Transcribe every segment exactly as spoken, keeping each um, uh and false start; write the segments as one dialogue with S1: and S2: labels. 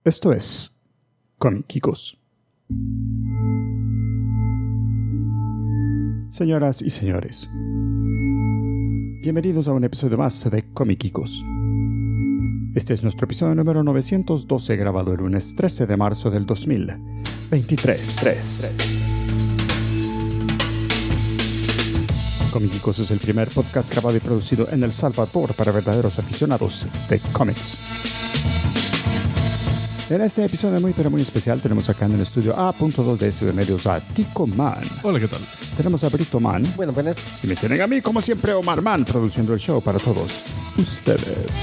S1: Esto es Comiquicos. Señoras y señores, bienvenidos a un episodio más de Comiquicos. Este es nuestro episodio número novecientos doce, grabado el lunes trece de marzo del dos mil veintitrés. Comiquicos es el primer podcast grabado y producido en El Salvador para verdaderos aficionados de cómics. En este episodio muy pero muy especial tenemos acá en el estudio A dos D S de Medios a Tico Man.
S2: Hola, ¿qué tal?
S1: Tenemos a Brito Man.
S3: Bueno, buenas.
S1: Y me tienen a mí, como siempre, Omar Man, produciendo el show para todos ustedes.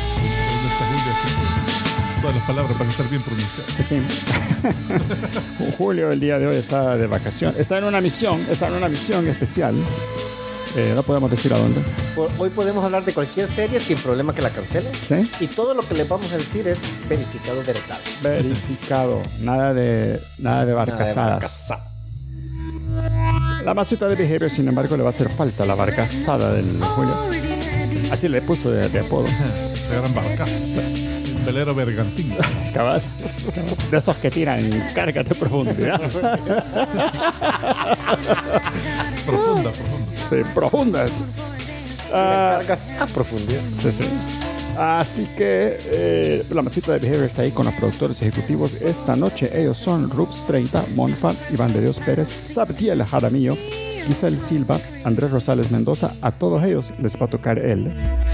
S2: Todas las palabras van a estar bien pronunciadas.
S1: Sí. Julio el día de hoy está de vacación. Está en una misión, está en una misión especial. Eh, no podemos decir a dónde.
S3: Hoy podemos hablar de cualquier serie sin problema que la cancelen.
S1: ¿Sí?
S3: Y todo lo que les vamos a decir es verificado, veritable.
S1: Verificado. Nada de, nada de barcazadas.
S3: Nada de
S1: La masita de Behavior, sin embargo, le va a hacer falta la barcazada del Julio. Así le puso de, de apodo.
S2: La gran barca. El velero bergantín.
S1: Cabal. De esos que tiran cargas de profundidad.
S2: Profunda, profunda.
S1: Sí, profundas.
S3: Ah, cargas a profundidad.
S1: Sí, sí. Así que eh, la masita de Behavior está ahí con los productores ejecutivos. Esta noche ellos son Rux treinta, Monfal, Iván de Dios Pérez, Sabdiel Jaramillo, Giselle Silva, Andrés Rosales Mendoza. A todos ellos les va a tocar él.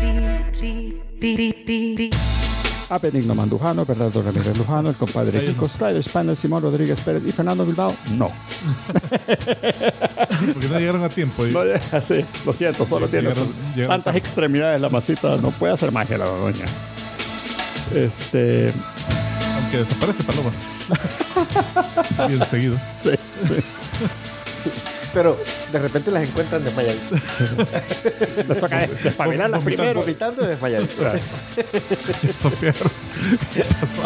S1: A Benigno Mandujano, Bernardo Ramírez Lujano, el compadre Kiko Strider, Spaniel, Simón Rodríguez Pérez y Fernando Bilbao. No.
S2: Porque no llegaron a tiempo.
S1: No llega, sí. Lo siento, solo
S2: Sí,
S1: tiene
S2: llegaron,
S1: son
S2: llegaron
S1: tantas extremidades la masita. No puede hacer magia la doña. Este...
S2: Aunque desaparece Paloma. Bien seguido.
S1: Sí, sí.
S3: Pero de repente las encuentran desmayaditas.
S1: Les toca despabilarlas primero.
S3: Vomitando y desmayaditas.
S2: Eso peor. ¿Qué pasó?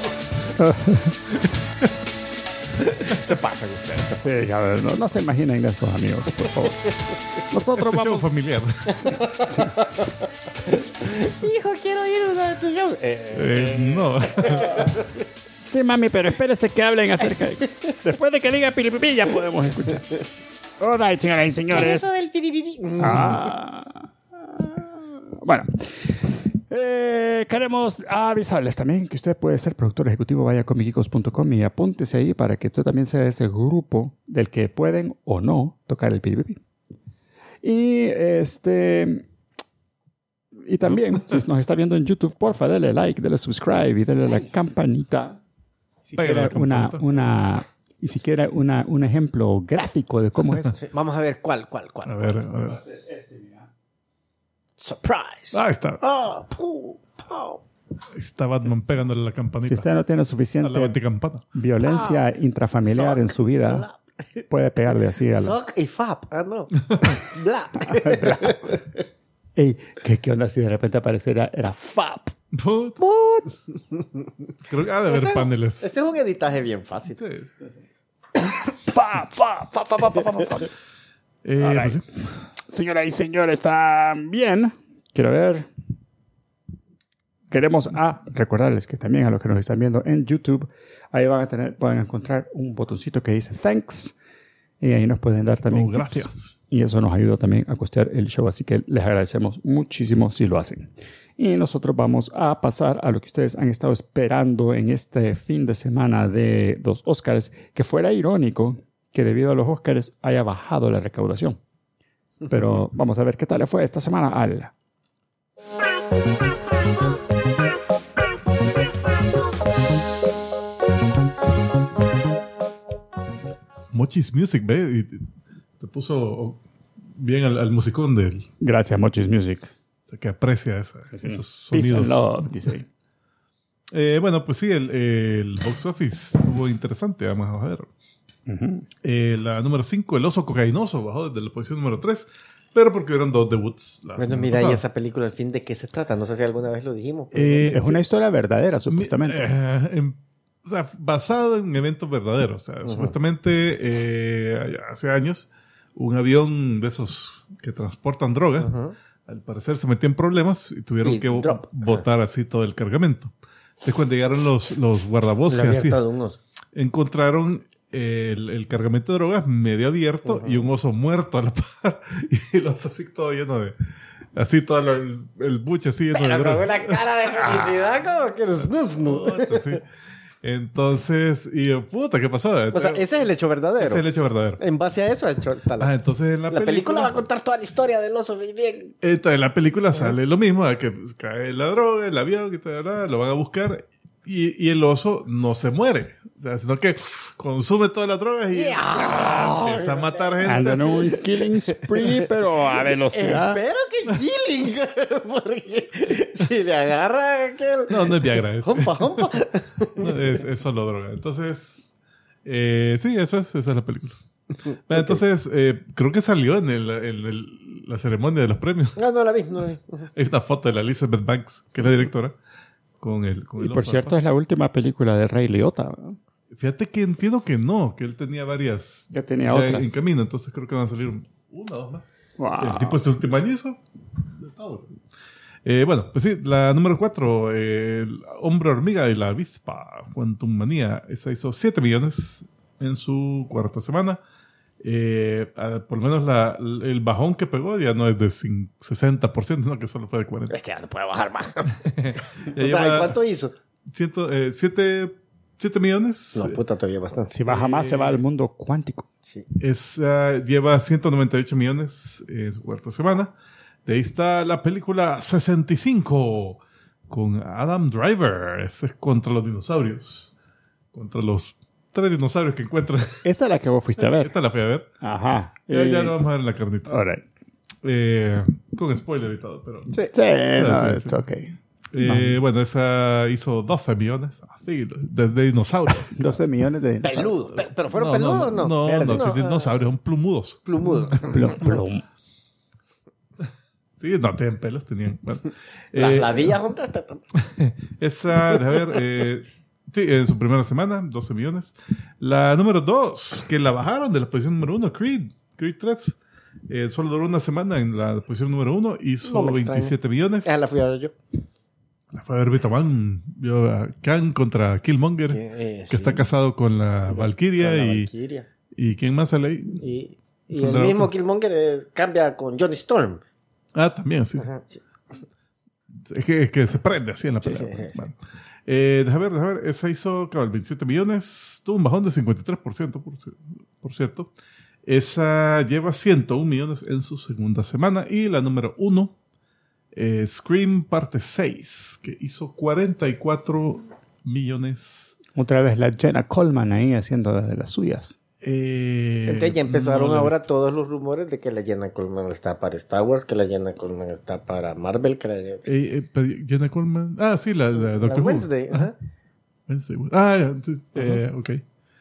S3: Se pasan ustedes.
S1: Sí, a ver, no, no se imaginen esos amigos, por favor. Nosotros
S2: Este show
S1: vamos...
S2: familiar.
S3: Hijo, quiero ir a uno de tus shows. Eh,
S2: Eh, no.
S1: Sí, mami, pero espérese que hablen acerca de... Después de que diga piripipi ya podemos escuchar. All right, señoras y señores.
S3: Eso del piripipi.
S1: Ah, bueno, eh, queremos avisarles también que usted puede ser productor ejecutivo. Vaya a comiquicos punto com y apúntese ahí para que usted también sea ese grupo del que pueden o no tocar el piripipi. Y este... Y también, si nos está viendo en YouTube, porfa, dele like, dele subscribe y dele la campanita. Si
S2: Pégale
S1: quiere
S2: la
S1: una,
S2: campanita.
S1: una, y si quiere una, un ejemplo gráfico de cómo es.
S3: Sí, vamos a ver cuál, cuál, cuál.
S2: A ver, a ver.
S3: Surprise.
S2: Ah, ahí está.
S3: Ah, pu, pau.
S2: Ahí está Batman pegándole la campanita.
S1: Si usted no tiene
S2: a la
S1: suficiente
S2: baticampana.
S1: violencia intrafamiliar en su vida, puede pegarle así a la...
S3: Sock y fap. Ah, no. Bla.
S1: Ey, ¿qué, ¿qué onda si de repente apareciera? Era FAP.
S2: Put. Creo que ha de haber
S3: Ese-
S2: paneles.
S3: Este es un editaje bien fácil.
S2: Sí, sí, sí.
S1: FAP, FAP, FAP, FAP, FAP, FAP, FAP.
S2: Eh,
S1: All
S2: pues
S1: right.
S2: sí.
S1: Señoras y señores, también quiero ver. Queremos a recordarles que también a los que nos están viendo en YouTube, ahí van a tener, van a encontrar un botoncito que dice Thanks. Y ahí nos pueden dar también
S2: Oh,
S1: tips.
S2: gracias.
S1: Y eso nos ayuda también a costear el show. Así que les agradecemos muchísimo si lo hacen. Y nosotros vamos a pasar a lo que ustedes han estado esperando en este fin de semana de los Oscars. Que fuera irónico que debido a los Oscars haya bajado la recaudación. Pero vamos a ver qué tal le fue esta semana al...
S2: Mochis Music, ve, y te, te puso bien al, al musicón de él.
S1: Gracias, Mochis Music.
S2: O sea, que aprecia esa-
S1: Sí, sí.
S2: esos
S1: Peace
S2: sonidos.
S1: and love, dice ahí.
S2: Eh, bueno, pues sí, el, el box office estuvo interesante, vamos a ver.
S1: Uh-huh.
S2: Eh, la número cinco, El oso cocainoso, bajó desde la posición número tres, pero porque eran dos debuts. La
S3: Bueno,
S2: semana
S3: mira, ¿y
S2: pasada.
S3: esa película al fin de qué se trata? No sé si alguna vez lo dijimos. pero-
S2: Eh,
S1: Es una historia verdadera, supuestamente.
S2: Eh, en- o sea, basado en eventos verdaderos. O sea,
S3: Ujú.
S2: supuestamente eh, hace años un avión de esos que transportan droga,
S3: Ujú.
S2: al parecer se metió en problemas y tuvieron
S3: Y
S2: que bo-
S3: drop.
S2: botar así todo el cargamento. Entonces, cuando llegaron los, los
S3: Le
S2: guardabosques,
S3: había
S2: así,
S3: atado un oso.
S2: encontraron el, el cargamento de drogas medio abierto
S3: Uh-huh.
S2: y un oso muerto a la par. Y el oso así todo lleno de... Así todo lo- el, el buche así lleno de
S3: Pero con
S2: drogas.
S3: una cara de felicidad como que eres snus, ¿no?
S2: Puta, sí. Entonces, y yo, puta, ¿qué pasó?
S3: O sea, ese es el hecho verdadero.
S2: Ese es el hecho verdadero.
S3: En base a eso ha hecho, está la,
S2: Ah, entonces en la,
S3: la película va a contar toda la historia del oso bien. bien.
S2: Entonces en la película sale lo mismo, de que pues, cae la droga, el avión, que tal, tal, lo van a buscar y, y el oso no se muere, o sea, sino que consume toda la droga y ah, empieza a matar gente.
S1: Andan en
S2: así.
S1: un killing spree, pero a velocidad.
S3: Espero que killing. Porque si le agarra aquel.
S2: No, no es Viagra, es,
S3: Humpa, humpa.
S2: no, es, es solo droga. Entonces, eh, sí, eso es, esa es la película. Bueno, entonces, eh, creo que salió en, el, en el- la ceremonia de los premios.
S3: Ah, no la vi, no la vi.
S2: Hay una foto de la Elizabeth Banks, que es la directora, con el, con
S1: Y
S2: el
S1: por
S2: oso
S1: cierto, es la última película de Ray Liotta, ¿verdad?
S2: Fíjate que entiendo que no, que él tenía varias
S1: Ya tenía
S2: ya
S1: otras.
S2: en camino, entonces creo que van a salir una o dos más.
S1: Wow.
S2: El tipo este último año hizo de todo. Eh, bueno, pues sí, la número cuatro, eh, el Hombre Hormiga y la Avispa, Quantum Manía, esa hizo siete millones en su cuarta semana. Eh, a- por lo menos la, el bajón que pegó ya no es de cin- sesenta por ciento, no, que solo fue de cuarenta
S3: Es que ya no puede bajar más.
S2: por ciento.
S3: O sea, ¿y cuánto hizo?
S2: siete millones.
S3: No, puta, todavía bastante.
S1: Si baja más, se va al mundo cuántico.
S3: Sí.
S2: Es, ah, lleva ciento noventa y ocho millones en su cuarta semana. De ahí está la película sesenta y cinco con Adam Driver. Ese es contra los dinosaurios. Contra los tres dinosaurios que encuentran.
S1: Esta es la que vos fuiste a ver.
S2: Esta la fui a ver.
S1: Ajá.
S2: Ya,
S1: Eh,
S2: ya lo vamos a ver en la carnita.
S1: all right.
S2: Eh, con spoiler y todo, pero...
S3: Sí.
S1: Sí, no,
S2: sí,
S1: it's
S2: sí.
S1: okay.
S2: Eh, bueno, esa hizo doce millones. Así, desde dinosaurios.
S1: doce millones de dinosaurios.
S3: Peludo. Pe- ¿Pero fueron
S2: No,
S3: peludos o
S2: no?
S3: no?
S2: No,
S1: Verde.
S2: no, sí,
S3: No,
S2: dinosaurios, son plumudos.
S3: Plumudo.
S1: Plum, plum.
S2: Sí, no tenían pelos, tenían... Bueno.
S3: Las
S2: Eh,
S3: ladillas juntas. está-
S2: Esa, a ver, eh, sí, en su primera semana, doce millones. La número dos, que la bajaron de la posición número uno, Creed, Creed tres. Eh, solo duró una semana en la posición número uno, hizo
S3: No me
S2: veintisiete millones.
S3: Esa la fui a ver yo.
S2: La fue a ver Vitaman, vio a Kang contra Killmonger,
S3: Que, eh,
S2: que
S3: sí.
S2: está casado con la Valkyria
S3: Con la
S2: y,
S3: Valkyria.
S2: y ¿quién más sale ahí?
S3: Y, y el
S2: Saldrá
S3: mismo
S2: otro.
S3: Killmonger es- cambia con Johnny Storm.
S2: Ah, también, sí.
S3: Ajá, sí.
S2: Es que, es que se prende así en la
S3: Sí,
S2: pelea.
S3: sí, sí, sí.
S2: Bueno. Eh, deja ver, deja ver. Esa hizo, claro, veintisiete millones. Tuvo un bajón de cincuenta y tres por ciento, por, ci- por cierto. Esa lleva ciento un millones en su segunda semana. Y la número uno, eh, Scream parte seis, que hizo cuarenta y cuatro millones.
S1: Otra vez la Jenna Coleman ahí haciendo de las suyas.
S2: Eh,
S3: Entonces ya empezaron
S2: no la he
S3: ahora
S2: visto.
S3: todos los rumores de que la Jenna Coleman está para Star Wars, que la Jenna Coleman está para Marvel, que la,
S2: Eh, eh, pero Jenna Coleman. Ah, sí, la, la
S3: la
S2: Doctor Who.
S3: Wednesday. Ajá.
S2: Wednesday. Ah, ya, entonces, eh, ok.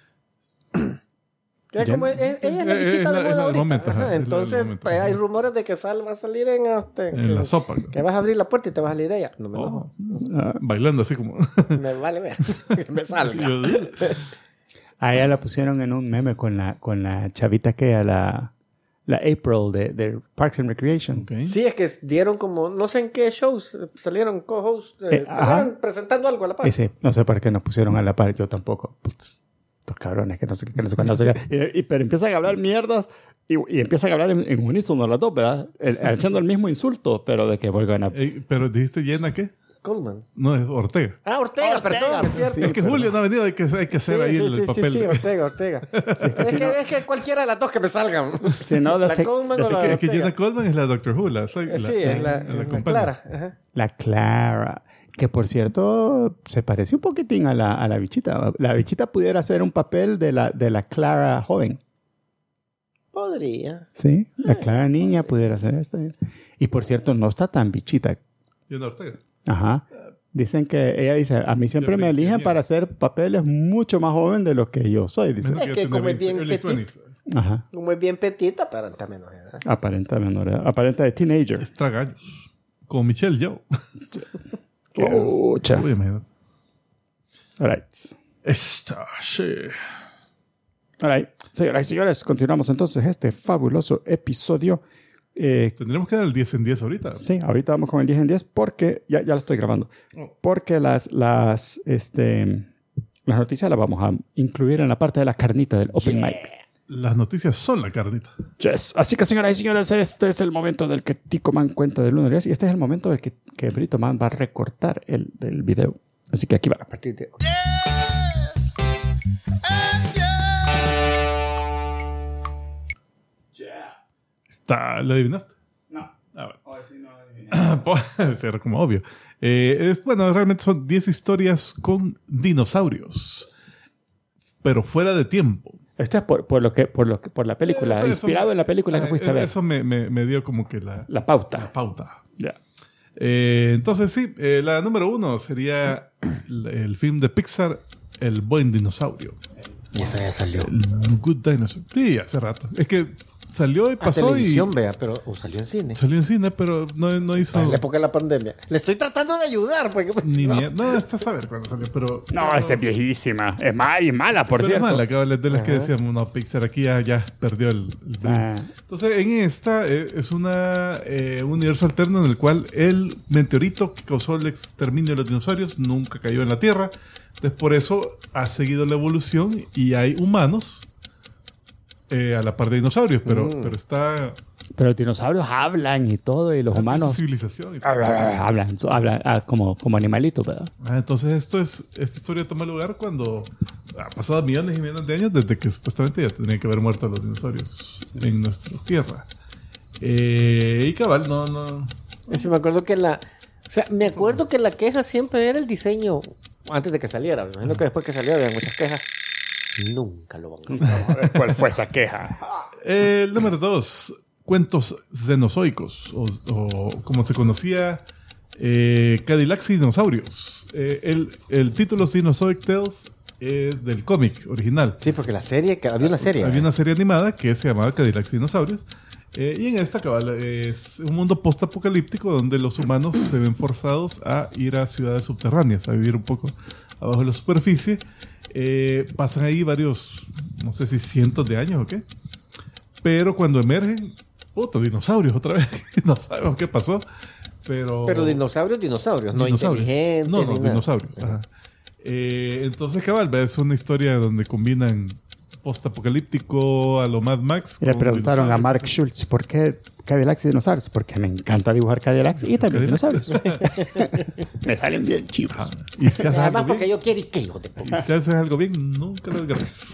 S3: Que es como- es- ella es la
S2: Eh, eh,
S3: bichita
S2: es la-
S3: de
S2: es la
S3: moda
S2: del
S3: ahorita.
S2: momento,
S3: Ajá,
S2: ajá, es la del
S3: entonces,
S2: momento,
S3: pues,
S2: ajá.
S3: hay rumores de que Sal va a salir en este,
S2: En
S3: que,
S2: la sopa.
S3: que vas a abrir la puerta y te va a salir ella. No me
S2: Oh,
S1: Ah,
S2: bailando así como.
S3: me vale ver. Que me salga.
S2: Yo-
S1: a ella la pusieron en un meme con la, con la chavita que a la, la April de, de Parks and Recreation.
S2: Ok.
S3: Sí, es que dieron como, no sé en qué shows eh, salieron co-hosts, eh,
S1: Eh, ajá.
S3: salieron presentando algo a la par.
S1: Ese, no sé por qué nos pusieron a la par, yo tampoco. Putz, estos cabrones que no sé qué, que no sé cuándo. No sé qué. Y, y- pero empiezan a hablar mierdas y, y empiezan a hablar en, en unísono las dos, ¿verdad? El- haciendo el mismo insulto, pero de que vuelvan a...
S2: Eh, pero dijiste Jenna, ¿qué?
S3: Coleman.
S2: No, es Ortega.
S3: Ah, Ortega,
S1: Ortega,
S3: perdón, es cierto.
S1: sí,
S2: es que
S1: perdón.
S2: Julio no ha venido, hay que, hay que hacer
S3: Sí,
S2: ahí
S3: sí,
S2: el,
S3: sí,
S2: el papel.
S3: Sí, sí,
S2: de-
S3: Ortega, Ortega. es, que, es que cualquiera de las dos que me salgan.
S1: Si no, de
S3: la
S1: se-
S3: Coleman
S1: de
S3: o
S1: se-
S3: la
S2: Es que, es que
S3: Ortega.
S2: Jenna Coleman es la Doctor Who, la, soy,
S3: Eh,
S2: la,
S3: sí, es la,
S2: la
S3: es la
S2: compañía.
S3: Clara. Ajá.
S1: La Clara, que por cierto se parece un poquitín a la, a la bichita. La bichita pudiera hacer un papel de la, de la Clara joven.
S3: Podría.
S1: Sí, la Clara niña pudiera hacer esto. Y por cierto, no está tan bichita.
S2: Jenna Ortega.
S1: Ajá. Dicen que, ella dice, a mí siempre
S2: Yo
S1: me
S2: creo que
S1: eligen
S2: bien.
S1: para hacer papeles mucho más joven de lo que yo soy. Dice.
S2: Menos
S3: Es
S2: yo
S3: que
S2: tener
S3: como es bien
S2: early
S3: petit.
S2: twenties.
S1: Ajá.
S3: Como es bien petita, aparenta menos edad.
S1: Aparenta menor edad. Aparenta de teenager.
S2: Es tragaños. Como Michelle Yeoh.
S1: Pucha.
S2: Uy, imagínate.
S1: All right.
S2: Esta, sí.
S1: All right. Señoras y señores, continuamos entonces este fabuloso episodio. Eh,
S2: Tendremos que dar el diez en diez ahorita.
S1: sí, ahorita vamos con el diez en diez porque ya, ya lo estoy grabando. Porque las, las, este, las noticias las vamos a incluir en la parte de la carnita del Open Mic.
S2: Las noticias son la carnita.
S1: Yes. Así que, señoras y señores, este es el momento del que Tico Man cuenta del uno al diez y este es el momento del que, que Brito Man va a recortar el del video. Así que aquí va.
S3: A partir de...
S2: Está, ¿lo adivinaste?
S1: No.
S2: Ah, bueno.
S1: Hoy sí no adiviné.
S2: Pues, era como obvio. Eh, es, bueno, realmente son diez historias con dinosaurios, pero fuera de tiempo.
S1: Esto es por, por, lo que, por, lo que, por la película,
S2: Eso- eso
S1: inspirado
S2: me-
S1: en la película que
S2: eh,
S1: fuiste a ver.
S2: Eso me, me, me dio como que la,
S1: La pauta.
S2: la pauta.
S1: Ya.
S2: Eh, entonces, sí, eh, la número uno sería el, el film de Pixar, El Buen Dinosaurio.
S3: Y esa ya salió.
S2: El Good Dinosaur. Sí, hace rato. Es que salió y
S3: A
S2: pasó y
S3: televisión, vea, pero o salió en cine.
S2: salió en cine, pero no, no hizo
S3: En la época de la pandemia. Le estoy tratando de ayudar. Porque...
S2: ni
S3: no.
S2: mierda. No, está a saber cuándo salió, pero...
S1: No, esta es viejísima. Es mala y mala, por
S2: Pero es
S1: cierto.
S2: mala, cabal, de las que
S3: Ajá.
S2: decíamos, no, Pixar aquí ya, ya perdió el, el brillo.
S1: Ah,
S2: Entonces, en esta eh, es una, eh, un universo alterno en el cual el meteorito que causó el exterminio de los dinosaurios nunca cayó en la Tierra. Entonces, por eso ha seguido la evolución y hay humanos eh, a la par de dinosaurios, pero,
S3: Mm.
S2: pero está...
S1: pero los dinosaurios hablan y todo, y los
S2: Su
S1: humanos
S2: civilización y todo.
S1: hablan, hablan ah, como, como animalitos, ¿verdad?
S2: Ah, entonces esto es, esta historia toma lugar cuando ha pasado millones y millones de años desde que supuestamente ya tendrían que haber muerto los dinosaurios en nuestra tierra. Eh, y cabal, no, no.
S3: Sí, me acuerdo que la... O sea, me acuerdo que la queja siempre era el diseño antes de que saliera. Me imagino que después que salió había muchas quejas. Nunca lo van a hacer.
S1: ¿Cuál fue esa queja?
S2: Eh, el número dos, cuentos cenozoicos, o, o como se conocía, eh, Cadillacs y dinosaurios. Eh, el, el título Dinosauric Tales es del cómic original.
S3: Sí, porque la serie... que- Había una serie.
S2: Había
S3: ¿eh?
S2: una serie animada que se llamaba Cadillacs y Dinosaurios. Eh, y en esta, cabal, es un mundo post-apocalíptico donde los humanos se ven forzados a ir a ciudades subterráneas, a vivir un poco abajo de la superficie. Eh, pasan ahí varios, no sé si cientos de años o qué. Pero cuando emergen, puta, dinosaurios otra vez. No sabemos qué pasó. Pero,
S3: Pero dinosaurios, dinosaurios, no
S2: dinosaurios.
S3: inteligentes.
S2: No, no,
S3: ni nada.
S2: dinosaurios. Ajá. Eh, entonces, cabal, es una historia donde combinan post-apocalíptico a lo Mad Max.
S1: Y le
S2: con
S1: preguntaron a
S2: dinosaurios.
S1: Mark Schultz, ¿por qué Cadillacs y dinosaurios? Porque me encanta dibujar Cadillacs y también
S2: Cadillacs.
S1: dinosaurios. Me salen bien chivos.
S2: Ajá. Y si haces
S3: Además,
S2: algo
S3: porque
S2: bien,
S3: yo quiero y qué, hijo de puta.
S2: y si haces algo bien, nunca lo agarras.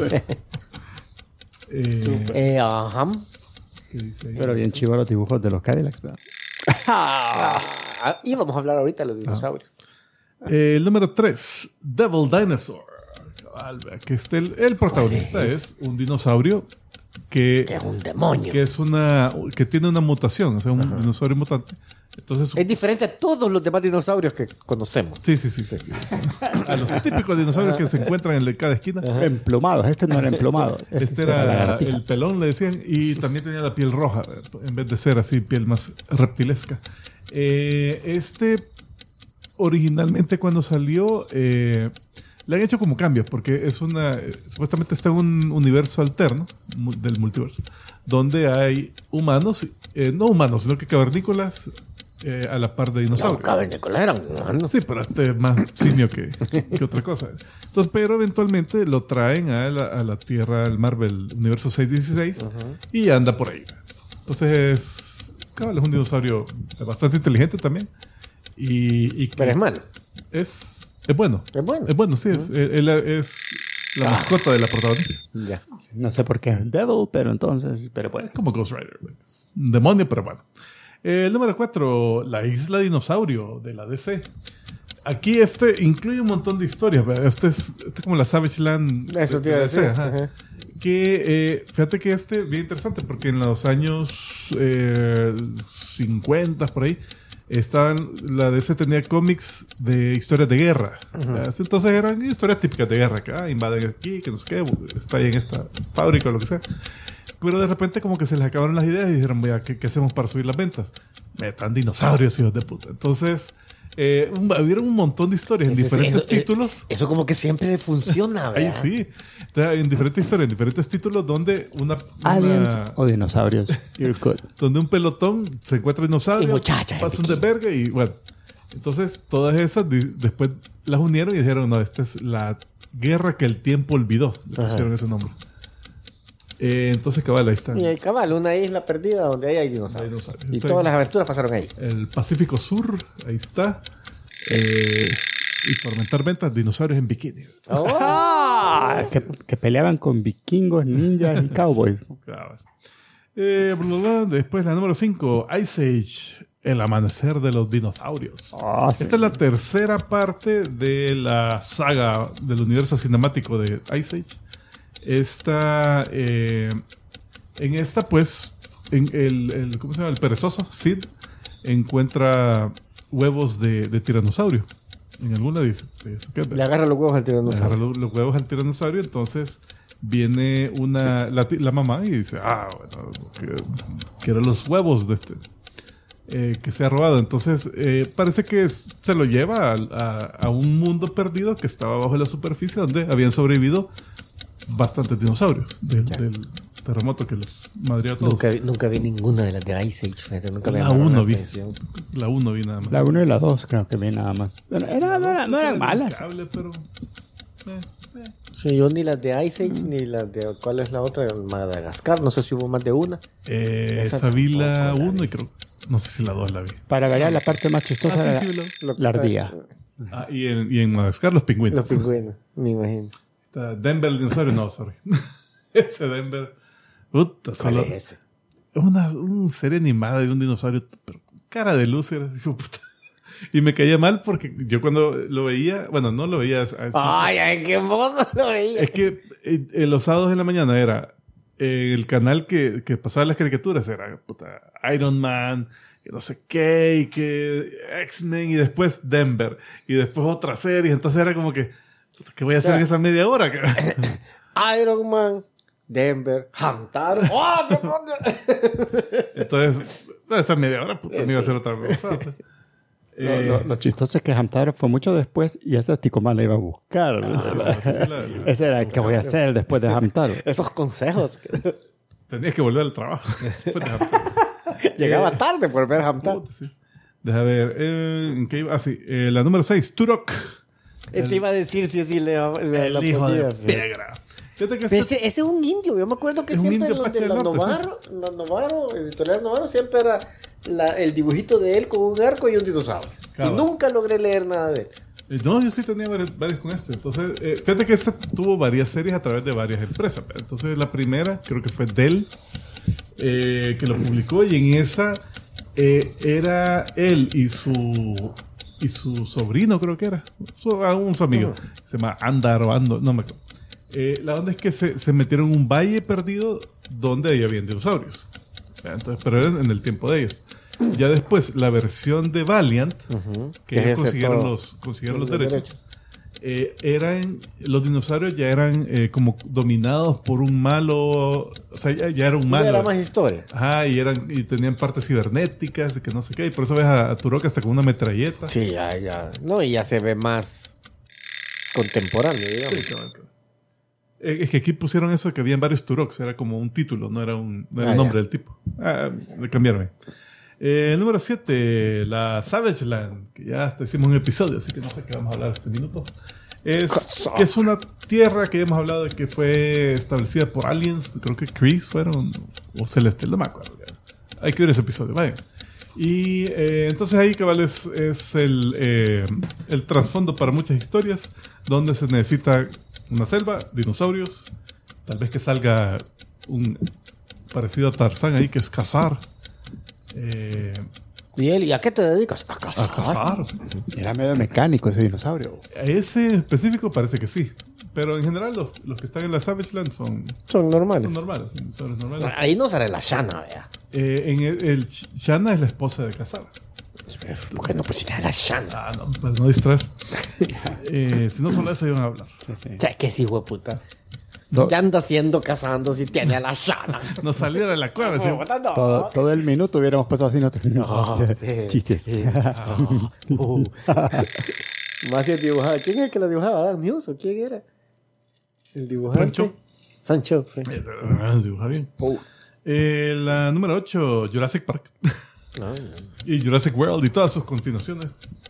S2: eh,
S3: Eh, ajá.
S2: ¿qué dice ahí?
S1: Pero bien chivos los dibujos de los Cadillacs, ¿verdad?
S3: Ah, y vamos a hablar ahorita de los dinosaurios.
S2: Eh, el número tres, Devil Dinosaur. Cabal, vea, que este, el, el protagonista
S3: ¿Cuál
S2: es? un dinosaurio que,
S3: Que es un demonio.
S2: que es una que tiene una mutación, o sea, un dinosaurio mutante. Entonces,
S3: Es diferente a todos los demás dinosaurios que conocemos.
S2: sí, sí, sí, sí, sí. A los típicos dinosaurios que se encuentran en cada esquina.
S1: Emplumados. Este no era emplumado.
S2: Este
S1: la
S2: era
S1: lagartija.
S2: el pelón, le decían, y también tenía la piel roja, en vez de ser así, piel más reptilesca. Eh, este, originalmente cuando salió, eh, le han hecho como cambios, porque es una, eh, supuestamente está en un universo alterno mu- del multiverso, donde hay humanos, eh, no humanos, sino que cavernícolas eh, a la par de
S3: No,
S2: dinosaurios.
S3: cavernícolas eran humanos.
S2: Sí, pero este es más simio que, que otra cosa. Entonces, pero eventualmente lo traen a la, a la Tierra, al Marvel Universo seiscientos dieciséis, y anda por ahí. Entonces, es, cabal, es un dinosaurio bastante inteligente también. Y, y que
S3: Pero es malo.
S2: Es, es bueno.
S3: Es bueno.
S2: Es bueno, sí. Es, él es la mascota de la protagonista.
S3: Ya.
S1: No sé por qué es Devil, pero entonces, pero bueno.
S2: Es como Ghost Rider. güey. Un demonio, pero bueno. Eh, el número cuatro, la isla dinosaurio de la D C. Aquí este incluye un montón de historias. ¿verdad? Este es, este es como la Savage Land
S3: Eso te iba a
S2: de D C,
S3: decir.
S2: ajá.
S3: Ajá.
S2: Que eh, fíjate que este bien interesante porque en los años eh, cincuenta por ahí estaban, la D C tenía cómics de historias de guerra. ¿verdad? Entonces eran historias típicas de guerra, que ah, invaden aquí, que no sé qué, está ahí en esta fábrica o lo que sea. Pero de repente como que se les acabaron las ideas y dijeron, vea, ¿qué, qué hacemos para subir las ventas? Metan dinosaurios, hijos de puta. Entonces Eh, un, hubieron un montón de historias en
S3: Ese-
S2: diferentes
S3: eso, eh,
S2: títulos.
S3: Eso como que siempre funciona,
S2: Ahí
S3: ¿verdad?
S2: sí. Entonces, en diferentes historias, en diferentes títulos donde una,
S1: Aliens
S2: una-
S1: o dinosaurios. You're good.
S2: donde un pelotón se encuentra dinosaurio,
S3: Y muchachas en
S2: pasa un
S3: bikini.
S2: desvergue y bueno. Entonces, todas esas di- después las unieron y dijeron, no, esta es la guerra que el tiempo olvidó. Le
S3: Ajá.
S2: pusieron ese nombre. Eh, entonces, cabal, ahí está.
S3: Y hay cabal, una isla perdida donde ahí hay
S2: Hay
S3: dinosaurios.
S2: dinosaurios.
S3: Y
S2: Está
S3: todas
S2: ahí.
S3: las aventuras pasaron ahí.
S2: El Pacífico Sur, ahí está. Eh, y por aumentar ventas, dinosaurios en bikini.
S1: Ah, que, que peleaban con vikingos, ninjas y cowboys.
S2: Cabal. Eh, bla, bla, bla. Después la número cinco, Ice Age, el amanecer de los dinosaurios.
S1: Ah, sí.
S2: Esta es la tercera parte de la saga del universo cinemático de Ice Age. Esta, eh, en esta, pues, en el, el- ¿cómo se llama? El perezoso, Sid, encuentra huevos de, de tiranosaurio. En alguna dice, de eso que-
S3: Le agarra los huevos al
S2: agarra
S3: tiranosaurio.
S2: los, los huevos al tiranosaurio, entonces viene una la, ti- la mamá y dice, ah, bueno, que- quiero los huevos de este eh, que se ha robado. Entonces eh, parece que es- se lo lleva a, a- a un mundo perdido que estaba bajo la superficie donde habían sobrevivido bastantes dinosaurios del, del terremoto que los madrió a todos.
S3: Nunca, vi- nunca vi ninguna de las de Ice Age, fíjate, nunca me
S2: La
S3: llamaron
S2: uno
S3: la
S2: vi.
S3: atención.
S2: La uno vi nada más.
S1: La uno y la dos creo que vi nada más. Era, era- no, era- no eran malas.
S2: Cable, pero, eh, eh.
S3: Sí, yo ni las de Ice Age, ni las de... ¿Cuál es la otra? Madagascar, no sé si hubo más de una.
S2: Eh,
S3: Esa
S2: esa vi
S3: tampoco
S2: la
S3: la
S2: uno
S3: vi.
S2: y creo, no sé si la dos la vi.
S1: Para variar, la parte más chistosa
S2: Ah,
S1: era
S2: sí, sí, lo-
S3: Lo que
S1: la
S3: está-
S1: ardilla.
S2: Ah, y, en, y en Madagascar los pingüinos.
S3: Los pingüinos, me imagino.
S2: Está Denver el dinosaurio, no, sorry. Ese Denver. Puta,
S3: ¿Cuál
S2: solo-
S3: es ese?
S2: Es una, una serie animada de un dinosaurio, pero cara de luz era, hijo de puta. Y me caía mal porque yo cuando lo veía, bueno, no lo veía. a ese-
S3: Ay, ay, qué modo lo veía.
S2: Es que eh, eh, los sábados en la mañana era eh, el canal que, que pasaba las caricaturas, era puta, Iron Man, que no sé qué, y que X-Men, y después Denver, y después otra serie. Entonces era como que, puta, ¿qué voy a hacer
S3: O sea,
S2: en esa media hora?
S3: Iron Man, Denver, Hamtaro. ¡Oh, qué modo!
S2: Entonces, esa media hora, puta, no iba a ser otra cosa.
S1: Lo,
S2: Eh,
S1: lo- lo chistoso es que Hamtaro fue mucho después y esa Ticomán la iba a buscar.
S2: Ah, sí, sí, la- la-
S1: Ese era el que voy a hacer después de Hamtaro.
S3: Esos consejos.
S2: Tenías que volver al trabajo. Después de-
S3: Llegaba
S2: Eh,
S3: tarde por ver Hamtaro.
S2: Puta, sí. Deja ver, eh, ¿en qué iba? Ah, sí, eh, la número seis, Turok.
S3: Él te iba a decir si así le, le
S2: El
S3: la
S2: hijo
S3: ponía,
S2: de
S3: fíjate.
S2: piedra. Fíjate que
S3: Pero
S2: este-
S3: Ese, ese es un indio. Yo me acuerdo que
S2: Es un
S3: siempre
S2: indio
S3: los
S2: Apache
S3: de
S2: del
S3: los
S2: norte, sí.
S3: Novaro, los Novaro, editorial Novaro, siempre era la- el dibujito de él con un arco y un dinosaurio.
S2: Cabal.
S3: Y nunca logré leer nada de él.
S2: Eh, No, yo sí tenía varios, varios con este. Entonces, eh, fíjate que este tuvo varias series a través de varias empresas. Entonces, la primera creo que fue Dell, eh, que lo publicó, y en esa eh, era él y su y su sobrino, creo que era, su, ah, un su amigo,
S3: Ujú.
S2: se llama Andar o Ando, no me acuerdo. Eh, la onda es que se, se metieron en un valle perdido donde ahí habían dinosaurios. Entonces, pero era en el tiempo de ellos. Ya después, la versión de Valiant, que
S3: Que es
S2: ellos
S3: ese
S2: consiguieron
S3: todo.
S2: los, consiguieron los
S3: Los
S2: derechos,
S3: derechos.
S2: eh, eran, los dinosaurios ya eran eh, como dominados por un malo, o sea, ya, ya era un malo.
S3: Era más historia.
S2: Ajá, y, eran, y tenían partes cibernéticas y que no sé qué, y por eso ves a, a Turok hasta con una metralleta.
S3: Sí, ya, ya. No, y ya se ve más contemporáneo, digamos.
S2: Sí, cabal, cabal. Eh, Es que aquí pusieron eso de que habían varios Turoks, era como un título, no era, un, no era
S3: Ah,
S2: el nombre
S3: ya.
S2: del tipo. Ah, le cambiaron. Eh, número siete, la Savage Land, que ya hasta hicimos un episodio, así que no sé qué vamos a hablar este minuto. Es, que es una tierra que hemos hablado de que fue establecida por aliens, creo que Chris fueron, o Celestial, no me acuerdo. Ya. Hay que ver ese episodio, vayan. Y eh, entonces ahí, cabal, es, es el, eh, el trasfondo para muchas historias, donde se necesita una selva, dinosaurios, tal vez que salga un parecido a Tarzán ahí, que es cazar. Eh,
S3: ¿Y él? ¿Y a qué te dedicas? A
S2: a
S3: cazar.
S2: cazar.
S1: Era medio mecánico ese dinosaurio.
S2: A ese en específico parece que sí. Pero en general los, los que están en la Savage Land son,
S3: Son normales.
S2: son normales. Son dinosaurios normales.
S3: Ahí no sale la Shana, vea.
S2: Eh, en el, el Ch- Shanna es la esposa de Cazar.
S3: ¿Por qué no pusiste a la Shana?
S2: Ah, no, pues no distraer. Eh, si no solo eso iban a hablar.
S1: Sí, sí.
S3: O sea, que sí, hijo de puta.
S1: Do-
S3: ¿Qué anda haciendo cazando si tiene a la Shana?
S2: No saliera de la cueva. así.
S1: todo, todo el minuto hubiéramos pasado así nosotros.
S3: Ah, eh,
S1: Chistes.
S3: eh, ah, uh. Más si el dibujaba. ¿Quién es el que lo dibujaba? ¿Dan Muse o quién era? El dibujante.
S2: Francho.
S3: Francho. Francho.
S2: Eh, eh, dibuja bien.
S3: Oh.
S2: Eh, la número ocho, Jurassic Park.
S3: No, no.
S2: Y Jurassic World y todas sus continuaciones.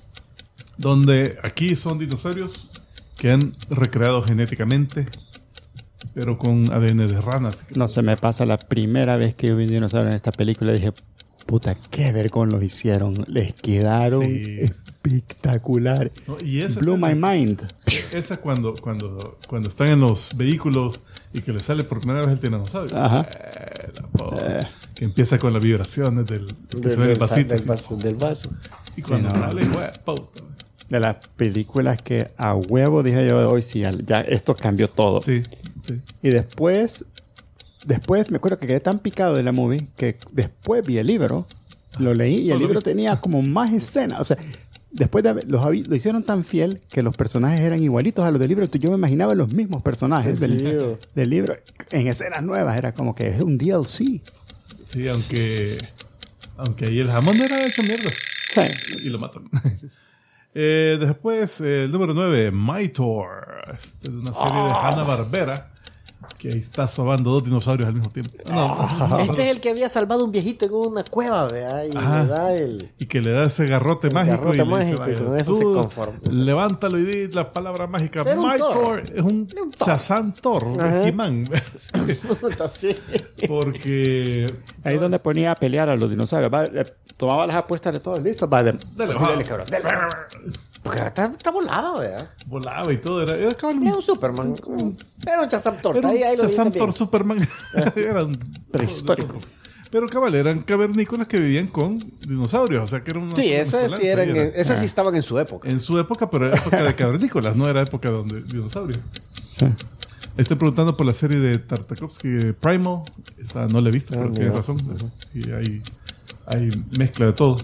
S2: Donde aquí son dinosaurios que han recreado genéticamente, pero con A D N de ranas.
S1: No se me pasa la primera vez que yo vi un dinosaurio en esta película. Dije, puta, qué vergón los hicieron. Les quedaron
S2: Sí.
S1: espectacular.
S2: ¿No? Y esa
S1: Blew my
S2: escena-
S1: mind.
S2: Esa cuando, cuando, cuando están en los vehículos y que le sale por primera vez el tiranosaurio.
S1: Ajá.
S2: Eh, la pobre. Que empieza con las vibraciones del, que
S3: Del,
S2: se ve en el
S3: del-
S2: vasito.
S3: del
S2: así.
S3: vaso, del vaso.
S2: Y cuando
S1: Sí, no.
S2: sale, güey, puta.
S1: De las películas que a huevo dije yo, hoy sí, al- ya esto cambió todo.
S2: Sí, sí.
S1: Y después, después me acuerdo que quedé tan picado de la movie que después vi el libro, lo leí y el
S2: Solo
S1: libro
S2: viste.
S1: tenía como más escenas. O sea, después de haber- los habi- lo hicieron tan fiel que los personajes eran igualitos a los del libro. Entonces yo me imaginaba los mismos personajes del,
S3: Sí.
S1: del libro en escenas nuevas. Era como que es un D L C.
S2: Sí, aunque, aunque ahí el jamón era hecho mierda.
S1: Sí.
S2: Y lo matan. Eh, después, eh, el número nueve, Mytor. Esta es una serie de Hanna-Barbera que ahí está sobando dos dinosaurios al mismo tiempo. No,
S3: Este es el que había salvado un viejito en una cueva, ¿verdad? Y
S2: Ajá.
S3: le da el...
S2: y que le da ese garrote
S3: El
S2: mágico.
S3: garrote
S2: y le dice,
S3: mágico, y
S2: "Vaya,
S3: con eso
S2: tú
S3: se conforma".
S2: Levántalo y di la palabra mágica.
S3: Era un
S2: Mytor.
S3: Thor.
S2: Es un
S3: Era un Thor.
S2: Shazam Thor.
S3: Ajá.
S2: He-Man.
S3: Así.
S2: Porque...
S1: Ahí donde ponía a pelear a los dinosaurios. Va, eh, tomaba las apuestas de todos. Listo, va. De,
S2: Dale,
S1: así,
S2: va.
S1: dale, cabrón. Dale.
S3: Porque está, está volado, ¿verdad?
S2: Volaba y todo. Era, era cabal un-
S3: Era un Superman. Era un Shazam Thor.
S2: Era
S3: Ahí, ahí
S2: un
S3: lo
S2: Shazam
S3: dicen
S2: Thor
S3: bien.
S2: Superman. Eran
S1: Prehistórico.
S2: Pero cabal, eran cavernícolas que vivían con dinosaurios. O sea que era una
S3: Sí,
S2: una
S3: esas sí,
S2: mezcolanza,
S3: eran,
S2: y era-
S3: esas sí estaban en su época.
S2: En su época, pero era época de cavernícolas, no era época donde dinosaurios. Estoy preguntando por la serie de Tartakovsky, Primal. Esa no la he visto,
S3: Ah,
S2: pero
S3: mira.
S2: tienes razón. Y hay, hay mezcla de todo.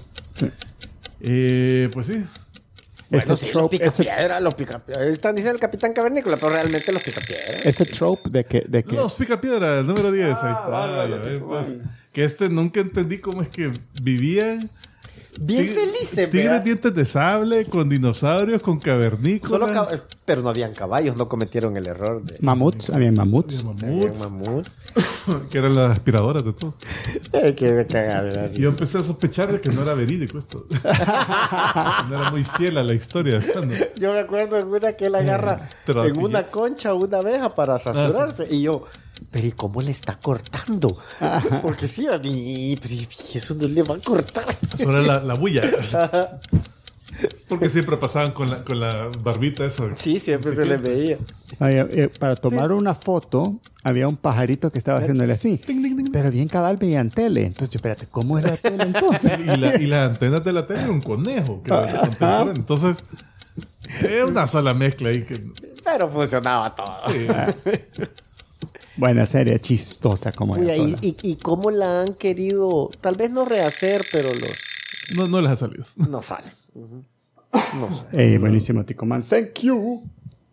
S2: Eh, pues sí.
S3: Bueno,
S1: Ese
S3: sí, los
S1: trope, ese,
S3: picapiedra, los picapiedra. Están diciendo el Capitán Cavernícola, pero realmente los picapiedra.
S1: ese trope de que, de que
S2: Los Picapiedra, el número diez. ahí está.
S3: bárbaro,
S2: Ah, ya ves,
S3: tipo,
S2: pues.
S3: ay.
S2: Que este nunca entendí cómo es que vivían.
S3: Bien
S2: Tig-
S3: felices,
S2: Tigres
S3: ¿verdad?
S2: dientes de sable, con dinosaurios, con cavernícolas.
S3: Solo cab- pero no habían caballos, no cometieron el error de...
S1: mamuts, había mamuts.
S2: Había
S3: Habían
S2: mamuts,
S3: mamuts.
S2: que eran las aspiradoras de todos.
S3: Ay, qué cagada.
S2: Y yo empecé a sospechar de que no era verídico esto. No era muy fiel a la historia. ¿no?
S3: Yo me acuerdo en una que él agarra
S2: Pero
S3: en una
S2: pilletes.
S3: concha una abeja para rasurarse. Y yo, pero ¿y cómo le está cortando? Porque sí, y, pero ¿y eso no le va a cortar.
S2: Eso era la, la bulla. Porque siempre pasaban con la, con la barbita eso.
S3: Sí, siempre se le veía.
S1: Ay, eh, para tomar una foto, había un pajarito que estaba haciéndole así. Pero bien cabal veían tele. Entonces, yo, espérate, ¿cómo es la tele entonces?
S2: Y, la, y las antenas de la tele era un conejo. Que era contemporáneo. Entonces, es una sola mezcla ahí. Que,
S3: Pero funcionaba todo.
S2: sí.
S1: Buena serie, chistosa como
S3: Uy,
S1: era
S3: y,
S1: sola.
S3: y, y cómo la han querido, tal vez no rehacer, pero los
S2: No, no les ha salido.
S3: no salen. Ujú. No sé.
S1: Ey, buenísimo, Tico Man. Thank you.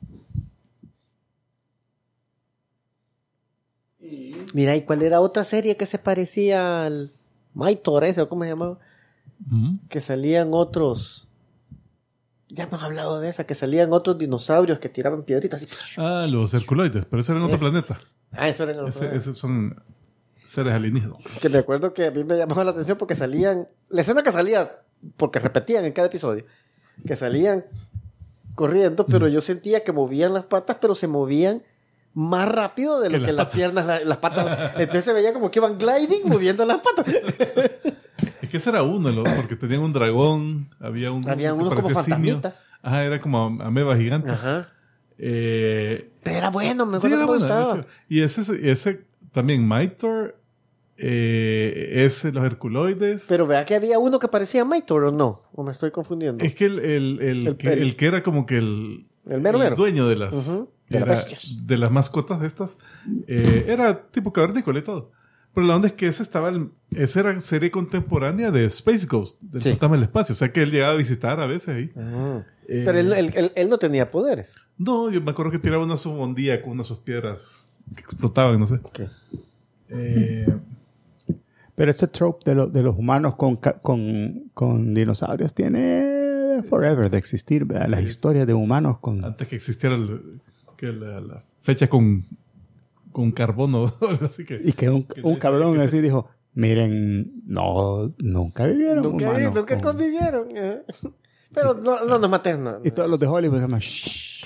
S3: Mira, ¿y cuál era otra serie que se parecía al Mytor ese, o cómo se llamaba?
S2: Ujú.
S3: Que salían otros. Ya hemos hablado de esa, que salían otros dinosaurios que tiraban piedritas. Así.
S2: Ah, los herculoides, pero eso era en otro
S3: Es-
S2: planeta.
S3: Ah, eso eran los
S2: Ese- esos son seres alienígenas.
S3: Que me acuerdo que a mí me llamaba la atención porque salían. La escena que salía, porque repetían en cada episodio, que salían corriendo, pero yo sentía que movían las patas, pero se movían más rápido de lo
S2: Que
S3: que,
S2: las
S3: las
S2: patas.
S3: piernas, la- las patas. Entonces se veía como que iban gliding moviendo las patas.
S2: Es que ese era uno, ¿no? Porque tenían un dragón, había un
S3: Había
S2: que
S3: unos como
S2: parecía simio.
S3: fantasmitas.
S2: Ajá, era como amebas gigantes.
S3: Ajá.
S2: Eh,
S3: Pero era bueno, me
S2: sí,
S3: acuerdo
S2: era
S3: que me
S2: bueno, era
S3: gustaba.
S2: chido. Y ese, ese también, Mytor, eh, es los herculoides.
S3: Pero vea que había uno que parecía Mytor, ¿o no? ¿O me estoy confundiendo?
S2: Es que el, el, el,
S3: El-
S2: que,
S3: el-
S2: el que era como que el,
S3: El mero mero.
S2: dueño de las,
S3: Ujú, de
S2: era-
S3: las bestias.
S2: de las mascotas estas, eh, era tipo cavernícola y todo. Pero la onda es que ese estaba, el- esa era serie contemporánea de Space Ghost, del
S3: Sí.
S2: fantasma del espacio. O sea que él llegaba a visitar a veces ahí.
S3: Ah.
S2: Eh,
S3: Pero él, él- él- él no tenía poderes.
S2: No, yo me acuerdo que tiraba una subondía con unas sus piedras que explotaban, no sé.
S3: Okay.
S2: Eh,
S1: Pero este trope de, lo, de los humanos con, ca- con, con dinosaurios tiene forever de existir, ¿verdad? Las historias de humanos con...
S2: antes que existiera el- que la, la fecha con, con carbono. Así que,
S1: Y que un,
S2: que
S1: un
S2: te-
S1: cabrón
S2: que te-
S1: así dijo, miren, no, nunca vivieron
S3: Nunca,
S1: humanos
S3: nunca
S1: con-
S3: convivieron. eh. Pero no, no nos mates. No,
S1: Y todos los de Hollywood llaman, shh.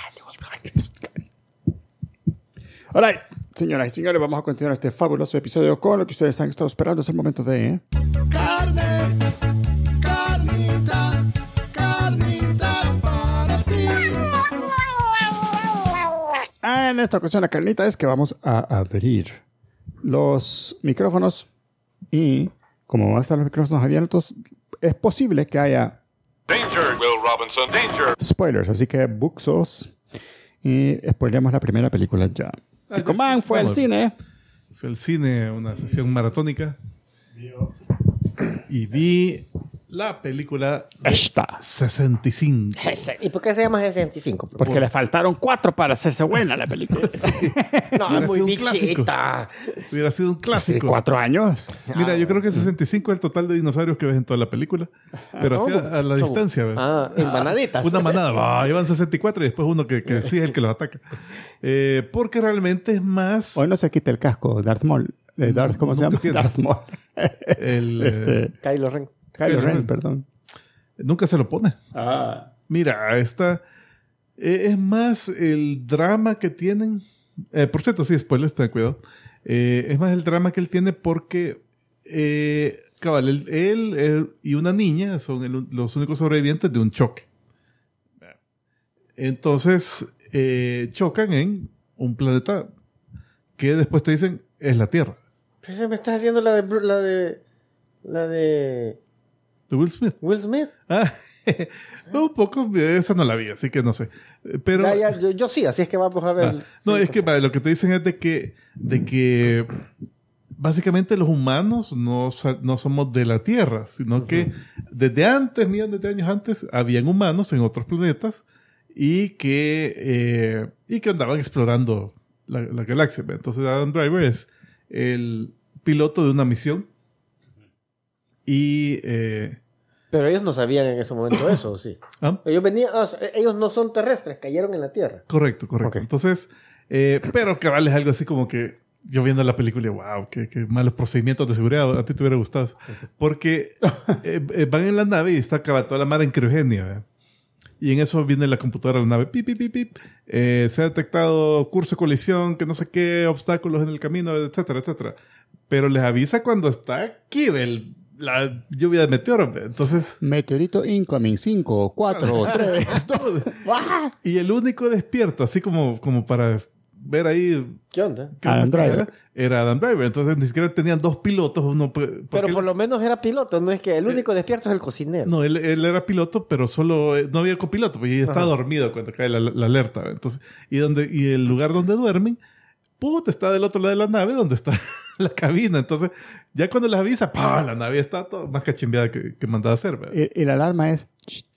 S1: All right, señoras y señores, vamos a continuar este fabuloso episodio con lo que ustedes han estado esperando. Es el momento de... ¿eh?
S4: Carne, carnita, carnita para ti.
S1: En esta ocasión la carnita es que vamos a abrir los micrófonos y como van a estar los micrófonos abiertos, es posible que haya
S5: Danger, Will Robinson, danger.
S1: spoilers, así que buxos y spoilemos la primera película ya.
S2: Ah,
S1: Tico
S2: ya,
S1: Man fue al
S2: vamos.
S1: cine.
S2: Fui al cine, una sesión maratónica. Y vi la película de
S1: Esta.
S2: sesenta y cinco.
S3: Ese- ¿Y por qué se llama sesenta y cinco?
S1: Porque le faltaron cuatro para hacerse buena la película.
S3: No,
S2: Hubiera
S3: es muy
S2: sido un clásico.
S3: bichita.
S2: Hubiera sido un
S1: Hace
S2: clásico.
S1: cuatro años.
S2: Mira,
S3: Ah,
S2: yo creo que sesenta y cinco es el total de dinosaurios que ves en toda la película. Pero así
S3: ¿Cómo?
S2: a, a la
S3: ¿Cómo?
S2: distancia, ¿ves?
S3: Ah, en banaditas.
S2: Una manada, va, llevan sesenta y cuatro y después uno que, que sí es el que los ataca. Eh, porque realmente es más
S1: Hoy no se quita el casco, Darth Maul. Eh, Darth, ¿Cómo se
S2: Nunca
S1: llama?
S2: tiene.
S1: Darth Maul.
S2: el... eh,
S1: Este,
S3: Kylo Ren.
S1: Kylo
S2: Kylo
S1: Ren,
S2: Ren.
S1: perdón.
S2: nunca se lo pone.
S1: Ah.
S2: Mira, esta eh, es más el drama que tienen. Eh, por cierto, sí, spoilers, ten cuidado. Eh, es más el drama que él tiene porque eh, cabal, él, él, él y una niña son el- los únicos sobrevivientes de un choque. Entonces eh, chocan en un planeta que después te dicen es la Tierra.
S3: Pero ese me estás haciendo la de... Bru- La de... La de...
S2: De Will Smith.
S3: Will Smith.
S2: Ah, un poco, esa no la vi, así que no sé. Eh, Pero,
S3: Ya, ya, yo, yo sí, así es que vamos a ver.
S2: Ah, no,
S3: Sí,
S2: es que vale, lo que te dicen es de que, de que básicamente los humanos no, sa- no somos de la Tierra, sino que desde antes, millones de años antes, habían humanos en otros planetas y que, eh, y que andaban explorando la, la galaxia. Entonces Adam Driver es el piloto de una misión y... eh,
S3: Pero ellos no sabían en ese momento eso, ¿o sí?
S2: ¿ah?
S3: Ellos venían... o sea, ellos no son terrestres, cayeron en la Tierra.
S2: Correcto, correcto.
S3: Ok.
S2: Entonces, eh, pero cabal es algo así como que yo viendo la película y wow, qué, qué malos procedimientos de seguridad, a ti te hubiera gustado. Porque eh, eh, van en la nave y está cabal toda la mar en criogenia. ¿verdad? Y en eso viene la computadora de la nave, pip, pip, pip, pip. Eh, se ha detectado curso de colisión, que no sé qué, obstáculos en el camino, etcétera, etcétera. Pero les avisa cuando está aquí el, la lluvia de meteoros. Entonces...
S1: Meteorito incoming. cinco, cuatro, tres, dos.
S2: Y el único despierto, así como, como para ver ahí...
S3: ¿Qué onda?
S2: qué
S1: Adam
S2: onda
S1: Driver.
S2: era, era Adam Driver. Entonces ni siquiera tenían dos pilotos. Uno, pe-
S3: Pero
S2: porque
S3: por
S2: él-
S3: lo menos era piloto, no es que el único despierto es el cocinero.
S2: No, él, él era piloto, pero solo... eh, No había copiloto, porque ya estaba
S3: Ajá.
S2: dormido cuando cae la, la alerta. Entonces, y, donde, y el lugar donde duermen, puta, está del otro lado de la nave, donde está la cabina. Entonces, ya cuando les avisa, ¡pah! La nave está todo más cachimbeada que, que mandaba a hacer. ¿verdad?
S1: Y, y la alarma es...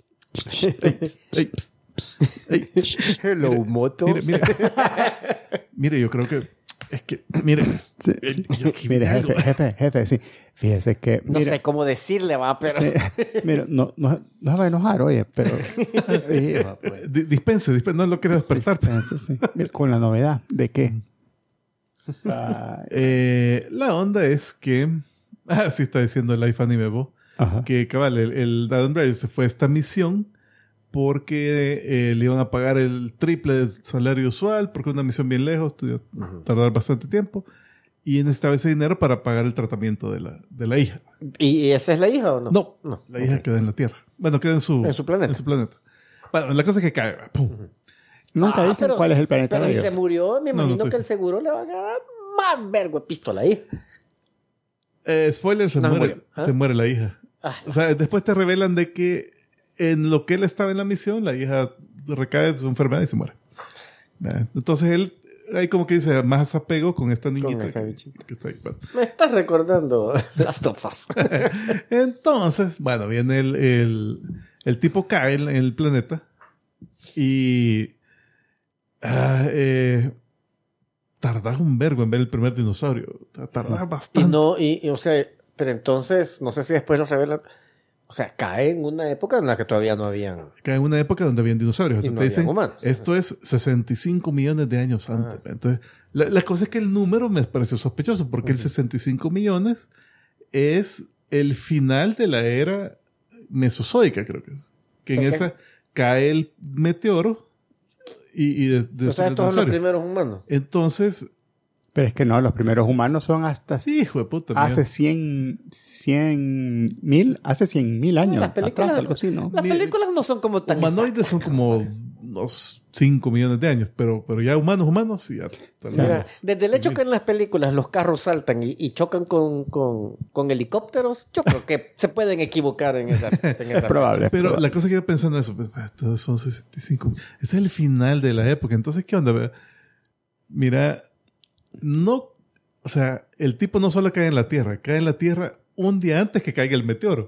S2: Ey, pss, pss, ey,
S3: Hello,
S2: mire,
S3: motos.
S2: Mire, mire. Mire, yo creo que... Es que, mire...
S1: Sí,
S2: eh,
S1: sí.
S2: yo aquí
S1: Mire,
S2: vi algo.
S1: jefe, jefe, jefe, sí. Fíjese que...
S3: No
S1: mire,
S3: sé cómo decirle, va, pero...
S1: sí, mire, no, no, no se va a enojar, oye, pero... Sí, va, pues.
S2: Di- Dispense, dispense, no lo quiero despertar.
S1: Dispense, sí. Mire, con la novedad de que... Ay,
S2: Eh, la onda es que... Ah, sí está diciendo el iPhone y Bebo.
S1: ajá.
S2: Que, cabal, el, el Adam Driver se fue a esta misión porque eh, le iban a pagar el triple del salario usual porque una misión bien lejos, iba a tardar bastante tiempo. Y necesitaba ese dinero para pagar el tratamiento de la, de la hija.
S3: ¿Y esa es la hija o no?
S2: No,
S3: No.
S2: la hija queda en la Tierra. Bueno, queda en su,
S3: En su planeta.
S2: En su planeta. Bueno, la cosa es que cae. ¡Pum!
S1: Nunca
S3: Ah,
S1: dicen
S3: pero-
S1: cuál es el planeta
S3: Pero
S1: de
S3: si
S1: ellos.
S3: se murió, me
S2: No, no
S3: imagino
S2: te
S3: que el
S2: dice.
S3: seguro le van a dar más vergo de pisto a la hija.
S2: Eh, spoiler, se,
S3: No,
S2: muere,
S3: murió. ¿Ah?
S2: se muere la hija.
S3: Ah.
S2: O sea, después te revelan de que en lo que él estaba en la misión, la hija recae de su enfermedad y se muere. Eh, Entonces él, hay como que dice, más apego con esta niñita
S3: esa
S2: que,
S3: bichita.
S2: que está ahí. Bueno.
S3: Me estás recordando las tofas.
S2: Entonces, bueno, viene el, el, el tipo cae en, en el planeta y... ah, eh, tardás un vergo en ver el primer dinosaurio. Tardás
S3: Y
S2: bastante.
S3: no, y, y, o sea, pero entonces, no sé si después nos revelan, o sea, cae en una época en la que todavía no habían.
S2: Que en una época donde habían dinosaurios.
S3: Y
S2: Entonces
S3: no
S2: te dicen,
S3: habían humanos.
S2: esto es sesenta y cinco millones de años antes.
S3: Ah.
S2: Entonces, la, la cosa es que el número me pareció sospechoso, porque el sesenta y cinco millones es el final de la era mesozoica, creo que es. Que en
S3: Ok.
S2: esa cae el meteoro y, y de, de
S3: O sea, estos son los
S2: dinosaurio.
S3: primeros humanos.
S2: Entonces,
S1: Pero es que no, los primeros humanos son hasta
S2: sí, hijo de puta.
S1: hace
S2: mira.
S1: cien, cien mil, hace cien mil años
S3: Las películas,
S1: atrás, algo así, ¿no?
S3: las
S2: Mira,
S3: películas no son como tan
S2: Humanoides son como unos cinco millones de años, pero, pero ya humanos, humanos, sí, ya
S3: exactas. Mira, desde el hecho que en las películas los carros saltan y, y chocan con, con, con helicópteros, yo creo que se pueden equivocar en esa, en esa
S1: Es probable.
S2: Pero
S1: Pero-
S2: la cosa que iba pensando eso, pues, pues, todos son sesenta y cinco. Ese es el final de la época. Entonces, ¿qué onda? Ve? Mira, no, o sea, el tipo no solo cae en la Tierra, cae en la Tierra un día antes que caiga el meteoro.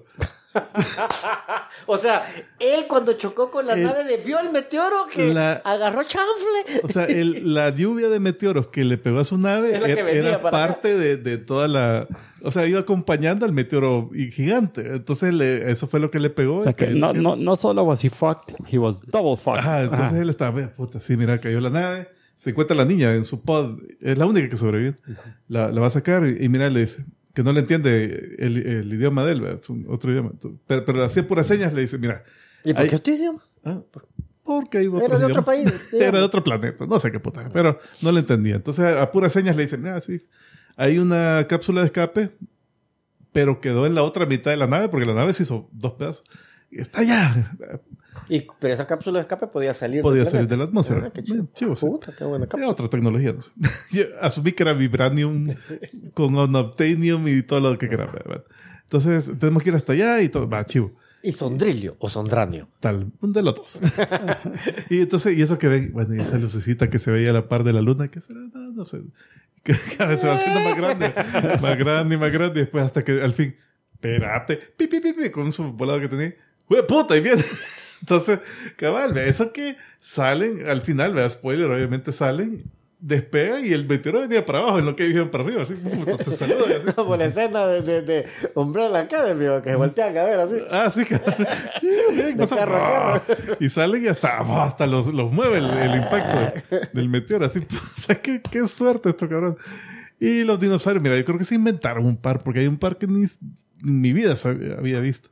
S3: O sea, él cuando chocó con la
S2: El-
S3: nave de vio el meteoro que
S2: La-
S3: agarró chanfle.
S2: O sea, el- la lluvia de meteoros que le pegó a su nave
S3: Es la que
S2: era,
S3: venía
S2: era
S3: para
S2: parte de, de toda la... O sea, iba acompañando al meteoro y gigante. Entonces, le- eso fue lo que le pegó.
S1: O sea, que
S2: cayó-
S1: no,
S2: cayó-
S1: no, no solo was he fucked, he was double fucked.
S2: Ajá, entonces
S1: Ajá.
S2: él estaba, "Ve, puta, sí, mira, cayó la nave, se encuentra la niña en su pod, es la única que sobrevive, la, la va a sacar y, y mira, le dice que no le entiende el, el idioma de él, ¿verdad? Es un otro idioma, pero, pero así puras señas le dice, mira,
S3: ¿Y por
S2: Ay-
S3: qué usted idioma?
S2: ah, porque hay otros
S3: Era de otro
S2: idiomas.
S3: país,
S2: Era de
S3: digamos.
S2: otro planeta, no sé qué puta, pero no le entendía. Entonces a puras señas le dicen, mira, sí, hay una cápsula de escape, pero quedó en la otra mitad de la nave porque la nave se hizo dos pedazos. Y está allá.
S3: Y, pero esa cápsula de escape podía salir
S2: Podía
S3: del
S2: salir
S3: planeta.
S2: de la atmósfera.
S3: Ah, qué chido.
S2: Bien, chivo, sí.
S3: Puta, qué buena
S2: Era
S3: cápsula.
S2: otra tecnología, no sé. Yo asumí que era vibranium con unobtainium y todo lo que era. ¿verdad? Entonces, tenemos que ir hasta allá y todo. Va, chivo.
S3: Y sondrilio o sondranio.
S2: Tal, un de los dos. Y entonces, y eso que ven, bueno, y esa lucecita que se veía a la par de la luna, ¿qué será? No, no sé. Que cada vez se va haciendo más grande, más grande y más grande. Y después hasta que al fin, espérate, pi, pi, pi, pi, con su volado que tenía. ¡Hue puta! Y viene. Entonces, cabal, ¿ve? Eso que salen, al final, vea, spoiler, obviamente salen, despegan y el meteoro venía para abajo, en lo que dijeron para arriba, así, puta, te saludan, así.
S3: Como la escena de, de, de Umbrella Academy, que se voltean a ver así.
S2: Ah, sí, cabrón. Bien, pasa,
S3: carro a
S2: ¡ah! Y salen y hasta, ¡ah! hasta los, los mueve el, el impacto de- del meteoro, así. O sea, qué, qué suerte esto, cabrón. Y los dinosaurios, mira, yo creo que se inventaron un par, porque hay un par que ni en mi vida sab- había visto.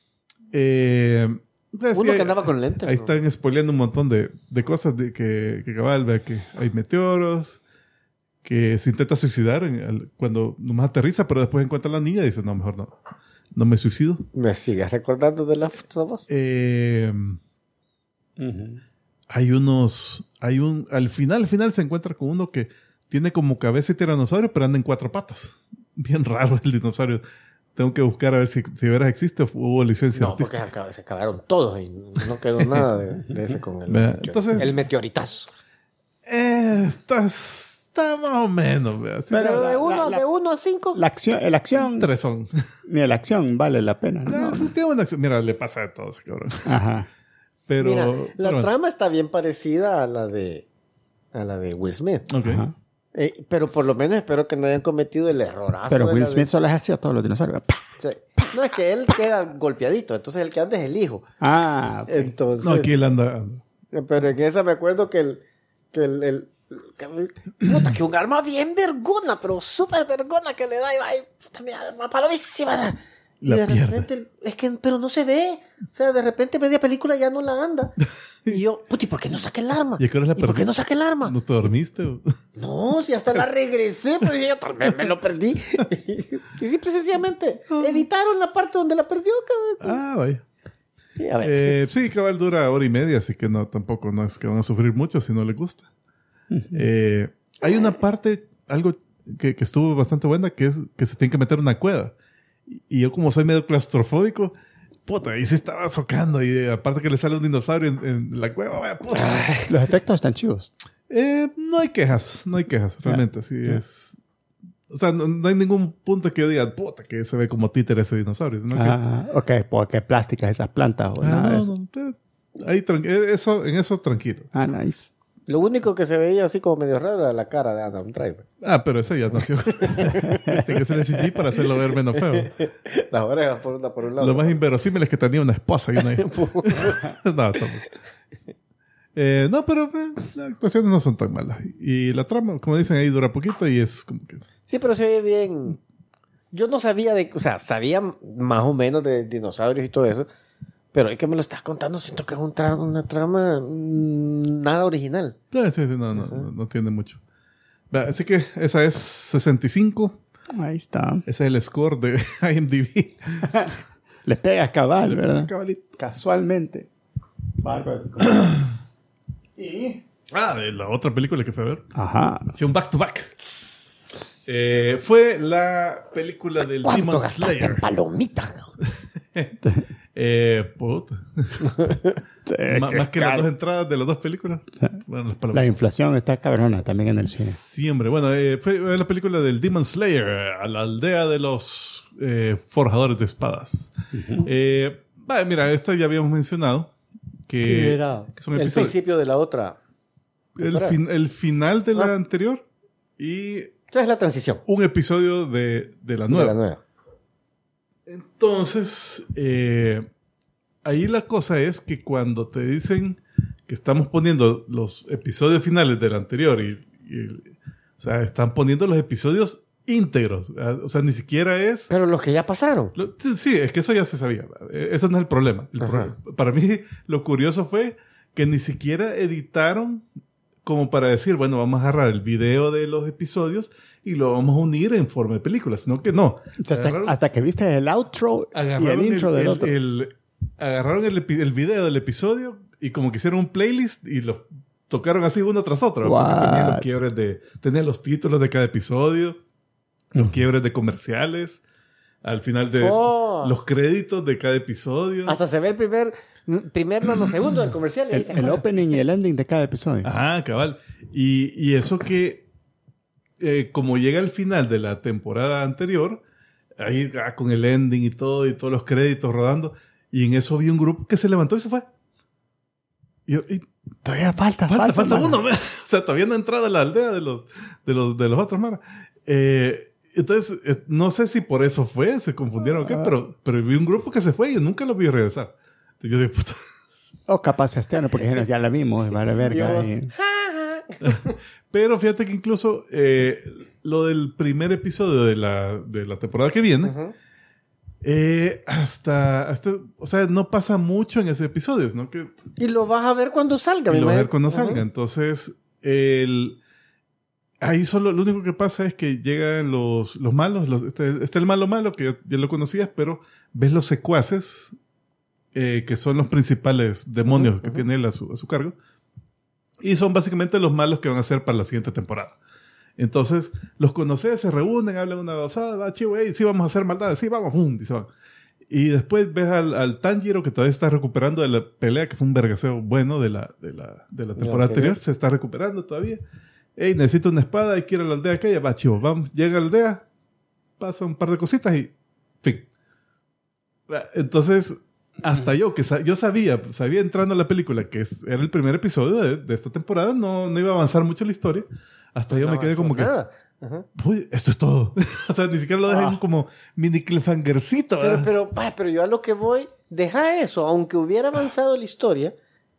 S2: Eh, entonces,
S3: Uno
S2: sí,
S3: que
S2: hay-
S3: andaba con lentes.
S2: Ahí
S3: ¿no?
S2: están spoileando un montón de, de cosas de que, que cabal, vea que hay meteoros, que se intenta suicidar en- al- cuando nomás aterriza, pero después encuentra a la niña y dice, no, mejor no, no me suicido.
S3: ¿Me sigues recordando de la voz?
S2: Eh,
S1: Ujú.
S2: hay unos, hay un, al final, al final se encuentra con uno que tiene como cabeza de tiranosaurio, pero anda en cuatro patas. Bien raro el dinosaurio. Tengo que buscar a ver si, si de veras existe o hubo licencia
S3: No, porque se,
S2: artística.
S3: acab- se acabaron todos y no quedó nada de, de ese con el,
S2: Vea,
S3: meteor-
S2: entonces-
S3: el meteoritazo.
S2: Eh, está, está más o menos, vea. Sí,
S1: Pero
S3: Pero
S1: la-
S3: de uno,
S1: la-
S3: de uno a cinco.
S1: La acción, la acción,
S2: tres son.
S1: ni la acción vale la pena.
S2: No,
S1: ¿no?
S2: pues tiene buena acción. Mira, le pasa de todo, ese cabrón.
S1: Ajá.
S2: Pero,
S3: Mira, la
S2: pero bueno.
S3: trama está bien parecida a la de a la de Will Smith.
S2: Ok.
S1: Ajá.
S3: Eh, pero por lo menos espero que no hayan cometido el errorazo.
S1: Pero
S3: de
S1: Will
S3: la de-
S1: Smith solo es así a todos los dinosaurios. ¡Pah!
S3: Sí. No, es que él queda golpeadito, entonces el que anda es el hijo.
S1: Ah, ok.
S3: Entonces,
S2: No, aquí él anda. anda.
S3: pero en esa me acuerdo que el que el, el- que- puta, que un arma bien vergona, pero súper vergona que le da y va y puta, mi arma palomísima. Y
S2: La
S3: de
S2: pierde.
S3: repente, es que, pero no se ve. O sea, de repente media película ya no la anda. Y yo, puti, ¿por qué no saqué el arma?
S2: ¿Y a qué hora la
S3: ¿Y por qué
S2: perdí?
S3: no saqué el arma?
S2: ¿No te dormiste? o?
S3: No, si hasta la regresé, pero yo tal vez me lo perdí. Y simple y sencillamente editaron la parte donde la perdió, cabrón.
S2: Ah, vaya.
S3: Sí, a ver.
S2: Eh, sí, cabal dura hora y media, así que no, tampoco no es que van a sufrir mucho si no les gusta. Eh, hay una parte, algo que, que estuvo bastante buena, que es que se tiene que meter en una cueva. Y, y yo como soy medio claustrofóbico, puta, ahí se estaba socando. Y eh, aparte que le sale un dinosaurio en, en la cueva, vaya, puta.
S1: Los efectos están chivos.
S2: Eh, no hay quejas, no hay quejas, realmente, así es. O sea, no, no hay ningún punto que yo diga, puta, que se ve como títere ese dinosaurio. Sino que,
S1: Ah, ok, porque plásticas esas plantas o
S2: ah,
S1: nada de
S2: no,
S1: eso.
S2: no, te- ahí, tran- eh, eso, en eso tranquilo.
S1: Ah, nice.
S3: Lo único que se veía así como medio raro era la cara de Adam Driver.
S2: Ah, pero ese ya nació. Tiene que ser el C G I para hacerlo ver menos feo.
S3: Las orejas por, una, por un lado.
S2: Lo más inverosímil es que tenía una esposa y una hija. no, tampoco. Eh, no, pero eh, las actuaciones no son tan malas. Y la trama, como dicen ahí, dura poquito y es como que...
S3: Sí, pero se ve bien. Yo no sabía de... O sea, sabía más o menos de dinosaurios y todo eso. Pero es que me lo estás contando, siento que es un tra- una trama mmm, nada original.
S2: Sí, sí, sí, no, no, no, no tiene mucho. Así que esa es sesenta y cinco.
S1: Ahí está.
S2: Ese es el score de I M D B.
S1: Le pega cabal, ¿verdad?
S2: Cabalito.
S1: Casualmente. Bárbaro. Y...
S2: Ah, de la otra película que fue a ver.
S1: Ajá.
S2: Sí, un back-to-back. Eh, fue la película del
S3: ¿Cuánto
S2: Demon
S3: gastaste
S2: Slayer.
S3: en palomitas?
S2: Eh, puta.
S1: Sí,
S2: Ma-
S1: qué
S2: más que las
S1: caro.
S2: dos entradas de las dos películas. Bueno, las
S1: La
S2: palomitas.
S1: inflación está cabrona también en el cine.
S2: Sí, hombre. Bueno, eh, fue la película del Demon Slayer, a la aldea de los eh, forjadores de espadas. eh, vale, mira, esta ya habíamos mencionado. Que,
S3: ¿Qué era?
S2: que son
S3: El
S2: episodios.
S3: principio de la otra.
S2: El, fin- el final de la
S3: Ah.
S2: anterior y
S3: Esa es la transición.
S2: un episodio de, de la nueva.
S3: De la nueva.
S2: Entonces, eh, ahí la cosa es que cuando te dicen que estamos poniendo los episodios finales del anterior y, y- o sea, están poniendo los episodios íntegros. O sea, ni siquiera es...
S3: Pero los que ya pasaron.
S2: Lo- sí, es que eso ya se sabía. Eh, Eso no es el problema. El
S3: Ajá.
S2: problema- Para mí, lo curioso fue que ni siquiera editaron como para decir, bueno, vamos a agarrar el video de los episodios y lo vamos a unir en forma de película, sino que no.
S1: O sea, hasta,
S2: Agarraron-
S1: hasta que viste el outro y
S2: agarraron
S1: el intro
S2: el,
S1: del
S2: el-
S1: otro.
S2: el- agarraron el, epi- el video del episodio y como que hicieron un playlist y lo tocaron así uno tras otro. Porque
S1: What?
S2: tenían los quiebres de... Tenían los títulos de cada episodio, los quiebres de comerciales, al final de
S3: Oh.
S2: los créditos de cada episodio.
S3: Hasta se ve el primer, primer nanosegundo del comercial. Y ahí
S1: El,
S3: se
S1: el
S3: acaba.
S1: opening y el ending de cada episodio.
S2: Ajá, cabal. Y, y eso que, eh, como llega al final de la temporada anterior, ahí ah, con el ending y todo, y todos los créditos rodando, y en eso vi un grupo que se levantó y se fue. Y, yo, y
S1: Todavía falta,
S2: falta, falta
S1: mano.
S2: uno. O sea, todavía no ha entrado a la aldea de los, de los, de los otros maras. Eh, entonces, eh, no sé si por eso fue, se confundieron o qué, pero, pero vi un grupo que se fue y yo nunca lo vi regresar. Entonces yo digo, puta.
S1: O capaz Sebastián, porque dijeron, ya la vimos, vale verga.
S3: Dios.
S1: y-
S2: Pero fíjate que incluso eh, lo del primer episodio de la, de la temporada que viene,
S3: Ujú.
S2: eh, hasta, hasta, o sea, no pasa mucho en ese episodio, ¿no? Que
S3: Y lo vas a ver cuando salga.
S2: y
S3: me
S2: lo vas a ver
S3: imagino.
S2: cuando
S3: Ajá.
S2: salga. Entonces, el, ahí solo lo único que pasa es que llegan los, los malos, los, este, este el malo malo, que ya, ya lo conocías, pero ves los secuaces, eh, que son los principales demonios que tiene él a su, a su cargo. Y son básicamente los malos que van a ser para la siguiente temporada. Entonces, los conoces, se reúnen, hablan una basada, va chivo, hey, sí vamos a hacer maldades, sí vamos, ¡pum! Y se van. Y después ves al, al Tanjiro que todavía está recuperando de la pelea, que fue un vergaseo bueno de la, de la, de la temporada
S3: anterior.
S2: anterior. Se está recuperando todavía. Hey, necesito una espada, hay que ir a la aldea aquella, va chivo, vamos, llega a la aldea, pasa un par de cositas y fin. Entonces, hasta yo, que sa- yo sabía, sabía entrando a la película que es- era el primer episodio de, de esta temporada, no, no iba a avanzar mucho la historia. Hasta yo
S3: No
S2: me quedé como que,
S3: nada. Ajá.
S2: uy, esto es todo. O sea, ni siquiera lo dejan
S1: Ah.
S2: como mini cliffhangercito.
S3: Pero,
S2: ¿verdad?
S3: pero, vaya, pero yo a lo que voy, deja eso, aunque hubiera avanzado la historia.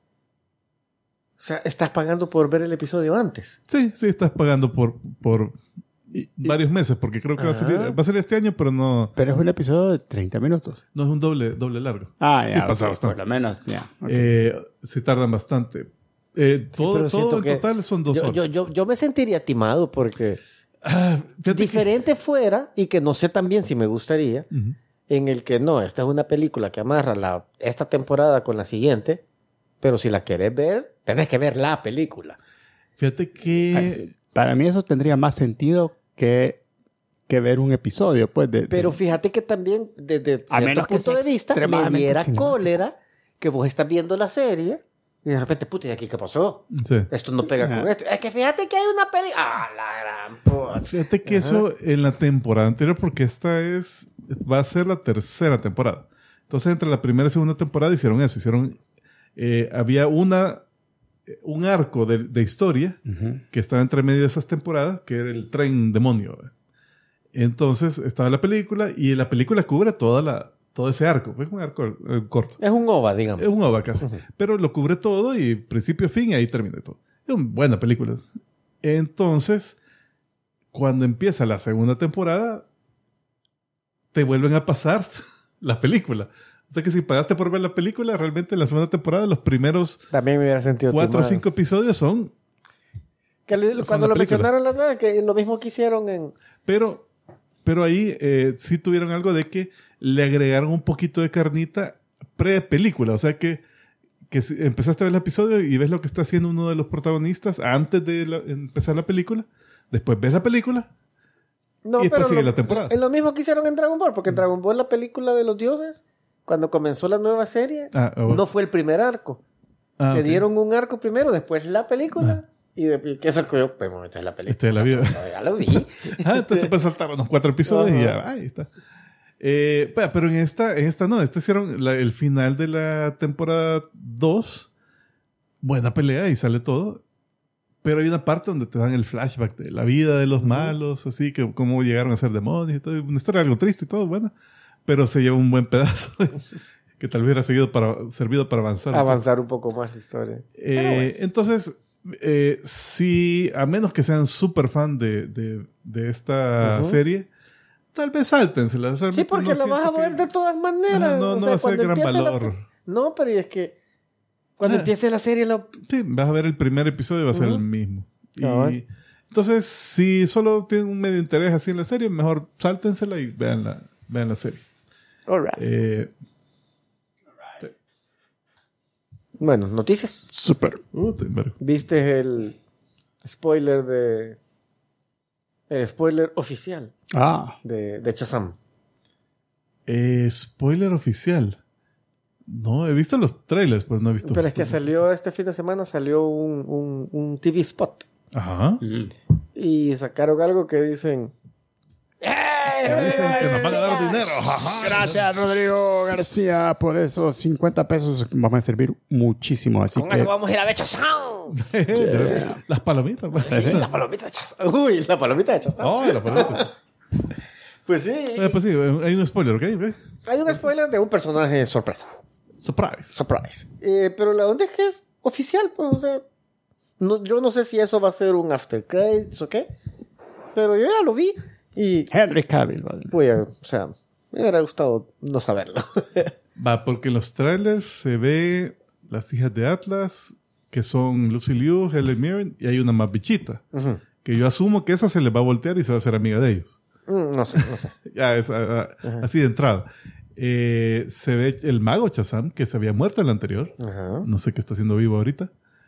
S3: O sea, estás pagando por ver el episodio antes.
S2: Sí, sí, estás pagando por, por varios meses, porque creo que va a, salir,
S3: Ajá.
S2: va a salir este año, pero no,
S1: Pero es un episodio de treinta minutos.
S2: no es un doble, doble largo.
S1: Ah,
S2: Sí,
S1: ya.
S2: pasa
S1: ok,
S2: bastante.
S1: por lo menos, ya. ok.
S2: Eh, se tardan bastante. Eh, todo
S3: pero
S2: todo
S3: siento
S2: en
S3: que
S2: total son dos
S3: Yo,
S2: horas.
S3: yo, yo, yo me sentiría timado porque
S2: Ah, fíjate que-
S3: diferente fuera, y que no sé también si me gustaría,
S2: Ujú.
S3: en el que no, esta es una película que amarra la, esta temporada con la siguiente, pero si la querés ver, tenés que ver la película.
S2: Fíjate que...
S1: Ay, Para mí eso tendría más sentido que, que ver un episodio, pues. De, de-
S3: Pero fíjate que también, desde
S1: A
S3: cierto
S1: menos que
S3: punto
S1: sea
S3: de vista, me
S1: extremadamente
S3: diera
S1: cinemático.
S3: cólera que vos estás viendo la serie y de repente, puta, ¿y aquí qué pasó?
S2: Sí.
S3: Esto no pega con
S1: Ajá.
S3: esto. Es que fíjate que hay una peli... ¡Ah, la gran puta!
S2: Fíjate que
S3: Ajá.
S2: eso en la temporada anterior, porque esta es va a ser la tercera temporada. Entonces, entre la primera y segunda temporada hicieron eso. Hicieron... eh, había una un arco de, de historia
S1: Ujú.
S2: que estaba entre medio de esas temporadas, que era el tren demonio. ¿eh? Entonces estaba la película y la película cubre toda la, todo ese arco. Es un arco eh, corto.
S3: Es un ova, digamos.
S2: Es un ova casi. Pero lo cubre todo y principio a fin y ahí termina todo. Es una buena película. Entonces, cuando empieza la segunda temporada, te vuelven a pasar la película. O sea que si pagaste por ver la película, realmente en la segunda temporada, los primeros
S3: También me hubiera sentido
S2: cuatro o
S3: timado.
S2: cinco episodios son...
S3: Que le-
S2: son
S3: cuando
S2: la
S3: lo
S2: película.
S3: mencionaron la otra vez, que lo mismo que hicieron en...
S2: Pero, pero ahí eh, sí tuvieron algo de que le agregaron un poquito de carnita pre-película. O sea que, que si empezaste a ver el episodio y ves lo que está haciendo uno de los protagonistas antes de la- empezar la película. Después ves la película.
S3: No,
S2: Y después
S3: pero
S2: sigue
S3: lo-
S2: la temporada.
S3: Es lo mismo que hicieron en Dragon Ball, porque en Dragon Ball, la película de los dioses, cuando comenzó la nueva serie,
S2: Ah, oh.
S3: no fue el primer arco.
S2: Ah,
S3: Te
S2: ok.
S3: dieron un arco primero, después la película, y, de, y que eso que yo, pues, esta es la película.
S2: Este es la vida.
S3: Ya lo vi.
S2: Ah, entonces te puedes saltar unos cuatro episodios y
S3: Ajá.
S2: ya, ahí está. Eh, pa- pero en esta, en esta no, esta hicieron la- el final de la temporada dos. Buena pelea y sale todo. Pero hay una parte donde te dan el flashback de la vida de los malos, así que cómo llegaron a ser demonios y todo. Una historia algo triste y todo, buena. Pero se lleva un buen pedazo que tal vez hubiera seguido para, servido para avanzar.
S3: Avanzar un poco más la historia.
S2: Eh, entonces, eh, si a menos que sean súper fan de, de, de esta
S3: Ujú.
S2: serie, tal vez sáltensela. Realmente
S3: Sí, porque
S2: no
S3: lo vas a
S2: siento
S3: ver
S2: que-
S3: de todas maneras.
S2: Ajá, no-
S3: O
S2: no
S3: sea,
S2: va a ser
S3: cuando
S2: gran
S3: empiece la-
S2: valor.
S3: No, pero es que cuando
S2: Ah.
S3: empiece la serie, lo...
S2: Sí, vas a ver el primer episodio y va a ser
S3: Ujú.
S2: el mismo. Y,
S3: Cabal.
S2: entonces, si solo tienen un medio interés así en la serie, mejor sáltensela y vean la, vean la serie.
S3: All right.
S2: Eh,
S3: Bueno, noticias.
S1: Súper.
S2: uh, te embargo.
S3: ¿Viste el spoiler de... El spoiler oficial
S1: Ah,
S3: de, de Shazam?
S2: Eh, spoiler oficial. No, he visto los trailers, pero no he visto.
S3: Pero
S2: los
S3: es que
S2: trailers.
S3: salió este fin de semana, salió un, un, un T V spot.
S2: Ajá.
S3: Y sacaron algo que dicen...
S2: Que dicen que nos van a dar dinero. Ajá.
S1: gracias Rodrigo García por esos cincuenta pesos. Van a servir muchísimo. Así
S3: Con
S1: que
S3: eso vamos a ir a ver Shazam.
S2: Las palomitas. pues.
S3: Sí, la palomita de Shazam. Uy, la palomita de Shazam.
S2: Oh, las palomitas.
S3: Pues sí.
S2: Eh, pues sí, hay un spoiler, ¿ok? ¿ok?
S3: Hay un spoiler de un personaje sorpresa.
S2: Surprise.
S3: Surprise. Eh, pero la onda es que es oficial, pues, o sea, no, yo no sé si eso va a ser un after credits o qué, pero yo ya lo vi y,
S1: Henry Cavill. ¿vale?
S3: voy a, o sea, me hubiera gustado no saberlo.
S2: Va, porque en los trailers se ve las hijas de Atlas, que son Lucy Liu, Helen Mirren, y hay una más bichita,
S3: Ujú.
S2: que yo asumo que esa se les va a voltear y se va a hacer amiga de ellos.
S3: Mm, no sé, no sé.
S2: Ya, es ah, ah, así de entrada. Eh, se ve el mago Shazam, que se había muerto en la anterior.
S3: Ajá.
S2: No sé qué está haciendo vivo ahorita.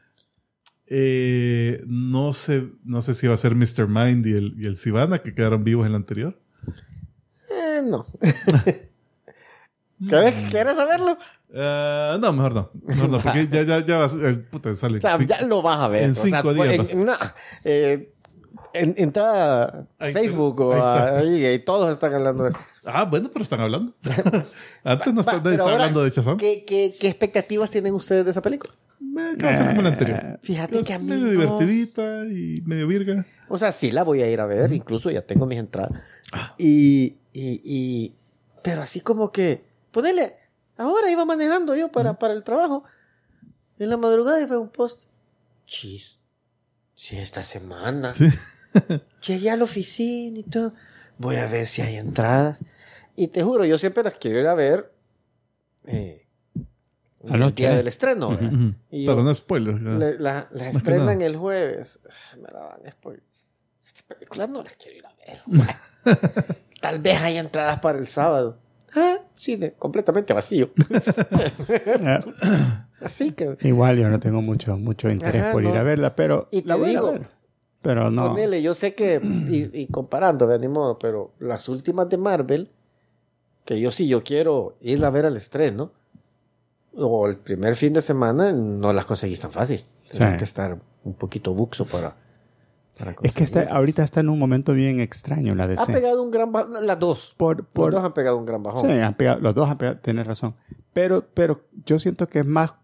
S2: Eh, no sé, no sé si va a ser mister Mind y el, y el Sivana, que quedaron vivos en la anterior.
S3: Eh, no. ¿Quieres, ¿Quieres saberlo?
S2: Ah, no, mejor no. Mejor no, porque ya, ya, ya va a ser- el puta, sale.
S3: O sea,
S2: Sí.
S3: ya lo vas a ver.
S2: en
S3: o sea,
S2: cinco días
S3: en-
S2: vas-
S3: en una- eh, en- entra a
S2: Ahí
S3: Facebook
S2: está.
S3: o
S2: Ahí
S3: a,
S2: está.
S3: ahí, y todos están hablando de eso.
S2: Ah, bueno, pero están hablando. Antes no
S3: Va,
S2: está- nadie
S3: pero
S2: estaba
S3: ahora,
S2: hablando de Shazam.
S3: ¿qué, qué, ¿Qué expectativas tienen ustedes de esa película?
S2: Eh, que va a ser como la anterior.
S3: Fíjate que a mí
S2: medio
S3: no.
S2: divertidita y medio virga.
S3: O sea, sí la voy a ir a ver, incluso ya tengo mis entradas. Y, y, y pero así como que, ponele, ahora iba manejando yo para, para el trabajo. En la madrugada y fue un post. Chis, sí, esta semana.
S2: Sí.
S3: Llegué a la oficina y todo. Voy a ver si hay entradas. Y te juro, yo siempre las quiero ir a ver eh, el
S1: Anoche,
S3: día
S1: ¿eh?
S3: del estreno. ¿verdad?
S2: Ujú.
S3: Y yo-
S2: Pero no spoiler. ya.
S3: La, la, la
S2: que
S3: estrenan
S2: nada.
S3: el jueves. Ah, Me daban spoiler. Esta película no la quiero ir a ver. Tal vez haya entradas para el sábado. Ah, cine completamente vacío.
S1: Eh,
S3: Así que,
S1: Igual yo no tengo mucho, mucho interés
S3: Ajá,
S1: por ir
S3: no.
S1: a verla, pero
S3: Y te
S1: la voy
S3: digo,
S1: a ver. Pero no.
S3: ponele, yo sé que, y, y comparando, de ni modo, pero las últimas de Marvel, que yo sí, yo quiero ir a ver al estreno, o el primer fin de semana, no las conseguís tan fácil. Tienes
S1: Sí.
S3: que estar un poquito buxo para, para
S1: Es que está,
S3: conseguirlas.
S1: ahorita está en un momento bien extraño la D
S3: Ha
S1: C.
S3: pegado un gran bajón, las dos.
S1: Por,
S3: Los
S1: por,
S3: dos han pegado un gran bajón.
S1: sí, han pegado, los dos han pegado, tienes razón. Pero, pero yo siento que es más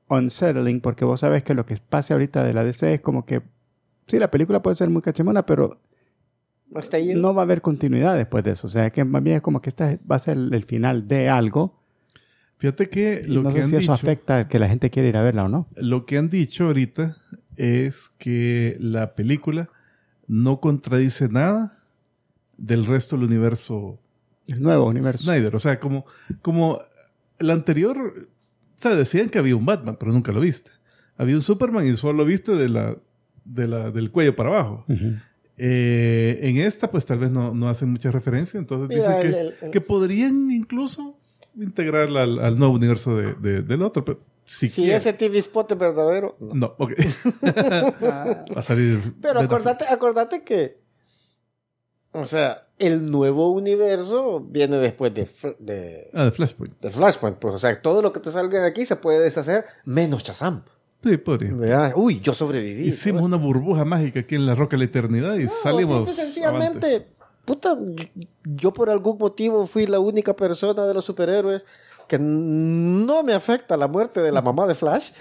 S1: unsettling porque vos sabes que lo que pase ahorita de la D C es como que sí, la película puede ser muy cachemona, pero
S3: Hasta ahí.
S1: no va a haber continuidad después de eso. O sea, que más bien es como que esta va a ser el final de algo.
S2: Fíjate que
S1: Y
S2: lo
S1: no
S2: que
S1: sé
S2: han
S1: si eso
S2: dicho,
S1: afecta a que la gente quiera ir a verla o no.
S2: lo que han dicho ahorita es que la película no contradice nada del resto del universo
S1: El nuevo universo.
S2: Snyder. O sea, como, como el anterior, o sea, decían que había un Batman, pero nunca lo viste. Había un Superman y solo lo viste de la, de la, del cuello para abajo.
S1: Ujú.
S2: Eh, en esta, pues tal vez no, no hacen mucha referencia. Entonces
S3: Mira,
S2: dicen
S3: el-
S2: que,
S3: el- el-
S2: que podrían incluso integrarla al, al nuevo universo de, de- del otro. Pero si
S3: Si
S2: quieren-
S3: ese T V spot es verdadero, no.
S2: No, ok. Va a salir.
S3: Pero
S2: Ben
S3: acordate, acordate que, o sea, el nuevo universo viene después de, Fl- de,
S2: Affleck. Ah, de Flashpoint.
S3: de Flashpoint. Pues, o sea, todo lo que te salga de aquí se puede deshacer, menos Shazam.
S2: Sí, podría.
S3: ¿Verdad? Uy, yo sobreviví.
S2: Hicimos una burbuja mágica aquí en la Roca de la Eternidad y
S3: No,
S2: salimos.
S3: simple y sencillamente,
S2: avantes.
S3: puta, yo, yo por algún motivo fui la única persona de los superhéroes que no me afecta la muerte de la mamá de Flash.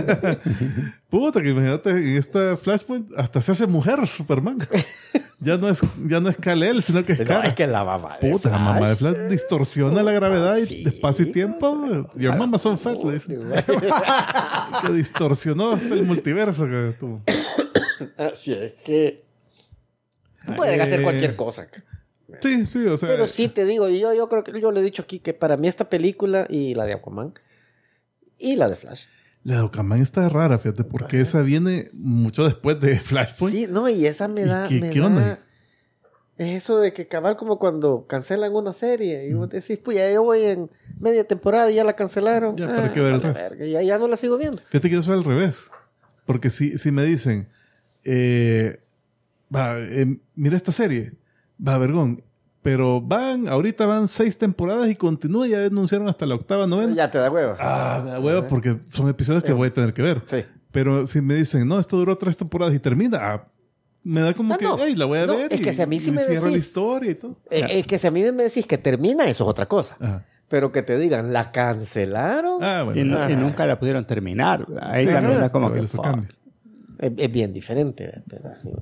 S2: Puta, que imagínate, en esta Flashpoint hasta se hace mujer Superman. ya no es, ya no es Kal-El, sino que es
S3: No,
S2: cara.
S3: es que la mamá de
S2: Puta, la
S3: Flash.
S2: mamá de Flash distorsiona la gravedad y
S3: Sí.
S2: espacio y tiempo. Your mama son fat, le dicen. Que distorsionó hasta el multiverso que tuvo.
S3: Así es que pueden hacer
S2: Eh,
S3: cualquier cosa.
S2: Sí, sí, o sea.
S3: Pero sí te digo, yo, yo creo que yo le he dicho aquí que para mí esta película y la de Aquaman y la de Flash.
S2: La de Aquaman está rara, fíjate, porque esa viene mucho después de Flashpoint.
S3: Sí, no, y esa me
S2: ¿Y
S3: da.
S2: qué-
S3: me
S2: qué
S3: da-
S2: onda?
S3: Es eso de que cabal como cuando cancelan una serie y vos decís, pues ya yo voy en media temporada y ya la cancelaron.
S2: Ya, ¿para qué ver el
S3: vale
S2: resto?
S3: verga, ya, ya no la sigo viendo.
S2: Fíjate que yo soy al revés. Porque si, si me dicen, eh, va, eh, mira esta serie, va, vergón, pero van, ahorita van seis temporadas y continúa, ya anunciaron hasta la octava, novena.
S3: Ya te da hueva.
S2: Ah, me da hueva porque son episodios que
S3: Eh.
S2: voy a tener que ver.
S3: Sí.
S2: Pero si me dicen, no, esto duró tres temporadas y termina, ah, me da como
S3: Ah,
S2: que,
S3: no.
S2: hey, la voy a
S3: No,
S2: ver
S3: es
S2: y,
S3: que si a mí sí
S2: y
S3: me
S2: cierra la
S3: decís-
S2: historia y todo.
S3: Eh, Es que si a mí me decís que termina, eso es otra cosa.
S2: Ajá.
S3: Pero que te digan, la cancelaron,
S2: Ah, bueno.
S1: Y, no-
S3: Ajá.
S1: y nunca la pudieron terminar. Ahí
S2: Sí,
S1: también
S2: claro,
S1: era como
S2: pero
S1: que
S2: eso
S1: fuck.
S2: cambia.
S3: es, es bien diferente. ¿eh? Pero sí.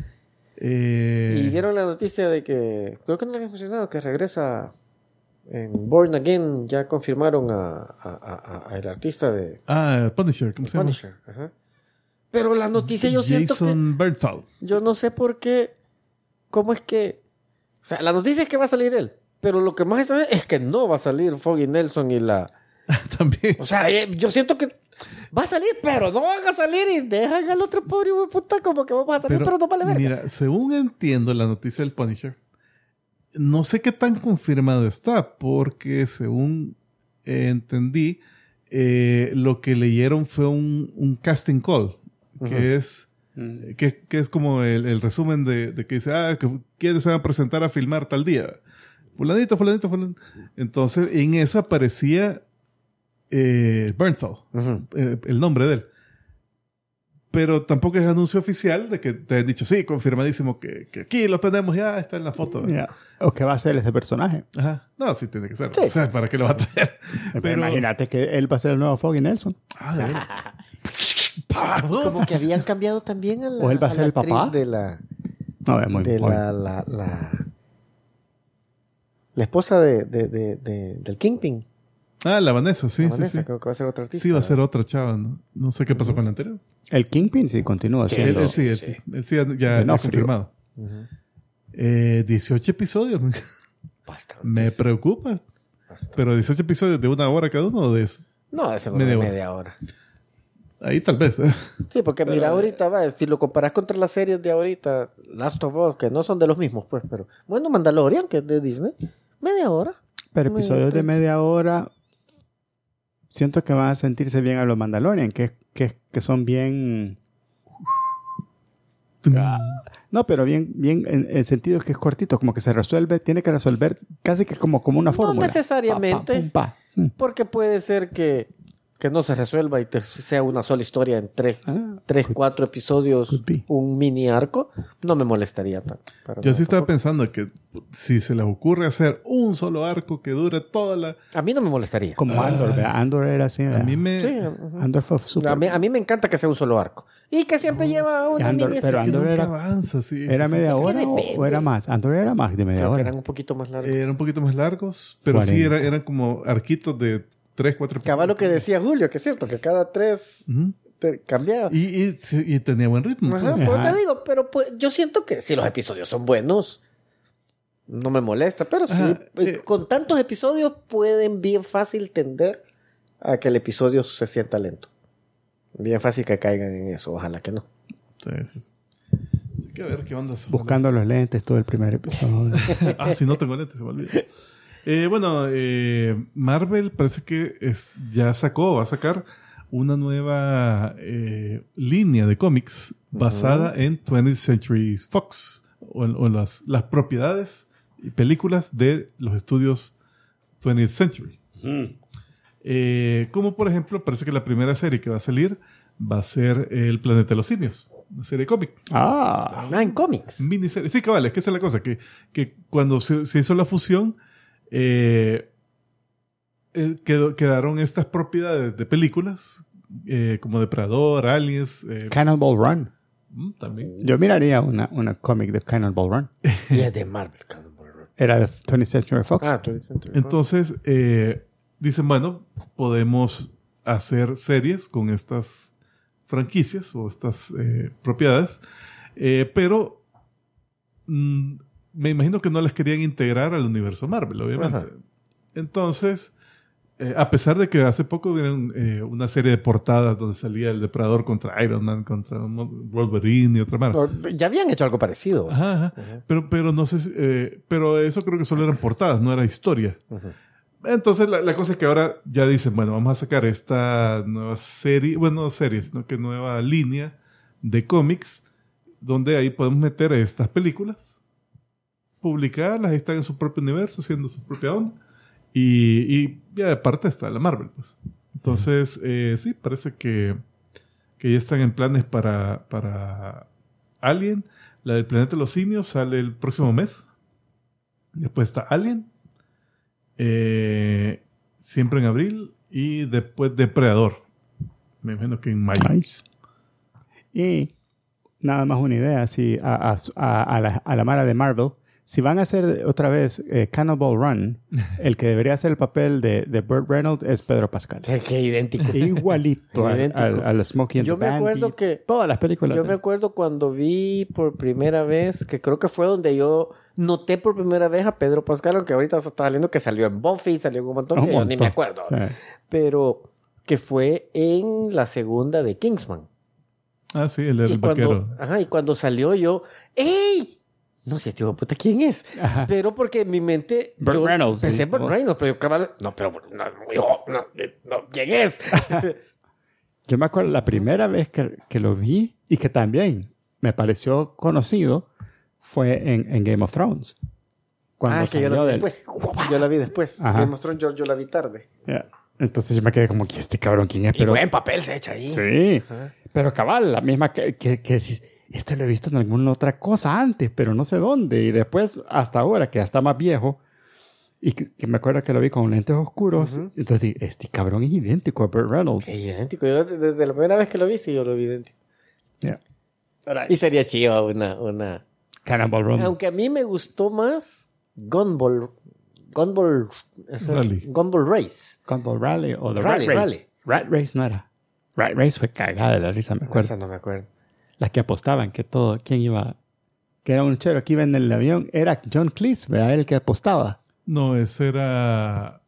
S2: Eh,
S3: Y vieron la noticia de que, creo que no les había mencionado, que regresa en Born Again, ya confirmaron a, a, a- a el artista de
S2: Ah, Punisher, ¿cómo se llama?
S3: Punisher. Ajá. Pero la noticia yo siento que,
S2: Jason Bernthal.
S3: yo no sé por qué, cómo es que, o sea, la noticia es que va a salir él, pero lo que más está es que no va a salir Foggy Nelson y la,
S2: También.
S3: o sea, eh, yo siento que va a salir, pero no van a salir y dejan al otro pobre hijo de puta como que vamos a salir, pero, no vale verga.
S2: Mira, según entiendo la noticia del Punisher, no sé qué tan confirmado está, porque según eh, entendí, eh, lo que leyeron fue un, un casting call, que
S3: Ujú.
S2: es
S1: Mm.
S2: que, que es como el, el resumen de, de que dice, ah, que quiénes se van a presentar a filmar tal día. Fulanito, fulanito, fulanito. Entonces, en eso aparecía eh, Bernthal,
S3: Ujú.
S2: eh, el nombre de él. Pero tampoco es anuncio oficial de que te han dicho, sí, confirmadísimo que, que aquí lo tenemos, ya está en la foto.
S1: Ya. O que va a ser ese personaje.
S2: Ajá. No, sí tiene que ser.
S3: Sí.
S2: O sea, ¿para qué lo va a traer?
S1: Pero,
S2: Pero-
S1: imagínate que él va a ser el nuevo Foggy Nelson.
S2: Ah, de veras. Pa,
S3: Como que habían cambiado también a la,
S1: ¿O él va a
S3: a
S1: ser
S3: la
S1: el papá?
S3: actriz de la,
S1: No, es muy
S3: de
S1: muy-
S3: la, la, la, la esposa de, de, de, de- del Kingpin.
S2: Ah, la Vanessa, sí,
S3: la
S2: sí,
S3: Vanessa,
S2: sí.
S3: creo que va a ser otra artista.
S2: Sí, va a ser
S3: ¿verdad?
S2: otra chava, ¿no? No sé qué pasó con la anterior.
S1: El Kingpin sí continúa
S3: Sí,
S2: Él,
S1: siendo.
S2: él sí, él sí. Él sí ya, ya
S1: D'Onofrio.
S2: confirmado.
S3: Ujú.
S2: Eh, dieciocho episodios.
S3: Bastante.
S2: Me preocupa.
S3: Bastante.
S2: Pero dieciocho episodios de una hora cada uno o de...
S3: No, ese no
S2: media
S3: es
S2: hora.
S3: media hora.
S2: Ahí tal vez. ¿eh?
S3: Sí, porque mira, ahorita, va, si lo comparas contra las series de ahorita, Last of Us, que no son de los mismos, pues, pero bueno, Mandalorian, que es de Disney, media hora.
S1: Pero
S3: Muy
S1: episodios de
S3: bien.
S1: media hora, siento que van a sentirse bien a los Mandalorian, que, que, que son bien... No, pero bien, bien en el sentido que es cortito, como que se resuelve, tiene que resolver casi que como, como una
S3: No
S1: fórmula.
S3: necesariamente.
S1: Pa, pa, pum, pa. Mm.
S3: Porque puede ser que Que no se resuelva y te- sea una sola historia en tres,
S1: Ah,
S3: tres cuatro episodios,
S1: could be.
S3: un mini arco, no me molestaría tanto. Para
S2: Yo
S3: nada
S2: sí estaba
S3: tampoco.
S2: pensando que si se les ocurre hacer un solo arco que dure toda la...
S3: A mí no me molestaría.
S1: Como Andor, ¿verdad? Andor era así,
S2: A
S1: ¿verdad?
S2: mí me...
S3: Sí, ujú.
S1: Andor fue súper...
S3: a, mí, a mí me encanta que sea un solo arco. Y que siempre lleva una
S1: Andor,
S3: mini...
S1: pero
S2: que
S1: Andor
S2: nunca
S1: era-
S2: avanza, sí.
S1: ¿Era
S2: sí,
S1: media
S3: Es que
S1: hora o,
S3: depende.
S1: o era más? Andor era más de media
S3: Creo que
S1: hora.
S3: eran un poquito más largos.
S2: Eh, eran un poquito más largos, pero sí
S1: cuarenta.
S2: era- eran como arquitos de tres, cuatro
S3: Cabal lo que decía Julio, que es cierto, que cada tres
S2: Ujú.
S3: te cambiaba.
S2: y, y, sí, y tenía buen ritmo.
S3: Ajá,
S2: pues.
S3: pues
S1: Ajá.
S3: te digo, pero pues, yo siento que si los episodios son buenos, no me molesta, pero sí,
S2: Ajá,
S3: eh,
S2: eh.
S3: con tantos episodios pueden bien fácil tender a que el episodio se sienta lento. Bien fácil que caigan en eso, ojalá que no.
S2: Sí, sí. Así que a ver qué onda.
S1: Buscando los lentes todo el primer episodio.
S2: Ah, si no tengo lentes, se me olvida. Eh, bueno, eh, Marvel parece que es, ya sacó, va a sacar una nueva eh, línea de cómics basada en twentieth Century Fox o en, o en las, las propiedades y películas de los estudios twentieth Century. Eh, como por ejemplo, parece que la primera serie que va a salir va a ser El Planeta de los Simios, una serie de cómic.
S1: Ah,
S3: Ah, en cómics.
S2: Miniserie. Sí, cabal, es que esa es la cosa, que, que cuando se, se hizo la fusión, eh, eh, quedó- quedaron estas propiedades de películas, eh, como Depredador, Aliens, eh,
S1: Cannonball Run.
S2: mm, también.
S1: Yo miraría una, una cómic de Cannonball Run.
S3: Y es de Marvel. Cannonball Run.
S1: Era de twentieth Century Fox.
S3: Ah, tú dices.
S2: Entonces, eh, dicen, bueno, podemos hacer series con estas franquicias o estas eh, propiedades, eh, pero mm, me imagino que no las querían integrar al universo Marvel, obviamente.
S3: Ajá.
S2: Entonces, eh, a pesar de que hace poco vieron eh, una serie de portadas donde salía el Depredador contra Iron Man, contra Wolverine y otra más.
S3: No, ya habían hecho algo parecido.
S2: Ajá, ajá.
S3: Ajá.
S2: Pero, pero no sé si, eh, pero eso creo que solo eran portadas, no era historia.
S3: Ujú.
S2: Entonces la, la cosa es que ahora ya dicen, bueno, vamos a sacar esta nueva serie, bueno, no serie, sino que nueva línea de cómics, donde ahí podemos meter estas películas, publicarlas, ahí están en su propio universo, haciendo su propia onda, y, y ya aparte está la Marvel, pues. Entonces, eh, sí, parece que, que ya están en planes para, para Alien. La del Planeta de los Simios sale el próximo mes. Después está Alien. Eh, siempre en abril. Y después Depredador. Me imagino que en mayo.
S1: Nice. Y nada más una idea, si a, a, a, a la, a la mara de Marvel, si van a hacer otra vez eh, Cannonball Run, el que debería hacer el papel de, de Burt Reynolds es Pedro Pascal.
S3: Qué, qué idéntico.
S1: Igualito al,
S3: Idéntico.
S1: al, al Smokey and
S3: Yo
S1: the
S3: me acuerdo
S1: Bandit,
S3: que-
S1: todas las películas.
S3: Yo
S1: de-
S3: me acuerdo cuando vi por primera vez, que creo que fue donde yo noté por primera vez a Pedro Pascal, aunque ahorita se estaba leyendo que salió en Buffy, salió en un montón,
S1: Un
S3: que yo ni
S1: montón.
S3: me acuerdo.
S1: Sí.
S3: Pero que fue en la segunda de Kingsman.
S2: Ah, sí, el, el
S3: Y cuando,
S2: vaquero.
S3: ajá, y cuando salió yo, ¡ey! No sé, tío, puta, ¿quién es?
S1: Ajá.
S3: Pero porque en mi mente.
S1: Burt
S3: yo
S1: Reynolds,
S3: Pensé
S1: dijiste
S3: Burt
S1: vos.
S3: Reynolds, pero yo cabal. No, pero. No, hijo, no, no, ¿quién es?
S1: Yo me acuerdo la primera vez que, que lo vi y que también me pareció conocido fue en, en Game of Thrones. Cuando
S3: ah, que yo
S1: salió
S3: la vi
S1: del-
S3: después. Yo la vi después.
S1: Ajá.
S3: Game of Thrones, yo, yo la vi tarde.
S1: Yeah. Entonces yo me quedé como que este cabrón, ¿quién es?
S3: Y
S1: Pero,
S3: buen papel se echa ahí.
S1: sí,
S3: Ajá.
S1: pero cabal, la misma que, que, que si- esto lo he visto en alguna otra cosa antes, pero no sé dónde. Y después, hasta ahora, que ya está más viejo, y que, que me acuerdo que lo vi con lentes oscuros,
S3: Ujú.
S1: entonces dije, este cabrón es idéntico a Burt Reynolds.
S3: Es idéntico. Yo desde la primera vez que lo vi, sí, yo lo vi idéntico.
S1: Yeah.
S3: Y sería chido una, una...
S1: Cannonball Run.
S3: Aunque a mí me gustó más Gumball... Gumball... eso es-
S2: Rally.
S3: Gumball Race.
S1: Gumball Rally o The
S3: Rally,
S1: Rat Race.
S3: Rally.
S1: Rat Race no era. Rat Race fue cagada de la risa, me acuerdo.
S3: Esa no me acuerdo.
S1: Las que apostaban, que todo, ¿quién iba? Que era un chero que iba en el avión, era John Cleese, ¿verdad? El que apostaba.
S2: No, ese era.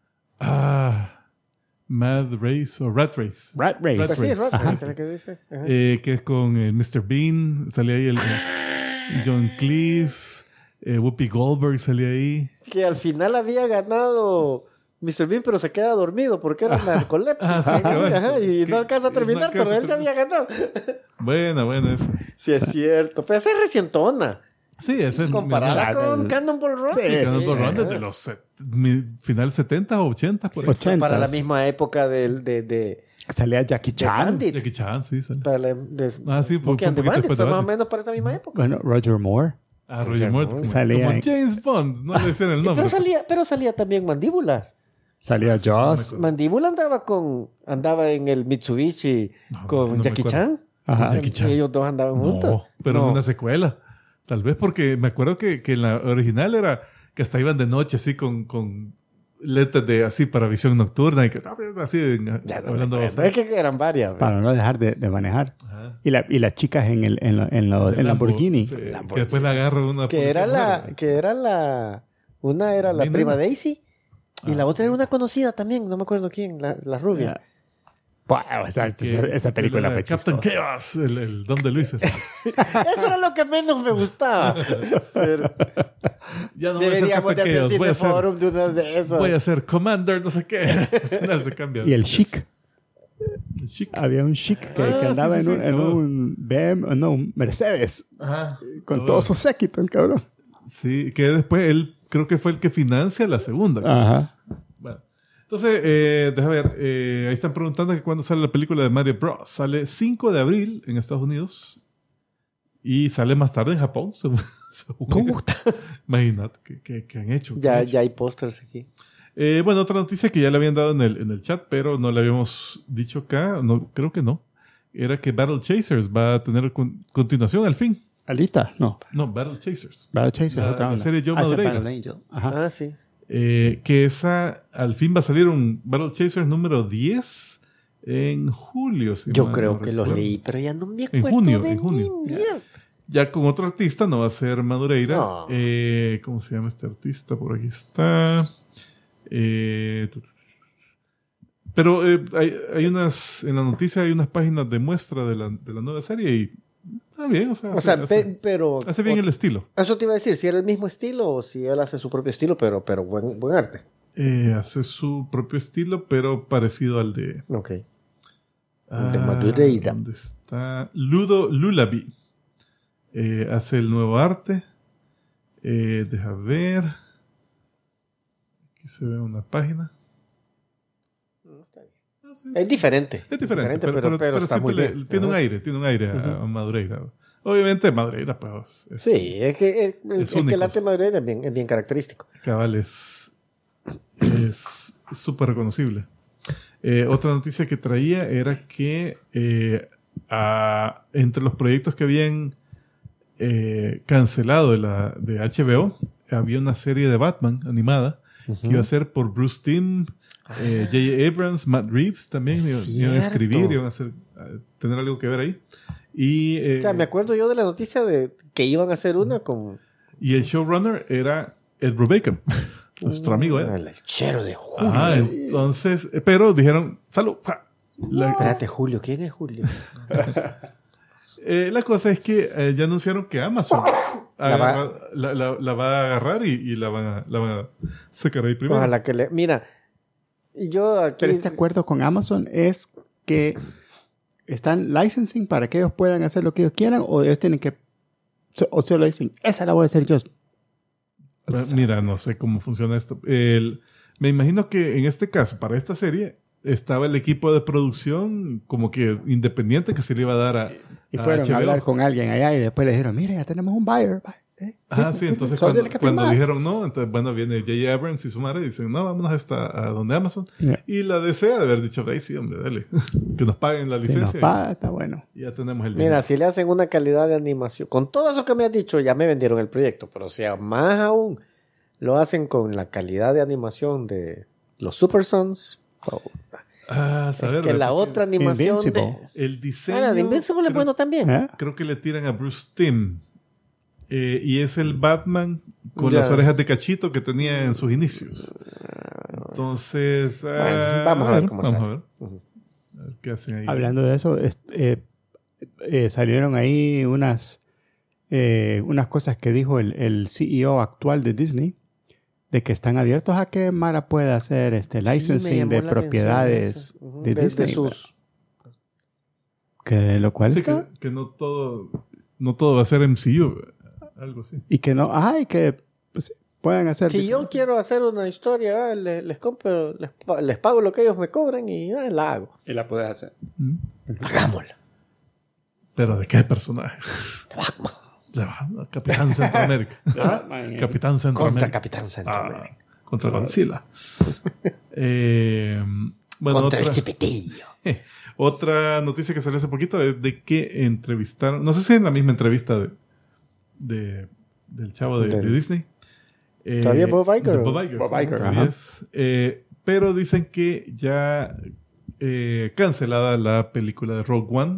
S2: Ah. Mad Race o Rat Race.
S1: Rat Race.
S2: Rat
S3: Pues sí,
S2: Race.
S3: Rat
S1: Ajá.
S3: Race, es la que dices. Ajá.
S2: Eh, que es con el mister Bean. Salía ahí el. el John Cleese. eh, Whoopi Goldberg salía ahí.
S3: Que al final había ganado mister Bean, pero se queda dormido porque era narcolepsia.
S2: Ah, sí,
S3: Ajá,
S2: cabal.
S3: ajá, y
S2: Que-
S3: no alcanza a
S2: no
S3: terminar,
S2: alcanza
S3: pero
S2: a
S3: él ya había ganado.
S2: Buena, buena esa.
S3: Sí, es cierto. Pero esa es recientona.
S2: Sí, ese es
S3: Comparada
S1: el-
S3: con
S1: el-
S3: Cannonball Run.
S1: Sí,
S2: Cannonball
S1: sí,
S2: Run
S1: sí.
S2: desde los set- mi- final setenta o ochenta por ahí.
S1: Ochentas.
S3: Para la misma época del, de, de,
S1: Salía Jackie
S3: de
S1: Chan.
S3: Bandit.
S2: Jackie Chan, sí, sale.
S3: Para la, de,
S2: Ah, sí, fue-
S3: Smokey
S2: fue
S3: and the
S2: un poquito
S3: Bandit.
S2: después
S3: Fue
S2: de
S3: más o
S2: Bandit.
S3: menos para esa misma época.
S1: Bueno, Roger Moore.
S2: Ah, Roger Moore, como,
S1: Salía
S2: como
S1: ahí.
S2: James Bond, no le decían el
S3: Y
S2: nombre.
S3: pero, salía, pero salía también Mandíbulas.
S1: Salía Jaws.
S3: Mandíbula andaba con andaba en el Mitsubishi
S2: No,
S3: con
S2: no me
S3: Jackie
S2: acuerdo.
S3: Chan.
S1: Ajá.
S2: Jackie Chan.
S3: Y ellos dos andaban juntos.
S2: No, pero
S3: No.
S2: en una secuela. Tal vez porque me acuerdo que, que en la original era que hasta iban de noche así con, con letras de así para visión nocturna y que así
S3: Ya no
S2: hablando.
S3: me acuerdo. Es que eran varias.
S1: Para no dejar de, de manejar.
S2: Ajá.
S1: Y, la, y las chicas en el en, lo- en, lo-
S2: El
S1: en Lamborghini.
S2: Sí,
S3: Lamborghini.
S2: Que después la agarra una
S3: que
S2: policía
S3: era la
S2: mujer.
S3: que era la una era la
S2: Mi
S3: prima
S2: nena.
S3: Daisy y
S2: Ah,
S3: la otra era una conocida también, no me acuerdo quién, la, la rubia.
S1: Wow, esa,
S2: Que-
S1: esa, esa película
S2: que
S1: fue
S2: era Captain
S1: chistosa.
S2: Chaos, el, el Don de Luis.
S3: Eso era lo que menos me gustaba. Pero
S2: Ya no voy a ser
S3: deberíamos de
S2: Captain
S3: hacer
S2: Chaos, voy a
S3: cine
S2: ser,
S3: forum de una de esas.
S2: voy a ser Commander, no sé qué. Al final se cambia.
S1: Y el chic.
S2: El chic.
S1: Había un chic que,
S2: Ah,
S1: que andaba
S2: sí, sí,
S1: en, un,
S2: sí,
S1: en
S2: cabal.
S1: un B M, no, un Mercedes.
S2: Ajá.
S1: Con
S2: Cabal.
S1: todo su séquito, el cabrón.
S2: Sí, que después él creo que fue el que financia la segunda.
S1: Ajá.
S2: Bueno, entonces, eh, deja ver, eh, ahí están preguntando que cuándo sale la película de Mario Bros. Sale cinco de abril en Estados Unidos y sale más tarde en Japón, según, según ellos. Imagínate, ¿qué, qué, qué han hecho? ¿Qué
S3: Ya,
S2: han hecho?
S3: ya hay pósters aquí.
S2: Eh, bueno, otra noticia que ya le habían dado en el, en el chat, pero no le habíamos dicho acá, no, creo que no, era que Battle Chasers va a tener con- continuación al fin.
S1: Alita, no.
S2: No, Battle Chasers.
S1: Battle Chasers,
S2: La-
S1: otra
S2: la
S1: onda.
S2: serie Joe
S1: Ah, esa
S2: Madureira.
S1: Battle Angel. Ajá.
S3: Ah, sí.
S2: Eh, que esa al fin va a salir un Battle Chasers número diez en julio. si
S3: Yo
S2: mal
S3: creo
S2: no
S3: que los
S2: recuerdo.
S3: leí, pero ya no me acuerdo
S2: junio,
S3: de
S2: en junio.
S3: ni mierda.
S2: Ya con otro artista, no va a ser Madureira.
S3: No.
S2: Eh, ¿Cómo se llama este artista? Por aquí está. Eh, tu- tu- tu- pero eh, hay, hay unas, en la noticia hay unas páginas de muestra de la, de la nueva serie y está bien, o sea,
S3: O
S2: hace,
S3: sea,
S2: hace-
S3: pe- pero
S2: hace bien el estilo.
S3: eso te iba a decir, si era el mismo estilo o si él hace su propio estilo, pero, pero buen, buen arte.
S2: Eh, hace su propio estilo, pero parecido al de...
S3: Ok.
S2: Ah,
S3: De Madureira.
S2: ¿Dónde está? Ludo Lulabi. Eh, hace el nuevo arte. Eh, deja ver. Aquí se ve una página.
S3: Es diferente.
S2: Es diferente, pero,
S3: pero,
S2: pero-
S3: pero
S2: pero
S3: está muy
S2: siempre le-
S3: bien.
S2: tiene un
S3: Ajá.
S2: aire, tiene un aire a-
S3: Ujú.
S2: a, Madureira. Obviamente Madureira, pues, es,
S3: Sí, es que, es, es que
S2: único.
S3: el arte madrileño es bien, es bien característico.
S2: cabal, es es súper reconocible. Eh, otra noticia que traía era que eh, a- entre los proyectos que habían eh, cancelado de, la, de H B O, había una serie de Batman animada que iba a ser por Bruce Timm, eh, J J Abrams, Matt Reeves también
S3: Es
S2: iban, iban a escribir,
S3: cierto.
S2: iban a, hacer, a tener algo que ver ahí. Y, eh,
S3: O sea, me acuerdo yo de la noticia de que iban a hacer una con...
S2: y el showrunner era Ed Brubaker, nuestro amigo Ed.
S3: El chero de Julio.
S2: Ah, entonces, eh, pero dijeron, salud. ja. La,
S3: Espérate, Julio. ¿Quién es Julio?
S2: eh, la cosa es que eh, ya anunciaron que Amazon
S3: La va-
S2: agarra- la, la- la va a agarrar y, y la, van a, la van a sacar ahí primero.
S3: Ojalá que le... Mira, y yo aquí...
S1: Pero este acuerdo con Amazon es que están licensing para que ellos puedan hacer lo que ellos quieran o ellos tienen que so- o solo dicen, esa la voy a hacer yo.
S2: Eh, Mira, no sé cómo funciona esto. El- me imagino que en este caso, para esta serie, estaba el equipo de producción como que independiente que se le iba a dar a,
S1: Y
S2: a
S1: fueron
S2: H B O.
S1: a hablar con alguien allá y después le dijeron, mire, ya tenemos un buyer. Eh,
S2: Ah,
S1: eh,
S2: sí, entonces
S1: solo
S2: cuando,
S1: tiene que
S2: cuando
S1: firmar.
S2: dijeron no, entonces bueno, viene J J Abrams y su madre y dicen, no, vámonos hasta a donde Amazon.
S1: Yeah.
S2: Y la D C ha de haber dicho, "Ay, sí, hombre, dale, que nos paguen la
S1: Si nos
S2: licencia
S1: paga, está bueno.
S2: y ya tenemos el
S3: Mira,
S2: dinero".
S3: si le hacen una calidad de animación, con todo eso que me has dicho, ya me vendieron el proyecto, pero o sea, más aún, lo hacen con la calidad de animación de los Super Sons. Oh,
S2: Ah,
S3: es
S2: saber,
S3: que la
S2: porque
S3: otra animación de...
S1: Invincible.
S2: el diseño
S3: Ah, la de Invincible es
S2: creo,
S3: bueno también.
S1: ¿Eh?
S2: creo que le tiran a Bruce Timm. Eh, y es el Batman con
S3: Ya.
S2: las orejas de cachito que tenía en sus inicios. Entonces, ah,
S3: vamos a ver cómo
S2: vamos
S3: sale.
S2: a ver.
S3: Ujú.
S2: A ver qué hacen ahí.
S1: Hablando de eso, es- eh, eh, salieron ahí unas, eh, unas cosas que dijo el, el C E O actual de Disney, de que están abiertos a que Mara pueda hacer este
S3: Sí, me
S1: licensing
S3: llamó
S1: de
S3: la
S1: propiedades
S3: atención eso. Ujú,
S1: de,
S3: de- de
S1: Disney.
S3: sus-
S1: Que lo cual
S2: Sí,
S1: está...
S2: que, que no todo no todo va a ser M C U. algo así.
S1: Y que no, ay, que pues, puedan hacer.
S3: Si yo
S1: diferente.
S3: quiero hacer una historia, ah, les, les compro, les, pa- les pago lo que ellos me cobran y ah, la hago.
S1: Y la puedes hacer.
S2: Mm.
S3: Hagámosla.
S2: ¿Pero de qué personaje?
S3: De Batman.
S2: De Batman, Capitán Centroamérica.
S1: Batman, eh.
S2: Capitán
S3: Contra
S2: Centroamérica.
S3: Capitán Centroamérica.
S2: Ah, contra Godzilla. eh, bueno,
S3: Contra
S2: otra,
S3: el cipetillo.
S2: otra noticia que salió hace poquito es de que entrevistaron, no sé si en la misma entrevista de, de- del chavo de,
S3: Del-
S2: de Disney. Eh,
S3: ¿Todavía Bob Iger?
S2: de Bob Iger.
S1: Bob Iger,
S2: Todavía
S1: ajá.
S2: es. Eh, pero dicen que ya eh, cancelada la película de Rogue One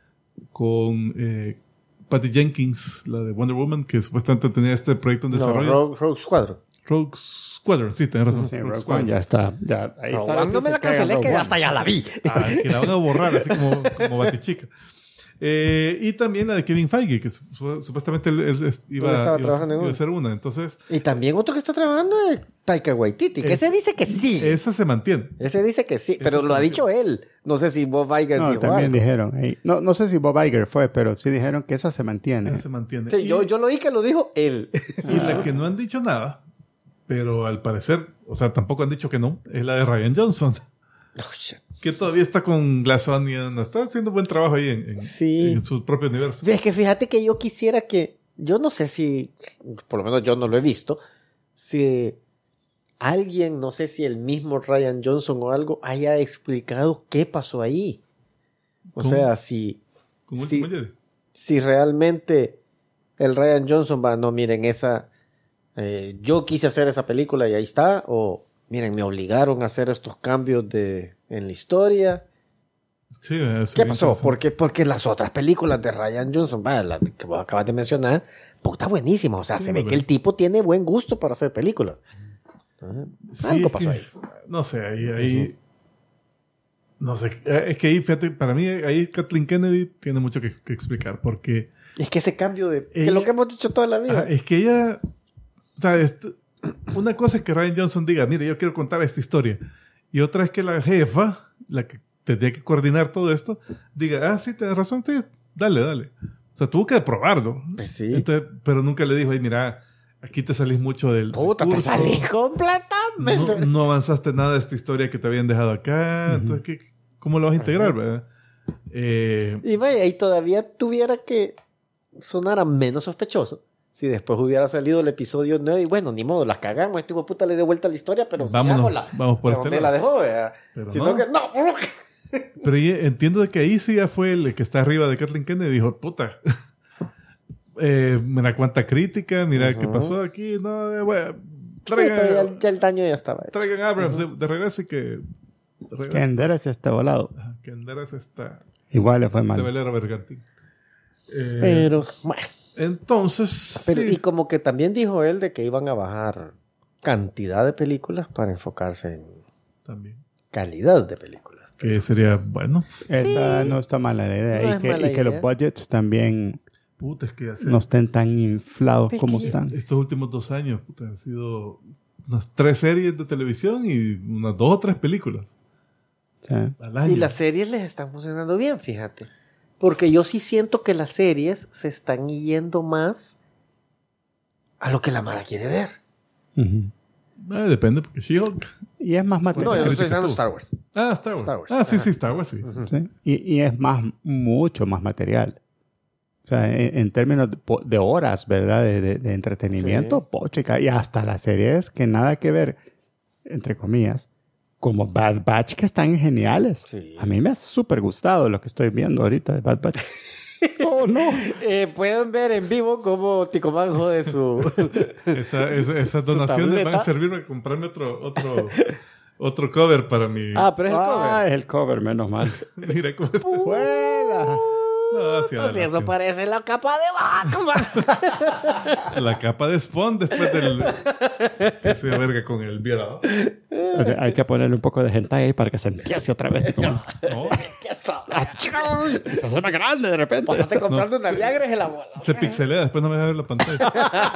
S2: con eh, Patty Jenkins, la de Wonder Woman, que supuestamente tenía este proyecto en
S3: No,
S2: desarrollo.
S3: Rogue, Rogue Squadron.
S2: Rogue Squadron, sí, tenés razón.
S1: Sí,
S2: Rogue
S1: Rogue
S2: Squadron.
S1: One ya está. Ya, ahí
S3: Rogue
S1: está
S3: One no me la
S1: difícil que hagan
S3: cancelé,
S1: Rogue
S3: que
S1: One.
S3: hasta ya la vi.
S2: Ah, que la van a borrar, así como, como Batichica. Eh, y también la de Kevin Feige, que su- supuestamente él, él es- iba,
S3: Él estaba
S2: iba-
S3: trabajando en
S2: iba a
S3: una.
S2: hacer una. Entonces,
S3: Y también otro que está trabajando es Taika Waititi, que
S2: Es-
S3: ese dice que sí.
S2: esa se mantiene.
S3: Ese dice que sí, pero
S2: Ese
S3: lo ha
S2: sí.
S3: dicho él. No sé si Bob Iger
S1: No,
S3: dijo
S1: también
S3: algo.
S1: dijeron. hey, no, no sé si Bob Iger fue, pero sí dijeron que esa se mantiene.
S2: Esa se mantiene.
S3: Sí,
S2: y,
S3: yo, yo lo oí que lo dijo él.
S2: y la que no han dicho nada, pero al parecer, o sea, tampoco han dicho que no, es la de Ryan Johnson,
S3: Oh, shit.
S2: que todavía está con Glass Onion, está haciendo buen trabajo ahí en, en-
S3: Sí.
S2: en su propio universo.
S3: Es que fíjate que yo quisiera que, yo no sé si, por lo menos yo no lo he visto, si alguien, no sé si el mismo Ryan Johnson o algo, haya explicado qué pasó ahí. O
S2: ¿Cómo?
S3: sea, si,
S2: Con
S3: sí.
S2: Último Jedi.
S3: si realmente el Ryan Johnson va, no, miren, esa, eh, yo quise hacer esa película y ahí está, o miren, me obligaron a hacer estos cambios de, en la historia.
S2: Sí, es
S3: ¿Qué
S2: bien
S3: pasó?
S2: interesante.
S3: Porque, porque las otras películas de Ryan Johnson, vaya, la que vos acabas de mencionar, puta buenísima. O sea,
S2: Sí,
S3: se ve
S2: muy
S3: que el
S2: bien.
S3: tipo tiene buen gusto para hacer películas. Entonces,
S2: Sí,
S3: algo
S2: es
S3: pasó
S2: que-
S3: ahí.
S2: No sé, ahí, ahí no sé, eh, es que ahí, fíjate, para mí ahí Kathleen Kennedy tiene mucho que, que explicar, porque
S3: Es que ese cambio de... que
S2: Ella-
S3: lo que hemos dicho toda la vida.
S2: ajá, es que ella, o sea, est- una cosa es que Ryan Johnson diga, mire, yo quiero contar esta historia, y otra es que la jefa, la que tendría que coordinar todo esto, diga, ah, sí, tienes razón, sí, dale, dale. O sea, tuvo que probarlo.
S3: Pues sí.
S2: Entonces, pero nunca le dijo, ay, mira, aquí te salís mucho del
S3: Puta, te
S2: recurso.
S3: salí completamente.
S2: No, no avanzaste nada de esta historia que te habían dejado acá. Entonces, ¿qué- ¿cómo lo vas a integrar? ¿Verdad? Eh,
S3: Y vaya, y todavía tuviera que sonar menos sospechoso si después hubiera salido el episodio nueve y bueno, ni modo, las cagamos, este hijo de puta le dio vuelta a la historia, pero
S2: vámonos,
S3: sigámosla.
S2: vamos por
S3: Pero
S2: este
S3: donde la
S2: lado.
S3: dejó, ¿verdad?
S2: Pero
S3: Sino
S2: no.
S3: que, no,
S2: Pero ahí entiendo de que ahí sí ya fue el que está arriba de Kathleen Kennedy. Dijo, puta, eh, mira cuánta crítica, mira qué
S3: Ujú.
S2: pasó aquí. No, eh, bueno,
S3: Sí,
S2: traigan,
S3: pero ya, ya el daño ya estaba hecho.
S2: traigan a Abrams de, de regreso y que... regrese.
S1: Que enderece este volado.
S2: Ajá, que enderece esta,
S1: Igual le fue
S2: este
S1: mal.
S2: velero bergantín. Eh,
S3: Pero, bueno.
S2: entonces,
S3: Pero,
S2: sí.
S3: y como que también dijo él de que iban a bajar cantidad de películas para enfocarse en
S2: También.
S3: calidad de películas.
S2: Que sería, bueno,
S1: Esa
S3: Sí.
S1: no está mala la idea.
S3: No
S1: y
S3: es
S1: que,
S3: mala
S1: y que los
S3: idea.
S1: budgets también
S2: puta, es que hace
S1: no estén tan inflados
S3: Es
S1: como
S3: que-
S1: están.
S2: estos últimos dos años puta, han sido unas tres series de televisión y unas dos o tres películas
S1: Sí.
S2: al año.
S3: Y las series les están funcionando bien, fíjate. Porque yo sí siento que las series se están yendo más a lo que la Mara quiere ver.
S1: Ujú.
S2: Eh, depende, porque She-Hulk.
S1: Y es más
S3: No, yo no
S1: material.
S3: estoy diciendo
S2: tú.
S3: Star Wars.
S2: Ah, Star Wars.
S3: Star Wars.
S2: Ah, sí,
S3: Ajá.
S2: sí, Star Wars, sí.
S1: ¿sí? Y, y es más, mucho más material. O sea, en, en términos de, po- de horas, ¿verdad? De, de- de entretenimiento,
S3: Sí.
S1: pochica. Y hasta las series que nada que ver, entre comillas, como Bad Batch, que están geniales.
S3: Sí.
S1: A mí me ha súper gustado lo que estoy viendo ahorita de Bad Batch. ¡Oh, no!
S3: Eh, pueden ver en vivo cómo Ticomán jode su...
S2: Esa, esa, esas donaciones van a
S3: tableta.
S2: servirme a comprarme otro, otro, otro cover para mi...
S3: Ah, pero es el
S1: Ah,
S3: cover.
S1: es el cover, menos mal.
S2: Mira cómo está.
S1: ¡Fuera!
S2: No, sí,
S3: Entonces, eso
S2: adelante.
S3: parece la capa de Batman.
S2: La capa de Spawn después del... que se verga con el violador.
S1: Ok, hay que ponerle un poco de hentai ahí para que se empiece otra vez. Como,
S2: No.
S3: ¿Qué eso?
S1: se hace más grande de repente.
S3: Pásate comprando una Viagra y se la bola.
S2: Se pixelea, después no me deja ver la pantalla.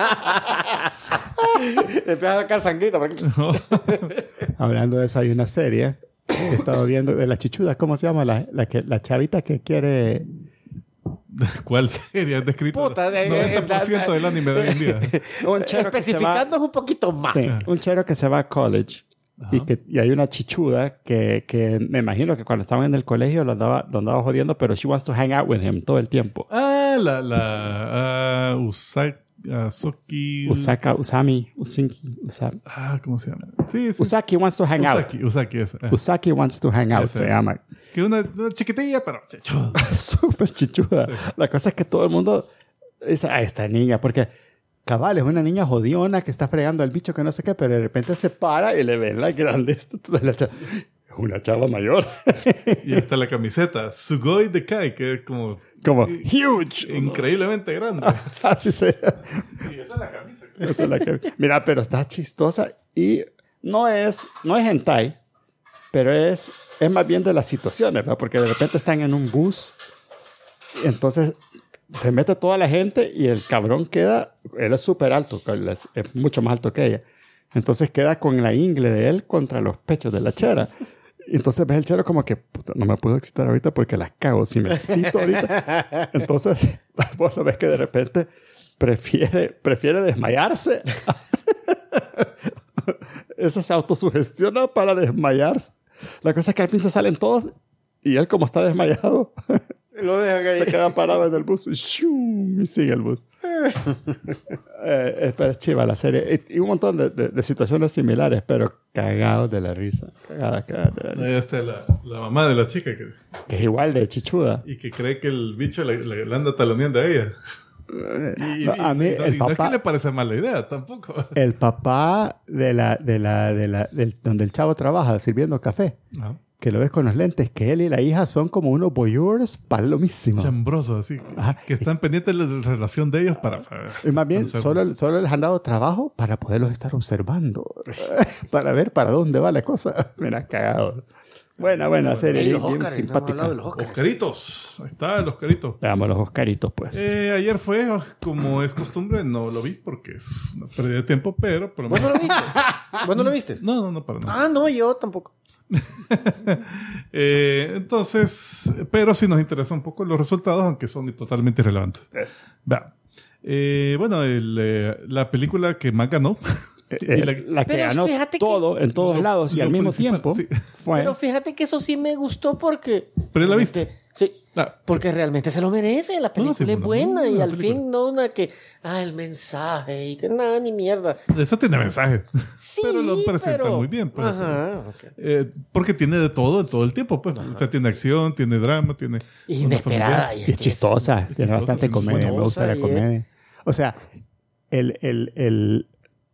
S3: Empieza a sacar sangrita. por aquí.
S2: No.
S1: Hablando de eso, hay una serie que he estado viendo de la chichuda. ¿Cómo se llama? La, la, que, la chavita que quiere
S2: ¿Cuál serie has descrito?
S3: Puta, de-
S2: noventa por ciento del anime de hoy en día.
S1: Un chero que se va-
S3: Especificándonos un poquito más.
S1: Sí, un chero que se va a college y,
S2: Ajá.
S1: que, y hay una chichuda que, que me imagino que cuando estaban en el colegio lo andaba, lo andaba jodiendo, pero she wants to hang out with him todo el tiempo.
S2: Ah, la... la ah, Usaki... Asoki...
S1: Usaka, Usami, Usinki, Usami.
S2: Ah, ¿cómo se llama? Sí, sí.
S1: Usaki wants to hang out.
S2: Usaki, Usaki, esa. Ah.
S1: Usaki wants to hang out,
S2: Esa
S1: se
S2: es.
S1: llama.
S2: Que una, una chiquitilla, pero... chechuda.
S1: Súper chichuda. La cosa es que todo el mundo dice, ah, esta niña, porque cabal es una niña jodiona que está fregando al bicho que no sé qué, pero de repente se para y le ven la grande. Es una chava mayor.
S2: Y está la camiseta. Sugoi Dekai, que es como...
S1: Como, huge.
S2: Increíblemente grande.
S1: Así se
S2: Y esa es la camisa.
S1: esa es la que- Mira, pero está chistosa y no es, no es hentai, pero es, es más bien de las situaciones, ¿verdad? Porque de repente están en un bus, y entonces se mete toda la gente y el cabrón queda, él es súper alto, es, es mucho más alto que ella. Entonces queda con la ingle de él contra los pechos de la chera. Y entonces ves el chero como que, puta, no me puedo excitar ahorita porque las cago si me excito ahorita. Entonces vos lo ves que de repente prefiere, prefiere desmayarse. Eso se autosugestiona para desmayarse. La cosa es que al fin se salen todos y él, como está desmayado,
S3: Lo dejan ahí.
S1: se queda parado en el bus y, ¡shum! Y sigue el bus. eh, es, pero es chiva la serie. Y, y un montón de, de, de situaciones similares, pero cagados de la risa. Cagadas, cagadas de la risa.
S2: Ahí está la, la mamá de la chica que,
S1: Que es igual de chichuda.
S2: y que cree que el bicho le, le- le anda taloneando a ella. Y,
S1: No, a mí
S2: y no,
S1: el
S2: y no es
S1: papá-
S2: que le parece mala idea tampoco.
S1: El papá de la, de la, de la, del, donde el chavo trabaja sirviendo café,
S2: Ajá.
S1: que lo ves con los lentes, que él y la hija son como unos voyeurs palomísimos.
S2: Chambroso, así.
S1: Ajá.
S2: Que están pendientes de la relación de ellos para...
S1: Y más bien,
S2: para-
S1: solo, solo les han dado trabajo para poderlos estar observando, para ver para dónde va la cosa. Mira, cagado. Buena, buena serie,
S3: Y
S1: bien,
S3: los
S1: bien
S3: Oscars, no hemos
S1: simpática.
S3: hablado de los Oscars.
S2: Oscaritos. Ahí está, los Oscaritos.
S1: Veamos los Oscaritos, pues.
S2: Eh, ayer fue, como es costumbre, no lo vi porque es una pérdida de tiempo, pero por lo
S3: ¿Vos no
S2: menos...
S3: lo viste? ¿Vos no lo viste?
S2: No, no, no, para nada.
S3: Ah, no, yo tampoco.
S2: Eh, entonces, pero sí nos interesa un poco los resultados, aunque son totalmente irrelevantes. Vean. Eh, bueno, el, eh, la película que más ganó...
S1: Eh,
S2: y la-
S1: la que
S3: Pero
S1: ganó
S3: fíjate que-
S1: todo en todos
S2: Lo-
S1: lados y
S2: lo
S1: al mismo
S2: principal,
S1: tiempo
S2: sí.
S1: fue...
S3: Pero fíjate que eso sí me gustó porque...
S2: ¿Pero la viste?
S3: realmente- Sí.
S2: Ah,
S3: Porque realmente se lo merece. La película
S2: sí,
S3: es
S2: una
S3: buena
S2: muy
S3: y
S2: buena
S3: al
S2: película.
S3: fin no una que... Ah, el mensaje y que nada, ni mierda.
S2: eso tiene mensaje.
S3: Sí,
S2: pero lo presenta
S3: pero-
S2: muy bien. Pues,
S3: Ajá, ok.
S2: Eh, porque tiene de todo en todo el tiempo. Pues. O sea, tiene acción, tiene drama, tiene... una
S3: Inesperada.
S2: familia.
S3: Y
S1: Y es chistosa,
S2: es
S1: tiene
S2: chistosa,
S1: bastante
S2: es
S1: comedia, me gusta la
S3: chistosa y es-
S1: comedia. O sea, el, el, el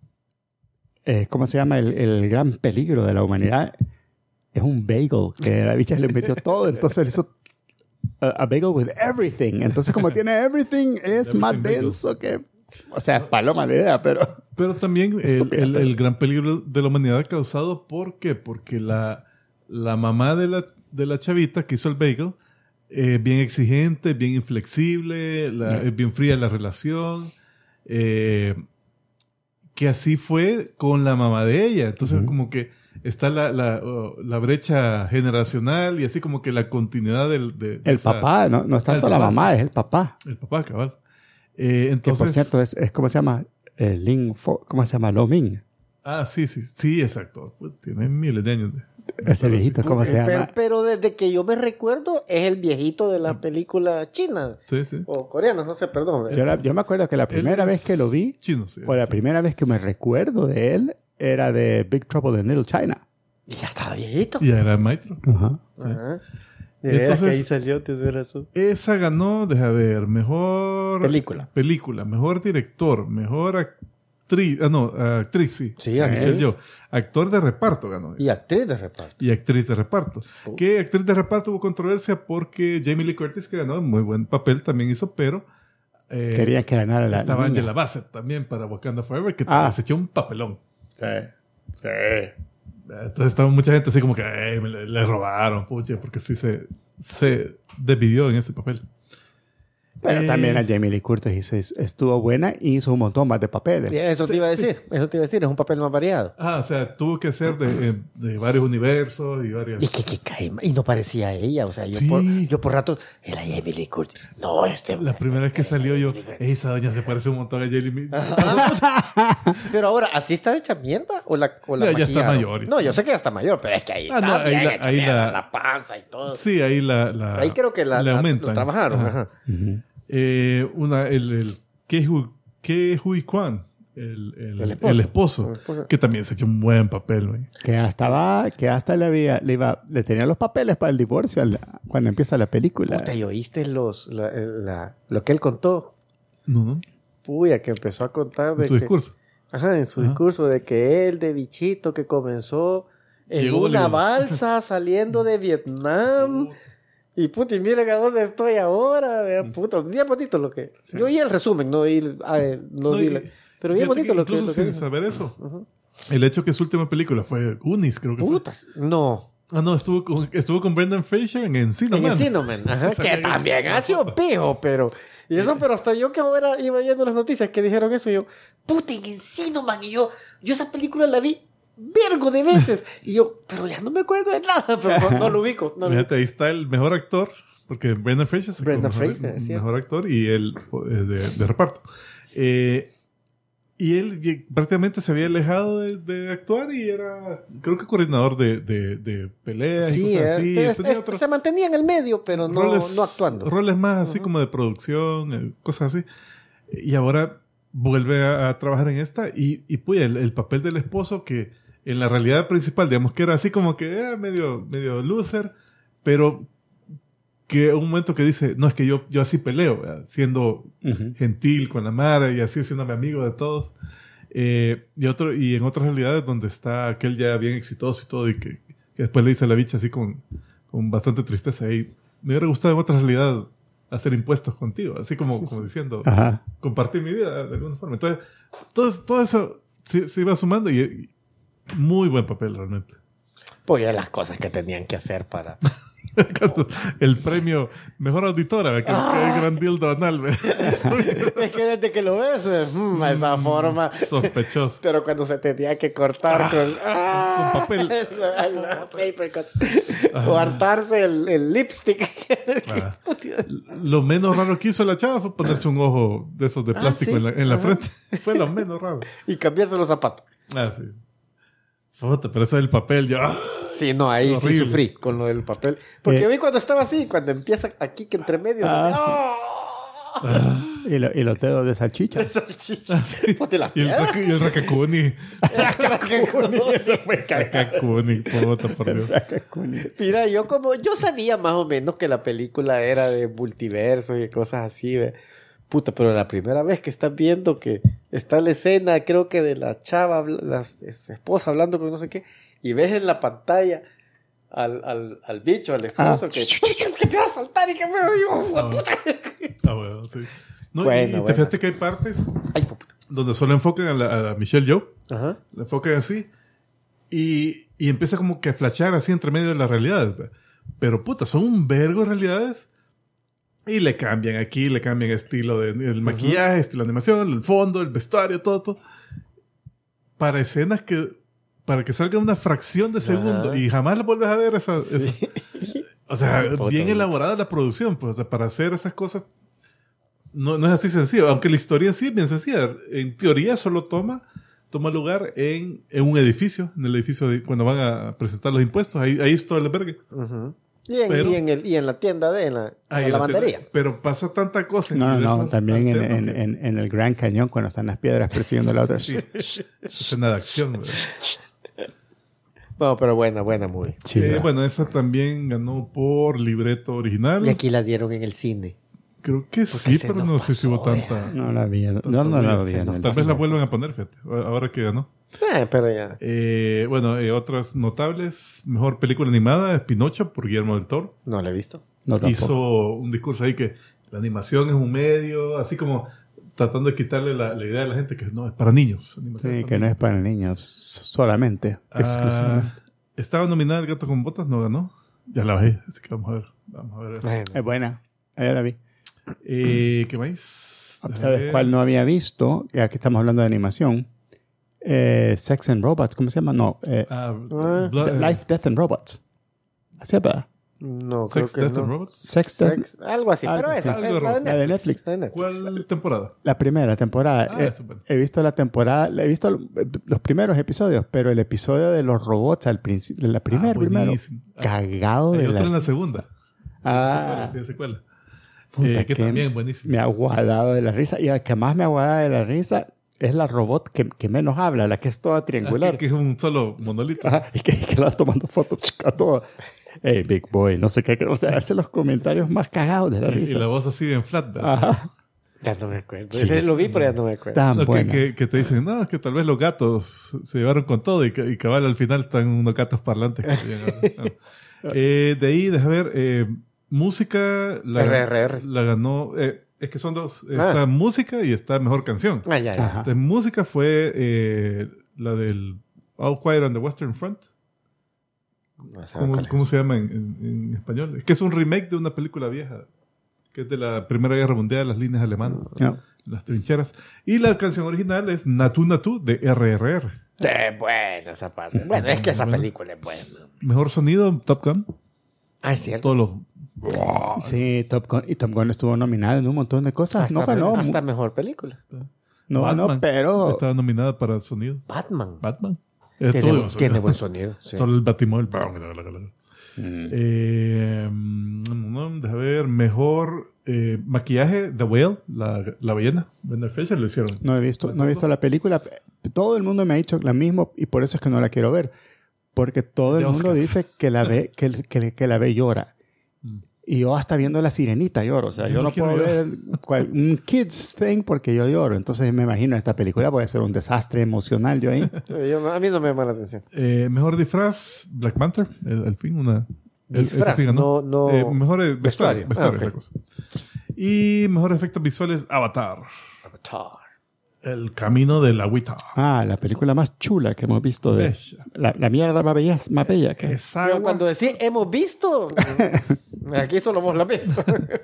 S1: eh, ¿cómo se llama? El, el gran peligro de la humanidad es un bagel, que la bicha le metió todo, entonces le hizo a, a bagel with everything. Entonces, como tiene everything, es más
S2: Everything bagel.
S1: denso que... O sea, paloma la idea, pero...
S2: Pero también el,
S1: Estúpida,
S2: el-
S1: pero-
S2: el gran peligro de la humanidad causado, ¿por qué? Porque la, la mamá de la, de la chavita que hizo el bagel, eh, bien exigente, bien inflexible, la- es bien fría la relación, eh, que así fue con la mamá de ella. Entonces,
S1: Ujú.
S2: como que está la, la, oh, la brecha generacional y así como que la continuidad del... de- de
S1: El
S2: esa-
S1: papá, no, no es tanto
S2: el
S1: la
S2: papá,
S1: mamá,
S2: sí.
S1: es el papá.
S2: El papá, cabal. Eh,
S1: Que
S2: entonces...
S1: por cierto, es, es ¿cómo se llama? Eh, Ling Fo, ¿cómo se llama? Lo Ming.
S2: Ah, sí, sí, sí, exacto. Pues tiene miles de años. de-
S1: Ese viejito, ¿cómo se
S3: Eh, pero,
S1: llama?
S3: pero desde que yo me recuerdo es el viejito de la película china
S2: Sí, sí.
S3: o coreana, no sé, perdón.
S1: Yo, la- yo me acuerdo que la primera
S2: Él
S1: vez
S2: es
S1: que lo vi,
S2: Chino, sí.
S1: o la primera vez que me recuerdo de él, era de Big Trouble in Little China.
S3: Y ya estaba viejito.
S2: Y era maestro.
S1: Ajá.
S3: Ajá.
S2: Y
S3: De veras que
S2: entonces-
S3: ahí salió, tienes razón.
S2: Esa ganó, deja ver, mejor...
S3: Película.
S2: Película, mejor director, mejor actriz... Ah, no, actriz, sí.
S3: Sí,
S2: Dije
S3: actriz.
S2: yo. Actor de reparto ganó.
S3: Y actriz de reparto.
S2: Y actriz de reparto. Que actriz de reparto hubo controversia porque Jamie Lee Curtis, que ganó, muy buen papel también hizo, pero... eh,
S1: Querían que ganara la,
S2: estaba
S1: la niña.
S2: Angela Bassett también para Wakanda Forever, que
S1: Ah.
S2: se echó un papelón.
S1: Sí, sí.
S2: Entonces estaba mucha gente así como que "Ey, me le, le robaron, puche", porque sí se, se desvivió en ese papel.
S1: Pero
S2: Eh,
S1: también a Jamie Lee Curtis hizo- estuvo buena y hizo un montón más de papeles.
S3: Sí, eso te iba a decir. Eso te iba a decir. Es un papel más variado.
S2: Ah, o sea, tuvo que hacer de, eh, de varios universos y varias...
S3: Y que, que cae ma- y no parecía ella. O sea, yo,
S2: Sí.
S3: por, yo por rato, era Jamie Lee Curtis. No, este.
S2: La primera vez que salió yo, esa doña se parece un montón a Jamie Lee.
S3: Pero ahora, ¿así está hecha mierda? ¿O la, o la
S2: Ya- ya está
S3: maquillaron?
S2: mayor.
S3: No, yo sé que ya está mayor, pero es que ahí
S2: Ah,
S3: está
S2: no, ahí
S3: bien
S2: la-
S3: hecha
S2: ahí
S3: mierda,
S2: la-
S3: la panza y todo.
S2: Sí, ahí la... la
S3: Ahí creo que la,
S2: le
S3: la-
S2: aumentan.
S3: lo trabajaron.
S2: Ajá.
S3: Ajá.
S1: Ujú.
S2: Eh, una, el, el Ke Hu- Ke Huy Kwan, el, el,
S3: El
S2: el
S3: esposo.
S2: esposo,
S3: El esposo.
S2: que también se echó un buen papel, güey.
S1: Que hasta va, que hasta le había, le iba, le tenía los papeles para el divorcio al- cuando empieza la película.
S3: Puta, ¿y oíste los, la, la- lo que él contó?
S2: No, no,
S3: Puya, que empezó a contar de
S2: en su
S3: que-
S2: discurso.
S3: Ajá, en su
S2: Ajá.
S3: discurso de que él de bichito que comenzó en
S2: Llegó a
S3: una
S2: Hollywood.
S3: balsa saliendo de Vietnam. Y puta, y miren a dónde estoy ahora. Vea, puta, bien bonito lo que... Yo oí el resumen, no oí... ah, eh, no
S2: No,
S3: vi
S2: y-
S3: la- pero bien
S2: fíjate
S3: bonito
S2: que
S3: lo que...
S2: incluso
S3: lo que
S2: sin
S3: dijo.
S2: saber eso,
S3: Ujú.
S2: el hecho que su última película fue Goonies, creo que fue.
S3: Putas, no.
S2: Ah, no, estuvo con, estuvo con Brendan Fraser en Encino
S3: En
S2: Man.
S3: Encino Man, ajá,
S2: Esa
S3: que
S2: que-
S3: también
S2: la
S3: ha sido
S2: foto.
S3: pijo, pero... Y eso, pero hasta yo que ahora iba yendo las noticias que dijeron eso, yo, puta, en Encino Man, y yo, yo esa película la vi vergo de veces, y yo, pero ya no me acuerdo de nada, pero no, no lo ubico. No lo
S2: Fíjate, ahí está el mejor actor, porque Brendan Fraser es el
S3: Brendan
S2: mejor,
S3: Fraser, es cierto.
S2: mejor actor y él eh, de, de reparto. Eh, y él ye- prácticamente se había alejado de, de actuar y era, creo que coordinador de, de, de peleas y
S3: Sí,
S2: cosas
S3: eh,
S2: así.
S3: es-
S2: Tenía
S3: es-
S2: otros
S3: se mantenía en el medio, pero no,
S2: roles,
S3: no actuando.
S2: roles más así como de producción, eh, cosas así. Y ahora vuelve a, a trabajar en esta y, y pues el, el papel del esposo que en la realidad principal, digamos que era así como que era medio, medio loser, pero que un momento que dice, no, es que yo, yo así peleo, ¿verdad? Siendo
S1: Ujú.
S2: gentil con la Mara y así siéndome amigo de todos. Eh, y, otro, y en otras realidades donde está aquel ya bien exitoso y todo y que, que después le dice a la bicha así con, con bastante tristeza y me hubiera gustado en otra realidad hacer impuestos contigo, así como, como diciendo,
S1: Ajá.
S2: compartir mi vida de alguna forma. Entonces, todo, todo eso se, se iba sumando y, y muy buen papel realmente.
S3: Pues ya las cosas que tenían que hacer para...
S2: El premio Mejor Auditora, que, que
S3: Ah.
S2: el gran dildo anal, ¿ve?
S3: Es que desde que lo ves, eh, mm, esa forma...
S2: Sospechoso.
S3: Pero cuando se tenía que cortar con... ¡Ah!
S2: con papel.
S3: La paper cuts. O hartarse el, el lipstick.
S2: Ah. Lo menos raro que hizo la chava fue ponerse un ojo de esos de
S3: Ah,
S2: plástico
S3: ¿sí?
S2: en la, en la
S3: Ajá.
S2: frente. Fue lo menos raro.
S3: Y cambiarse los zapatos.
S2: Ah, sí. Puta, pero eso del papel, yo... ¡ah!
S3: Sí, no, ahí sí
S2: Horrible.
S3: sufrí con lo del papel. Porque
S1: Eh.
S3: yo vi cuando estaba así, cuando empieza aquí que entre medio.
S1: Ah,
S3: ¡Oh!
S1: sí. Y, lo- y los dedos de salchicha.
S3: Salchicha. Ponte la
S2: Y el,
S3: piedra.
S2: raca- y el Rakakuni.
S3: Eso fue
S2: Rakakuni, puta, por Dios.
S3: Mira, yo como, yo sabía más o menos que la película era de multiverso y cosas así, ¿ve? Puta, pero la primera vez que estás viendo que está la escena, creo que de la chava, habla- la es- esposa hablando con no sé qué, y ves en la pantalla al, al, al bicho, al esposo,
S1: Ah.
S3: que, que te va a saltar y que me yo,
S2: Ah,
S3: puta.
S2: Ah, bueno, sí. No,
S3: Bueno,
S2: y te
S3: bueno.
S2: fijaste que hay partes
S3: Ay, puta.
S2: donde solo enfocan a, la, a la Michelle Yeoh,
S3: Ajá.
S2: la enfocan así, y, y empieza como que a flashear así entre medio de las realidades. ¿ve? Pero puta, son un vergo de realidades. Y le cambian aquí, le cambian estilo de, el maquillaje, estilo de animación, el fondo, el vestuario, todo, todo. Para escenas que... Para que salga una fracción de segundo
S3: Ajá.
S2: y jamás la vuelves a ver esa... esa- o sea,
S3: Sí, puta,
S2: bien
S3: güey.
S2: elaborada la producción, pues, o sea, para hacer esas cosas no, no es así sencillo. Aunque la historia en sí es bien sencilla. En teoría solo toma, toma lugar en, en un edificio, en el edificio de, cuando van a presentar los impuestos. Ahí, ahí es todo el albergue.
S3: Ujú. Y, en,
S2: Pero-
S3: y, en el, y en la tienda de en la,
S2: Ahí
S3: en la
S2: en tienda.
S3: lavandería.
S2: Pero pasa tanta cosa. en
S1: No, no, no.
S2: universos
S1: También en,
S2: alternos
S1: en,
S2: que-
S1: en, en el Gran Cañón, cuando están las piedras persiguiendo a la otra.
S2: Sí. Escena de acción. ¿verdad?
S3: Bueno, pero buena, buena movie.
S1: Sí,
S2: Eh,
S1: ¿verdad?
S2: bueno, esa también ganó por libreto original.
S3: Y aquí la dieron en el cine.
S2: Creo que
S3: Porque
S2: sí,
S3: se
S2: pero
S3: nos
S2: no sé si hubo
S3: pasó,
S2: tanta...
S1: No la vi. No, no, no la vi. en el
S2: Tal vez la
S1: cine.
S2: vuelvan a poner, fíjate. Ahora que ganó.
S3: Eh, pero ya.
S2: Eh, bueno, eh, otras notables. Mejor película animada es Pinocho por Guillermo del Toro.
S3: No la he visto.
S1: No, tampoco.
S2: Hizo un discurso ahí que la animación es un medio, así como tratando de quitarle la, la idea a la gente que no, es para niños. animación
S1: Sí,
S2: para
S1: que no
S2: niños.
S1: es para niños solamente.
S2: Ah,
S1: exclusivamente.
S2: estaba nominada El Gato con Botas, no ganó. Ya la bajé, así que vamos a ver. Vamos a ver.
S3: Bueno.
S1: Es buena. Ahí la vi.
S2: Eh, ¿Qué más? Déjame
S1: ¿Sabes
S2: ver.
S1: cuál no había visto? Ya que estamos hablando de animación. Eh, Sex and Robots, ¿cómo se llama? No. eh,
S2: Ah,
S3: Ah.
S2: Bla-
S1: The Life, Death and Robots. ¿Así es, verdad?
S3: No,
S2: Sex,
S3: creo
S2: Death
S3: que
S2: and
S3: no.
S2: Robots.
S1: Sex, Death.
S3: Sex, algo así,
S1: Algo
S3: pero
S1: así.
S3: esa,
S2: Algo
S3: es
S2: de
S3: la de
S2: robots.
S1: La de
S3: Netflix.
S1: Netflix.
S3: la de Netflix.
S2: ¿Cuál temporada?
S1: La primera temporada.
S2: Ah,
S1: Eh,
S2: eso es bueno.
S1: he visto la temporada, he visto lo- los primeros episodios, pero el episodio de los robots al principio, la primera,
S2: Ah,
S1: primero,
S2: buenísimo. Ah,
S1: cagado
S2: Hay
S1: de
S2: otra
S1: la...
S2: en la segunda.
S1: Ah,
S2: Tiene secuela.
S1: puta,
S2: Eh, que
S1: que
S2: también buenísimo.
S1: me ha aguadado de la risa. Y la que más me ha aguadado de la risa es la robot que, que menos habla, la que es toda
S2: Ah,
S1: triangular.
S2: que, que es un solo monolito.
S1: Ajá, y que, y que la va tomando fotos a todo. Hey, big boy, no sé qué. O sea, hace los comentarios más cagados de la
S2: Y, y
S1: risa.
S2: la voz así en flat. ¿verdad?
S1: Ajá.
S3: Ya no me acuerdo.
S1: Sí,
S3: Ese lo vi,
S1: sí.
S3: pero ya no me acuerdo.
S1: Tan
S2: No, que,
S1: buena.
S2: que, que te dicen, no, es que tal vez los gatos se llevaron con todo y, ca- y cabal al final están unos gatos parlantes. que se llaman. No. Eh, de ahí, déjame ver, eh, música la,
S3: R R R.
S2: la ganó, eh, es que son dos,
S3: Ah.
S2: está música y está mejor canción.
S3: Ah, ya, ya.
S1: Ajá.
S2: De música fue eh, la del All Quiet on the Western Front.
S3: No sé
S2: ¿Cómo,
S3: cuál es.
S2: cómo se llama en, en- en español? Es que es un remake de una película vieja, que es de la Primera Guerra Mundial, las líneas alemanas,
S1: No.
S2: las trincheras. Y la canción original es Natu Natu de R R R.
S3: Eh, buena esa parte. Bueno, es que esa
S2: Bueno.
S3: película es buena.
S2: Mejor sonido, Top Gun.
S3: Ah, es cierto.
S2: Todos los...
S1: Sí, Top Gun. Y Top Gun estuvo nominado en un montón de cosas.
S3: Hasta,
S1: no ganó.
S3: hasta mejor película.
S1: No ganó,
S2: Batman
S1: pero...
S2: estaba nominada para sonido.
S3: Batman.
S2: Batman. Es
S3: Tiene,
S2: todo
S3: buen-
S2: el
S3: tiene
S2: sonido.
S3: buen sonido. Sí.
S2: Solo el batimóvil.
S1: Mm.
S2: Eh, mm, déjame ver. Mejor eh, maquillaje, The Whale, la, la ballena. Brendan Fraser lo hicieron.
S1: No he visto, no he visto la película. Todo el mundo me ha dicho lo mismo y por eso es que no la quiero ver. Porque todo
S2: De
S1: el mundo
S2: Oscar.
S1: dice que la ve, que, que, que la ve llora.
S2: Mm.
S1: Y yo hasta viendo La Sirenita lloro. O sea,
S2: Yo
S1: yo,
S2: no
S1: no
S2: quiero
S1: puedo
S2: llorar.
S1: ver cual- un kids thing porque yo lloro. Entonces me imagino esta película puede ser un desastre emocional yo ahí.
S3: Yo- a mí no me llama la atención.
S2: Eh, mejor disfraz, Black Panther. eh, al fin, una. es-
S3: Disfraz,
S2: esa sí ganó.
S3: no- no-
S2: Eh, mejor eh, vestuario.
S3: Vestuario.
S2: vestuario,
S3: Ah, ok.
S2: la cosa. Y mejor efectos visuales, Avatar.
S3: Avatar.
S2: El camino del agüita.
S1: Ah, la película más chula que hemos visto de...
S2: Bella.
S1: La, la mierda más bella, más bella que...
S2: Es
S3: Yo
S2: agua.
S3: cuando decís hemos visto, aquí solo vos la has visto.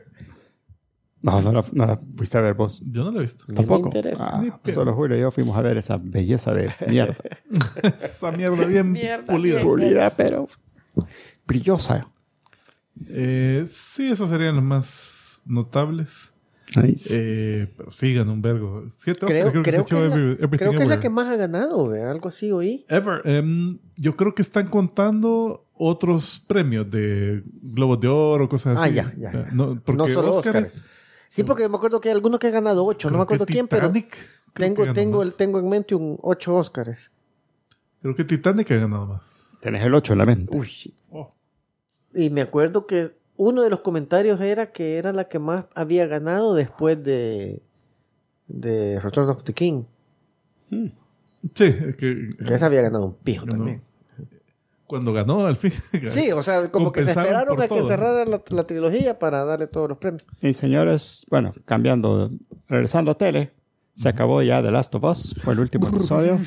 S1: No, no la, no la fuiste a ver vos.
S2: Yo no lo he visto.
S3: Ni me
S1: Tampoco.
S3: interesa.
S1: Ah,
S2: Ni pienso.
S1: solo Julio y yo fuimos a ver esa belleza de mierda.
S2: Esa mierda bien
S3: Mierda,
S2: pulida.
S3: bien.
S1: Pulida, pero brillosa.
S2: Eh, sí, esos serían los más notables.
S1: Nice.
S2: Eh, pero sí, ganó un vergo. Siete
S3: Creo,
S2: Oscars,
S3: creo,
S2: se
S3: que,
S2: echó
S3: es la,
S2: Every- Everything
S3: creo que es la
S2: Everywhere.
S3: que más ha ganado, ¿ve? Algo así oí.
S2: Ever. Em, yo creo que están contando otros premios de Globos de Oro, cosas
S3: Ah,
S2: así.
S3: ya, ya, ya.
S2: No, porque
S3: No solo
S2: Óscares,
S3: Oscars. Sí, porque yo me acuerdo que hay algunos que han ganado ocho, no me
S2: creo
S3: acuerdo
S2: que
S3: quién, pero
S2: Titanic, creo que
S3: tengo,
S2: ganó
S3: tengo,
S2: más.
S3: el, tengo en mente un ocho Oscars.
S2: Creo que Titanic ha ganado más.
S1: Tenés el ocho en la mente.
S3: Uy, sí.
S2: Oh.
S3: Y me acuerdo que uno de los comentarios era que era la que más había ganado después de, de Return of the King.
S2: Sí, es que,
S3: Que esa había ganado un pijo
S2: ganó.
S3: también.
S2: Cuando ganó, al fin.
S3: Sí, o sea, como que se
S2: Compensaron
S3: esperaron
S2: por
S3: a que
S2: todo.
S3: cerrara la, la trilogía para darle todos los premios.
S1: Y señores, bueno, cambiando, regresando a tele, se acabó ya The Last of Us, fue el último episodio.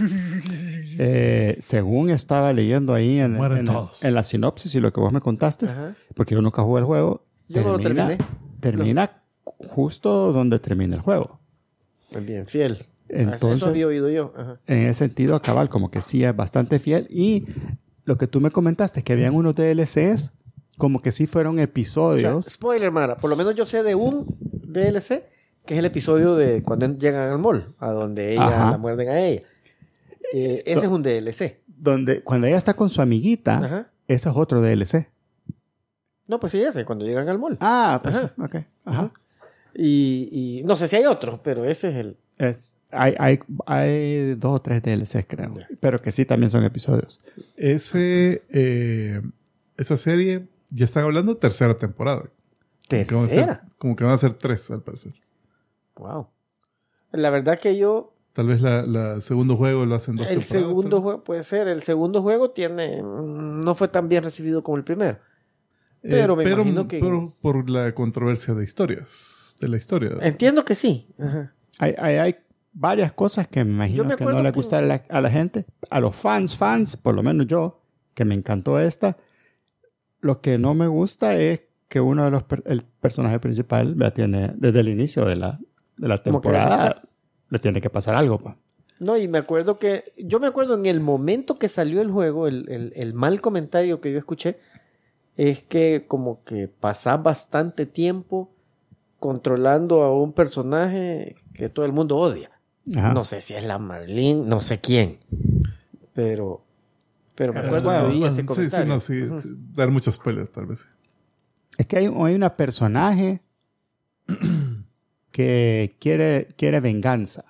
S1: Eh, según estaba leyendo ahí en,
S2: Mueren
S1: en-
S2: todos.
S1: en la sinopsis y lo que vos me contaste,
S3: Ajá.
S1: porque yo nunca jugué el juego,
S3: Yo no lo terminé.
S1: termina justo donde termina el juego.
S3: Bien, fiel.
S1: Entonces,
S3: Eso había oído yo. Ajá.
S1: en ese sentido, cabal, como que sí es bastante fiel. Y lo que tú me comentaste, que habían unos D L Cs, como que sí fueron
S3: O sea,
S1: episodios.
S3: spoiler, Mara. Por lo menos yo sé de un D L C, que es el episodio de cuando llegan al mall, a donde ella
S1: Ajá.
S3: la muerden a ella. Eh, ese es un D L C.
S1: donde cuando ella está con su amiguita,
S3: Ajá.
S1: ese es otro D L C.
S3: No, pues sí, ese, cuando llegan al mall.
S1: Ah, pues
S3: Ajá.
S1: sí, ok. Ajá.
S3: Y, y no sé si hay otro, pero ese es el...
S1: Es, hay, hay, hay dos o tres D L Cs, creo. Pero que sí también son episodios.
S2: Ese, eh, esa serie, ya están hablando de tercera temporada. Como que van a ser-
S3: ¿Tercera?
S2: como que van a ser tres, al parecer.
S3: Wow. La verdad que yo...
S2: Tal vez la, la segundo juego lo hacen dos
S3: El
S2: temporadas.
S3: segundo
S2: tal vez.
S3: juego, puede ser, el segundo juego tiene... No fue tan bien recibido como el primero.
S2: Eh,
S3: pero me imagino que-
S2: pero por la controversia de historias, de la historia.
S3: Entiendo que sí. Ajá.
S1: Hay, hay, hay varias cosas que me imagino
S3: Yo me
S1: que no
S3: acuerdo
S1: le
S3: que-
S1: gustan a la, a la gente. A los fans, fans, por lo menos yo, que me encantó esta. Lo que no me gusta es que uno de los per- el personaje principal ya tiene desde el inicio de la, de la
S3: Como que
S1: temporada le tiene que pasar algo, pues.
S3: No, y me acuerdo que, yo me acuerdo en el momento que salió el juego, el, el, el mal comentario que yo escuché es que como que pasás bastante tiempo controlando a un personaje que todo el mundo odia.
S1: Ajá.
S3: No sé si es la Marlene, no sé quién, pero, pero me acuerdo
S2: Ah,
S3: que oí
S2: bueno,
S3: ese
S2: sí,
S3: comentario.
S2: sí, no, sí,
S3: Ujú.
S2: sí, dar muchos spoilers, tal vez.
S1: Es que hay, hay una personaje que quiere, quiere venganza.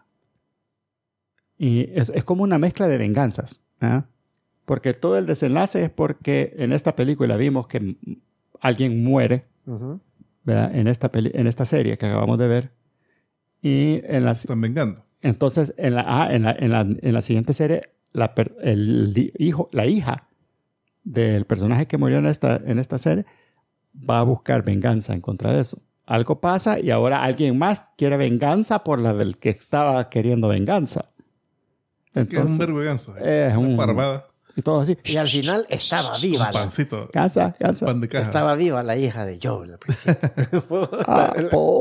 S1: Y es, es como una mezcla de venganzas. ¿Ah? Porque todo el desenlace es porque en esta película vimos que m- alguien muere,
S3: Ujú.
S1: ¿verdad? En esta, peli- en esta serie que acabamos de ver. Y en la,
S2: Están vengando.
S1: entonces, en la, ah, en la, en la, en la siguiente serie, la, per- el hi- hijo, la hija del personaje que murió en esta, en esta serie va a buscar venganza en contra de eso. Algo pasa y ahora alguien más quiere venganza por la del que estaba queriendo venganza.
S2: Que es un
S1: Entonces,
S2: vergo de ganso. ahí.
S1: es
S2: Una
S1: un-
S2: parvada,
S1: y todo así.
S3: Y al final estaba
S2: un
S3: viva la,
S2: pancito,
S1: Cansa,
S2: un
S1: cansa.
S2: pan de caja.
S3: estaba viva la hija de Joel al principio.
S1: Ah, po.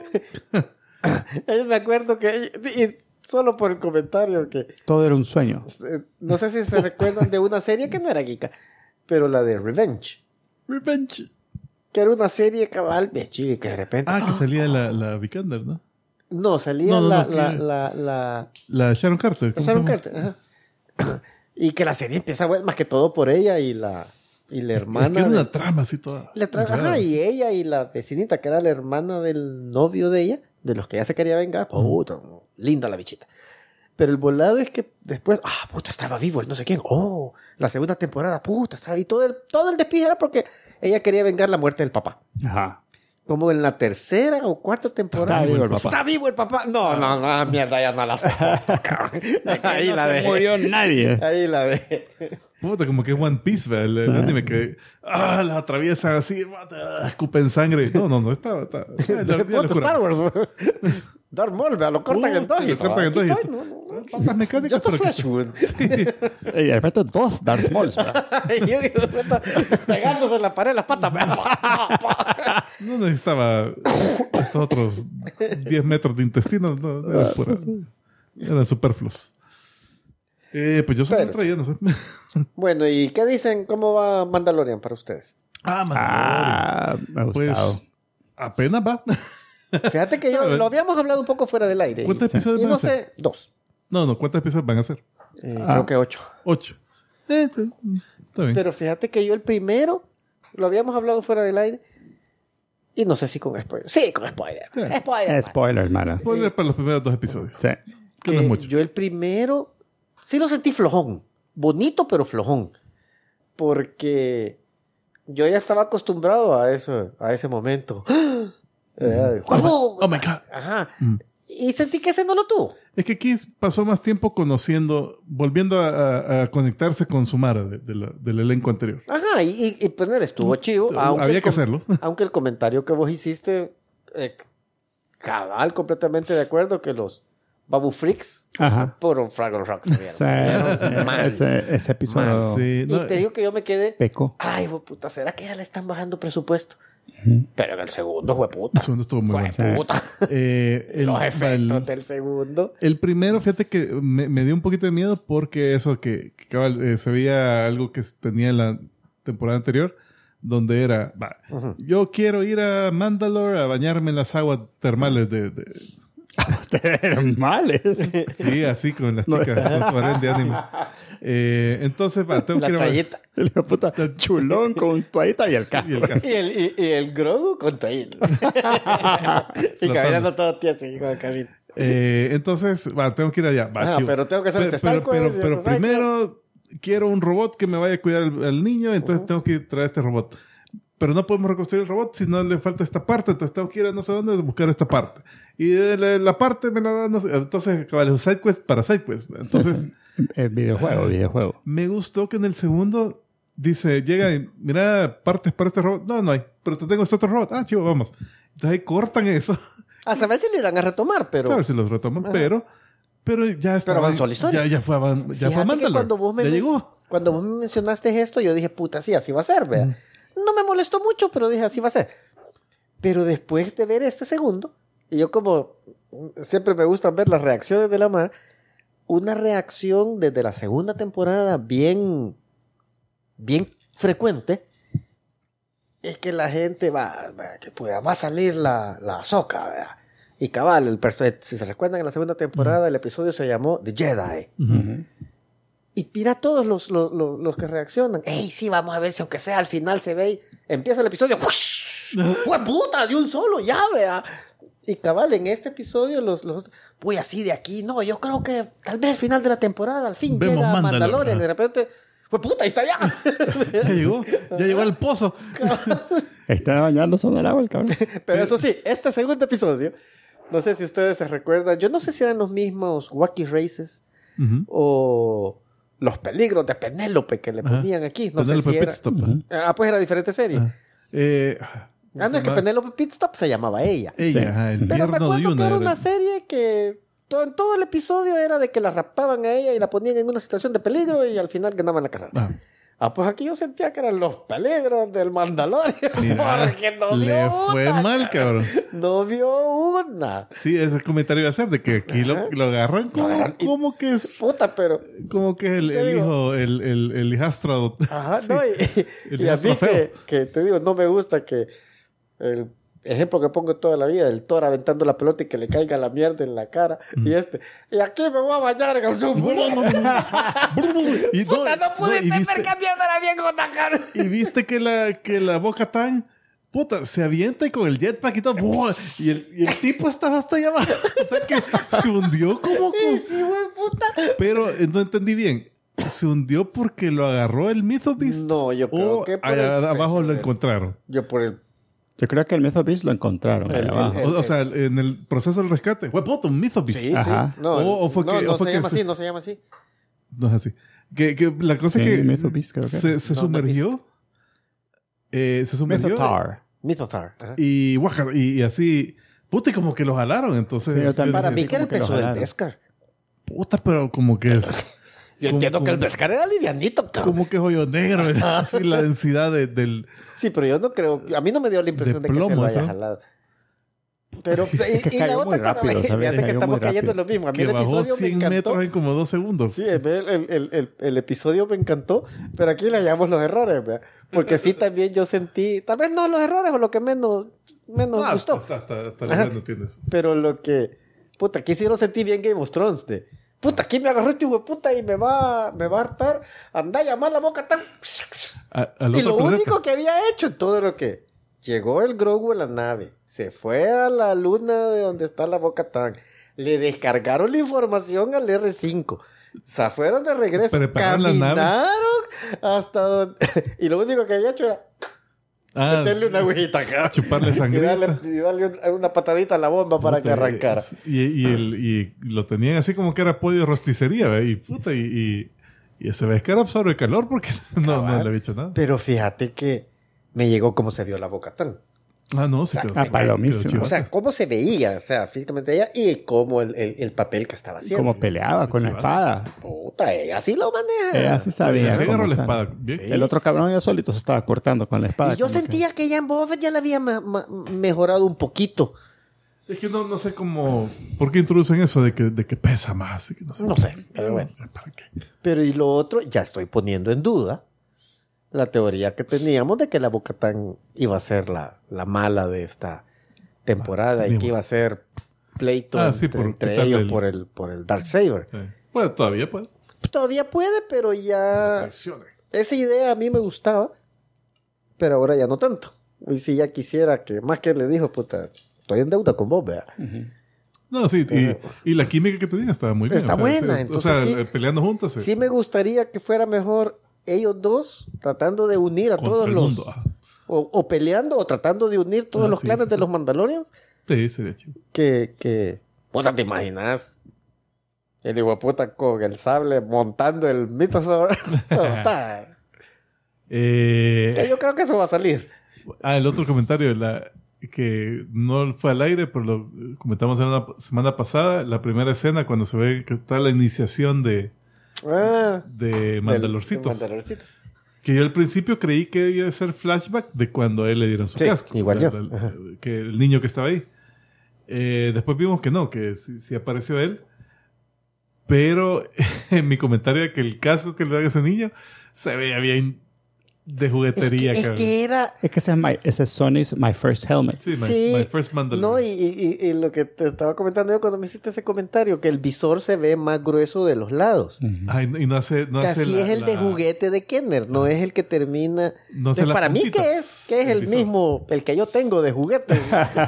S3: Yo me acuerdo que, y solo por el comentario que,
S1: Todo era un sueño.
S3: eh, no sé si se recuerdan de una serie que no era Geeka, pero la de Revenge,
S2: Revenge.
S3: que era una serie cabal, de chica, que de repente,
S2: Ah, que salía la, la Vikander, ¿no?
S3: no, salía
S2: No, no,
S3: la,
S2: no,
S3: la,
S2: que-
S3: la, la,
S2: La Sharon Carter.
S3: la
S2: ¿cómo
S3: Sharon
S2: se llama?
S3: Carter, ajá. Y que la serie empieza, bueno, más que todo por ella y la, y la
S2: Es
S3: hermana.
S2: que era
S3: de-
S2: una trama así toda.
S3: la tra-
S2: enredada,
S3: ajá,
S2: así.
S3: y ella y la vecinita, que era la hermana del novio de ella, de los que ella se quería vengar. Puta, linda la bichita. Pero el volado es que después, ah, puta, estaba vivo el no sé quién. Oh, la segunda temporada, puta, estaba ahí. Todo el, todo el despide era porque ella quería vengar la muerte del papá.
S1: Ajá.
S3: Como en la tercera o cuarta temporada.
S1: Está vivo el papá.
S3: Está vivo el papá. No, no, no, mierda, ya no la sé. Ahí
S1: no
S3: la
S1: se
S3: ve.
S1: murió nadie.
S3: Ahí la ve.
S2: Puta, como que es One Piece, ¿verdad? El, el
S1: Sí.
S2: anime que ah, la atraviesan así, mata, escupen sangre. No, no, no, está. está ya, ya
S3: Puta,
S2: lo
S3: Star
S2: curamos.
S3: Wars. Darth Maul, vea, lo cortan en dos. y
S2: Lo cortan en
S3: aquí
S2: dos y-
S3: estoy, no, no, no.
S2: Patas mecánicas,
S3: Just a
S2: pero que-
S3: Fleshwood.
S1: Y de repente dos Darth Mauls. ¿verdad?
S3: Y yo, hijo de puta, pegándose en la pared las patas.
S2: no necesitaba estos otros diez metros de intestino. No,
S3: Ah,
S2: era pura, eran superfluos. Eh, pues yo soy
S3: Pero-
S2: otra ya, no sé.
S3: Bueno, ¿y qué dicen? ¿Cómo va Mandalorian para ustedes?
S2: ah,
S1: Ah, me ha gustado.
S2: Pues apenas va.
S3: Fíjate que yo
S2: A ver.
S3: lo habíamos hablado un poco fuera del aire.
S2: ¿Cuántos
S3: Y,
S2: episodios
S3: y
S2: van
S3: no
S2: a ser?
S3: sé, dos.
S2: No, no, ¿cuántos episodios van a ser?
S3: Eh,
S1: Ah.
S3: Creo que ocho.
S2: Ocho. Eh, está está bien.
S3: Pero fíjate que yo el primero lo habíamos hablado fuera del aire. Y no sé si con spoiler. Sí, con spoiler.
S2: Sí.
S3: Spoiler.
S1: Spoiler, hermana.
S2: Spoiler para los primeros dos episodios.
S1: Sí.
S2: Que no es
S3: que
S2: mucho.
S3: yo el primero sí lo sentí flojón. Bonito, pero flojón. Porque yo ya estaba acostumbrado a eso, a ese momento. Eh,
S2: Oh, oh my God.
S3: Ajá.
S2: Mm.
S3: Y sentí que ese no lo tuvo.
S2: Es que aquí pasó más tiempo conociendo, volviendo a, a- a conectarse con su Mara de- de la- del elenco anterior.
S3: Ajá, y, y, y pues estuvo chivo. Aunque
S2: Había
S3: el
S2: que
S3: com-
S2: hacerlo.
S3: Aunque el comentario que vos hiciste, eh, cabal, completamente de acuerdo que los Babu Freaks
S1: Ajá.
S3: por Fraggle Rock se vieron.
S1: Sí,
S3: Se vieron
S1: sí,
S3: mal.
S1: ese, ese episodio
S2: Sí, no,
S3: Y te digo que yo me quedé,
S1: peco.
S3: ay, hijo de puta, ¿será que ya le están bajando presupuesto? Pero en el segundo fue puta.
S2: el segundo estuvo muy
S3: Fue
S2: bueno.
S3: puta.
S2: Eh, el,
S3: Los efectos
S2: el-
S3: del segundo.
S2: el primero, fíjate que me, me dio un poquito de miedo porque eso que, que cabal, eh, se veía algo que tenía en la temporada anterior, donde era, va,
S3: Ujú.
S2: yo quiero ir a Mandalore a bañarme en las aguas termales de... de-
S1: Termales.
S2: sí, así con las chicas, con su harén de anime. Eh, entonces, va, tengo
S3: La
S2: que ir a...
S3: toallita.
S1: El hijo de puta chulón con toallita y el casco.
S2: Y el casco.
S3: Y el, y, y el Grogu con toallita. y caminando todo tieso aquí con el carrito.
S2: Eh, entonces, va, tengo que ir allá. Va,
S3: Ajá,
S2: chivo.
S3: pero tengo que hacer
S2: Pero-
S3: este
S2: pero,
S3: psycho,
S2: pero,
S3: ese
S2: pero
S3: otro psycho.
S2: primero quiero un robot que me vaya a cuidar al, al niño, entonces tengo que traer este robot. Pero no podemos reconstruir el robot si no le falta esta parte, entonces tengo que ir a no sé dónde a buscar esta parte. Y eh, la, la parte me la da, no sé, entonces, cabal, un side quest para side quest. Entonces,
S1: El videojuego, videojuego.
S2: me gustó que en el segundo dice, llega y mira, partes para este robot. No, no hay, pero te tengo este otro robot. Ah, chivo, vamos. Entonces ahí cortan eso.
S3: A saber si lo irán a retomar, pero...
S2: A ver si los retoman,
S3: Ajá.
S2: pero, pero ya está.
S3: Pero avanzó la historia.
S2: Ya, ya fue, avan- ya
S3: Fíjate
S2: fue a
S3: que
S2: Mandalore.
S3: cuando vos me
S2: Ya
S3: men-
S2: llegó.
S3: Cuando vos me mencionaste esto, yo dije, puta, sí, así va a ser, vea. no me molestó mucho, pero dije, así va a ser. Pero después de ver este segundo, y yo como siempre me gusta ver las reacciones de la mar, una reacción desde la segunda temporada bien, bien frecuente, es que la gente va, va, que pues, va a salir la, la Ahsoka, ¿verdad? Y cabal, el perso- si se recuerdan en la segunda temporada, uh-huh. el episodio se llamó The Jedi.
S2: Uh-huh.
S3: Y mira todos los, los, los, los que reaccionan. ¡Ey, sí, vamos a ver si aunque sea al final se ve! Y empieza el episodio. ¡Pues puta! De un solo, ya, vea. Y cabal, en este episodio, los, los voy así de aquí. No, yo creo que tal vez al final de la temporada, al fin
S2: Vemos
S3: llega
S2: Mandalor,
S3: Mandalorian.
S2: ¿no?
S3: Y de repente, ¡pues puta! ¡Ahí está ya!
S2: Ya llegó, ya llegó al pozo.
S1: Está bañándose en el agua el cabrón.
S3: Pero eso sí, este segundo episodio, no sé si ustedes se recuerdan, yo no sé si eran los mismos Wacky Races
S2: Uh-huh.
S3: o los peligros de Penélope que le
S2: Ajá.
S3: ponían aquí. No
S2: Penélope
S3: sé si era...
S2: Pitstop.
S1: Uh-huh.
S3: Ah, pues era diferente serie.
S2: Ah, eh,
S3: Ah, no, es que
S2: llama?
S3: Penélope Pitstop se llamaba ella.
S2: Ella,
S1: Sí.
S2: ajá, el
S3: Pero me
S2: invierno
S3: acuerdo
S2: de
S3: que
S2: Yuna.
S3: era
S2: era-
S3: una serie que todo, en todo el episodio era de que la raptaban a ella y la ponían en una situación de peligro y al final ganaban la carrera.
S2: Ah,
S3: Ah, pues aquí yo sentía que eran los peligros del Mandalorian.
S2: mira,
S3: Porque no
S2: le
S3: vio
S2: fue
S3: una.
S2: mal, cabrón.
S3: No vio una.
S2: Sí, ese comentario iba a ser de que aquí lo, lo agarran como,
S3: agarran y-
S2: como que es
S3: Puta, pero...
S2: como que el,
S3: Te
S2: el
S3: digo.
S2: hijo, el, el, el hijastro.
S3: Ajá,
S2: Sí,
S3: no, y,
S2: el
S3: y a
S2: hijastro
S3: mí que,
S2: feo.
S3: que te digo, no me gusta que el ejemplo que pongo toda la vida, el Thor aventando la pelota y que le caiga la mierda en la cara, y este, y aquí me voy a bañar en el Zoom.
S2: Y no,
S3: Puta, no pudiste
S2: y
S3: ver
S2: viste,
S3: qué mierda era bien con la cara.
S2: y viste que la, que la Boca Tan, puta, se avienta y con el jetpack y todo, ¡buah! y el, y el tipo estaba hasta allá abajo. O sea que se hundió como
S3: Sí,
S2: con...
S3: sí, güey, puta.
S2: Pero eh, no entendí bien. ¿Se hundió porque lo agarró el Mythobist?
S3: No, yo creo
S2: ¿O
S3: que por
S2: allá
S3: el
S2: abajo
S3: peso
S2: lo
S3: del-
S2: encontraron?
S3: Yo por el...
S1: Yo creo que el Mythobist lo encontraron ahí
S3: El-
S1: abajo.
S3: el-
S2: O, o sea, en el proceso del rescate. Fue puto, un Mythobist.
S3: Sí,
S1: Ajá.
S3: sí. No,
S2: O- o fue
S3: no,
S2: que-
S3: no
S2: o fue
S3: se
S2: que
S3: llama
S2: se-
S3: así, no se llama así.
S2: No es así. Que, que la cosa
S1: Sí,
S2: es que
S1: Mythobist creo que
S2: se, se
S3: No,
S2: sumergió. Eh, se sumergió.
S1: Mythotar.
S3: Mythotar. Ajá.
S2: Y, guaca, y, y así. Puta, y como que lo jalaron. Entonces.
S1: Sí, yo también.
S3: Para
S2: dije,
S3: mí que era el
S1: como que lo
S3: peso del
S1: jalaron.
S3: Beskar.
S2: puta, pero como que es.
S3: Yo
S2: Como-
S3: entiendo que el
S2: como-
S3: Beskar era livianito, cabrón.
S2: Como que joyo negro. Así la densidad de- del.
S3: Sí, pero yo no creo... A mí no me dio la impresión de,
S2: De
S3: que se lo
S2: plomo,
S3: haya
S2: ¿no?
S3: jalado. Pero,
S1: que
S3: y, y la
S1: cayó
S3: otra
S1: muy
S3: cosa,
S1: rápido,
S3: fíjate
S1: ¿sabes?
S3: que
S1: Cayó
S3: estamos
S1: muy
S3: cayendo
S1: rápido.
S3: en lo mismo. A mí
S2: Que
S3: el
S2: bajó
S3: episodio me
S2: cien
S3: encantó.
S2: metros en como dos segundos.
S3: Sí, el, el, el, el, el episodio me encantó, pero aquí le hallamos los errores, ¿verdad? Porque sí también yo sentí, tal vez no los errores o lo que menos, menos
S2: Ah,
S3: gustó,
S2: hasta, hasta, hasta
S3: Ajá.
S2: la no tienes.
S3: pero lo que, puta, aquí sí lo sentí bien Game of Thrones, de, puta, aquí me agarró este hueputa y me va, me va a hartar, anda a llamar la boca tan...
S2: A- al
S3: Y
S2: otro
S3: lo
S2: planeta.
S3: único que había hecho en todo lo que llegó el Grogu en la nave, se fue a la luna de donde está la Boca Tan, le descargaron la información al R cinco, se fueron de regreso,
S2: Prepararon la nave.
S3: caminaron hasta donde... y lo único que había hecho era
S2: Ah,
S3: meterle una agüita acá
S2: chuparle
S3: y
S2: sangre.
S3: darle, y darle un- una patadita a la bomba para que arrancara.
S2: Y, y, el, y lo tenían así como que era pollo de rosticería, ¿ve? Y puta, y, y, y ese vez que era absorbe calor porque no, no
S3: Cabal.
S2: le había hecho nada.
S3: Pero fíjate que me llegó como se vio la Boca Tan.
S2: Ah, no, sí quedó.
S1: Ah,
S2: quedó
S1: palomísimo.
S2: chivazo.
S3: O sea, cómo se veía, o sea, físicamente ella y cómo el, el, el papel que estaba haciendo.
S1: Como peleaba con la
S2: Chivazo.
S1: espada.
S3: Puta, ella sí lo maneja.
S1: Ella sí sabía.
S2: Se
S1: cómo
S2: agarró la
S1: usar.
S2: espada. Bien.
S3: Sí.
S1: El otro cabrón ya solito se estaba cortando con la espada.
S3: Y yo
S1: como
S3: sentía que... ya en Boba Fett ya la había ma- ma- mejorado un poquito.
S2: Es que no, no sé cómo. ¿Por qué introducen eso de que, de que pesa más? Y que no sé,
S3: No
S2: qué.
S3: sé, pero bueno.
S2: ¿Para qué?
S3: Pero y lo otro, ya estoy poniendo en duda la teoría que teníamos de que la Bo-Katan iba a ser la, la mala de esta temporada
S2: Ah,
S3: y que iba a ser pleito
S2: Ah, sí,
S3: entre,
S2: por
S3: entre
S2: quitarle
S3: ellos
S2: el-
S3: por el por el Darksaber.
S2: Sí. Bueno, todavía puede.
S3: Todavía puede, pero ya
S2: Traiciones.
S3: esa idea a mí me gustaba, pero ahora ya no tanto. Y si ya quisiera que, más que le dijo, puta, estoy en deuda con vos, vea.
S2: No, sí,
S3: Ajá.
S2: y, y la química que tenían estaba muy bien.
S3: Está
S2: o sea,
S3: buena,
S2: sí,
S3: entonces
S2: o sea,
S3: sí.
S2: eh, peleando juntos.
S3: Sí me gustaría que fuera mejor ellos dos tratando de unir a
S2: contra
S3: todos
S2: el
S3: los...
S2: mundo. Ajá.
S3: O, o peleando o tratando de unir todos
S2: Ah,
S3: los
S2: sí,
S3: clanes
S2: sí,
S3: de
S2: sí.
S3: los Mandalorians.
S2: Sí, sería chido.
S3: Que, que... Puta, ¿te imaginas? El hijo de puta con el sable montando el Mythosaur. Puta,
S2: Eh,
S3: que yo creo que eso va a salir.
S2: ah, el otro comentario, la, que no fue al aire, pero lo comentamos en la semana pasada, la primera escena cuando se ve que está la iniciación de,
S3: Ah,
S2: de
S3: del-
S2: Mandalorcitos.
S3: de Mandalorcitos.
S2: Que yo al principio creí que iba a ser flashback de cuando a él le dieron su
S3: Sí,
S2: casco.
S3: igual
S2: La-
S3: yo.
S2: la-
S3: Ajá.
S2: que el niño que estaba ahí. Eh, después vimos que no, que sí, sí apareció él. Pero en mi comentario era que el casco que le da a ese niño se veía bien de
S3: Es
S2: juguetería.
S3: que, es
S2: cabrón.
S3: que era...
S1: Es que ese es, my, ese es Sony's My First Helmet.
S2: Sí, my,
S3: Sí.
S2: my first Mandalorian.
S3: No, y, y- y lo que te estaba comentando yo cuando me hiciste ese comentario, que el visor se ve más grueso de los lados.
S1: Ujú.
S2: Ay, y no hace, no
S3: Que
S2: hace
S3: así
S2: la-
S3: es el de
S2: la-
S3: juguete de Kenner, no es el que termina...
S2: No hace
S3: Entonces,
S2: las
S3: para mí,
S2: puntitas,
S3: que es, que es
S2: el
S3: el
S2: visor.
S3: mismo, el que yo tengo de juguete.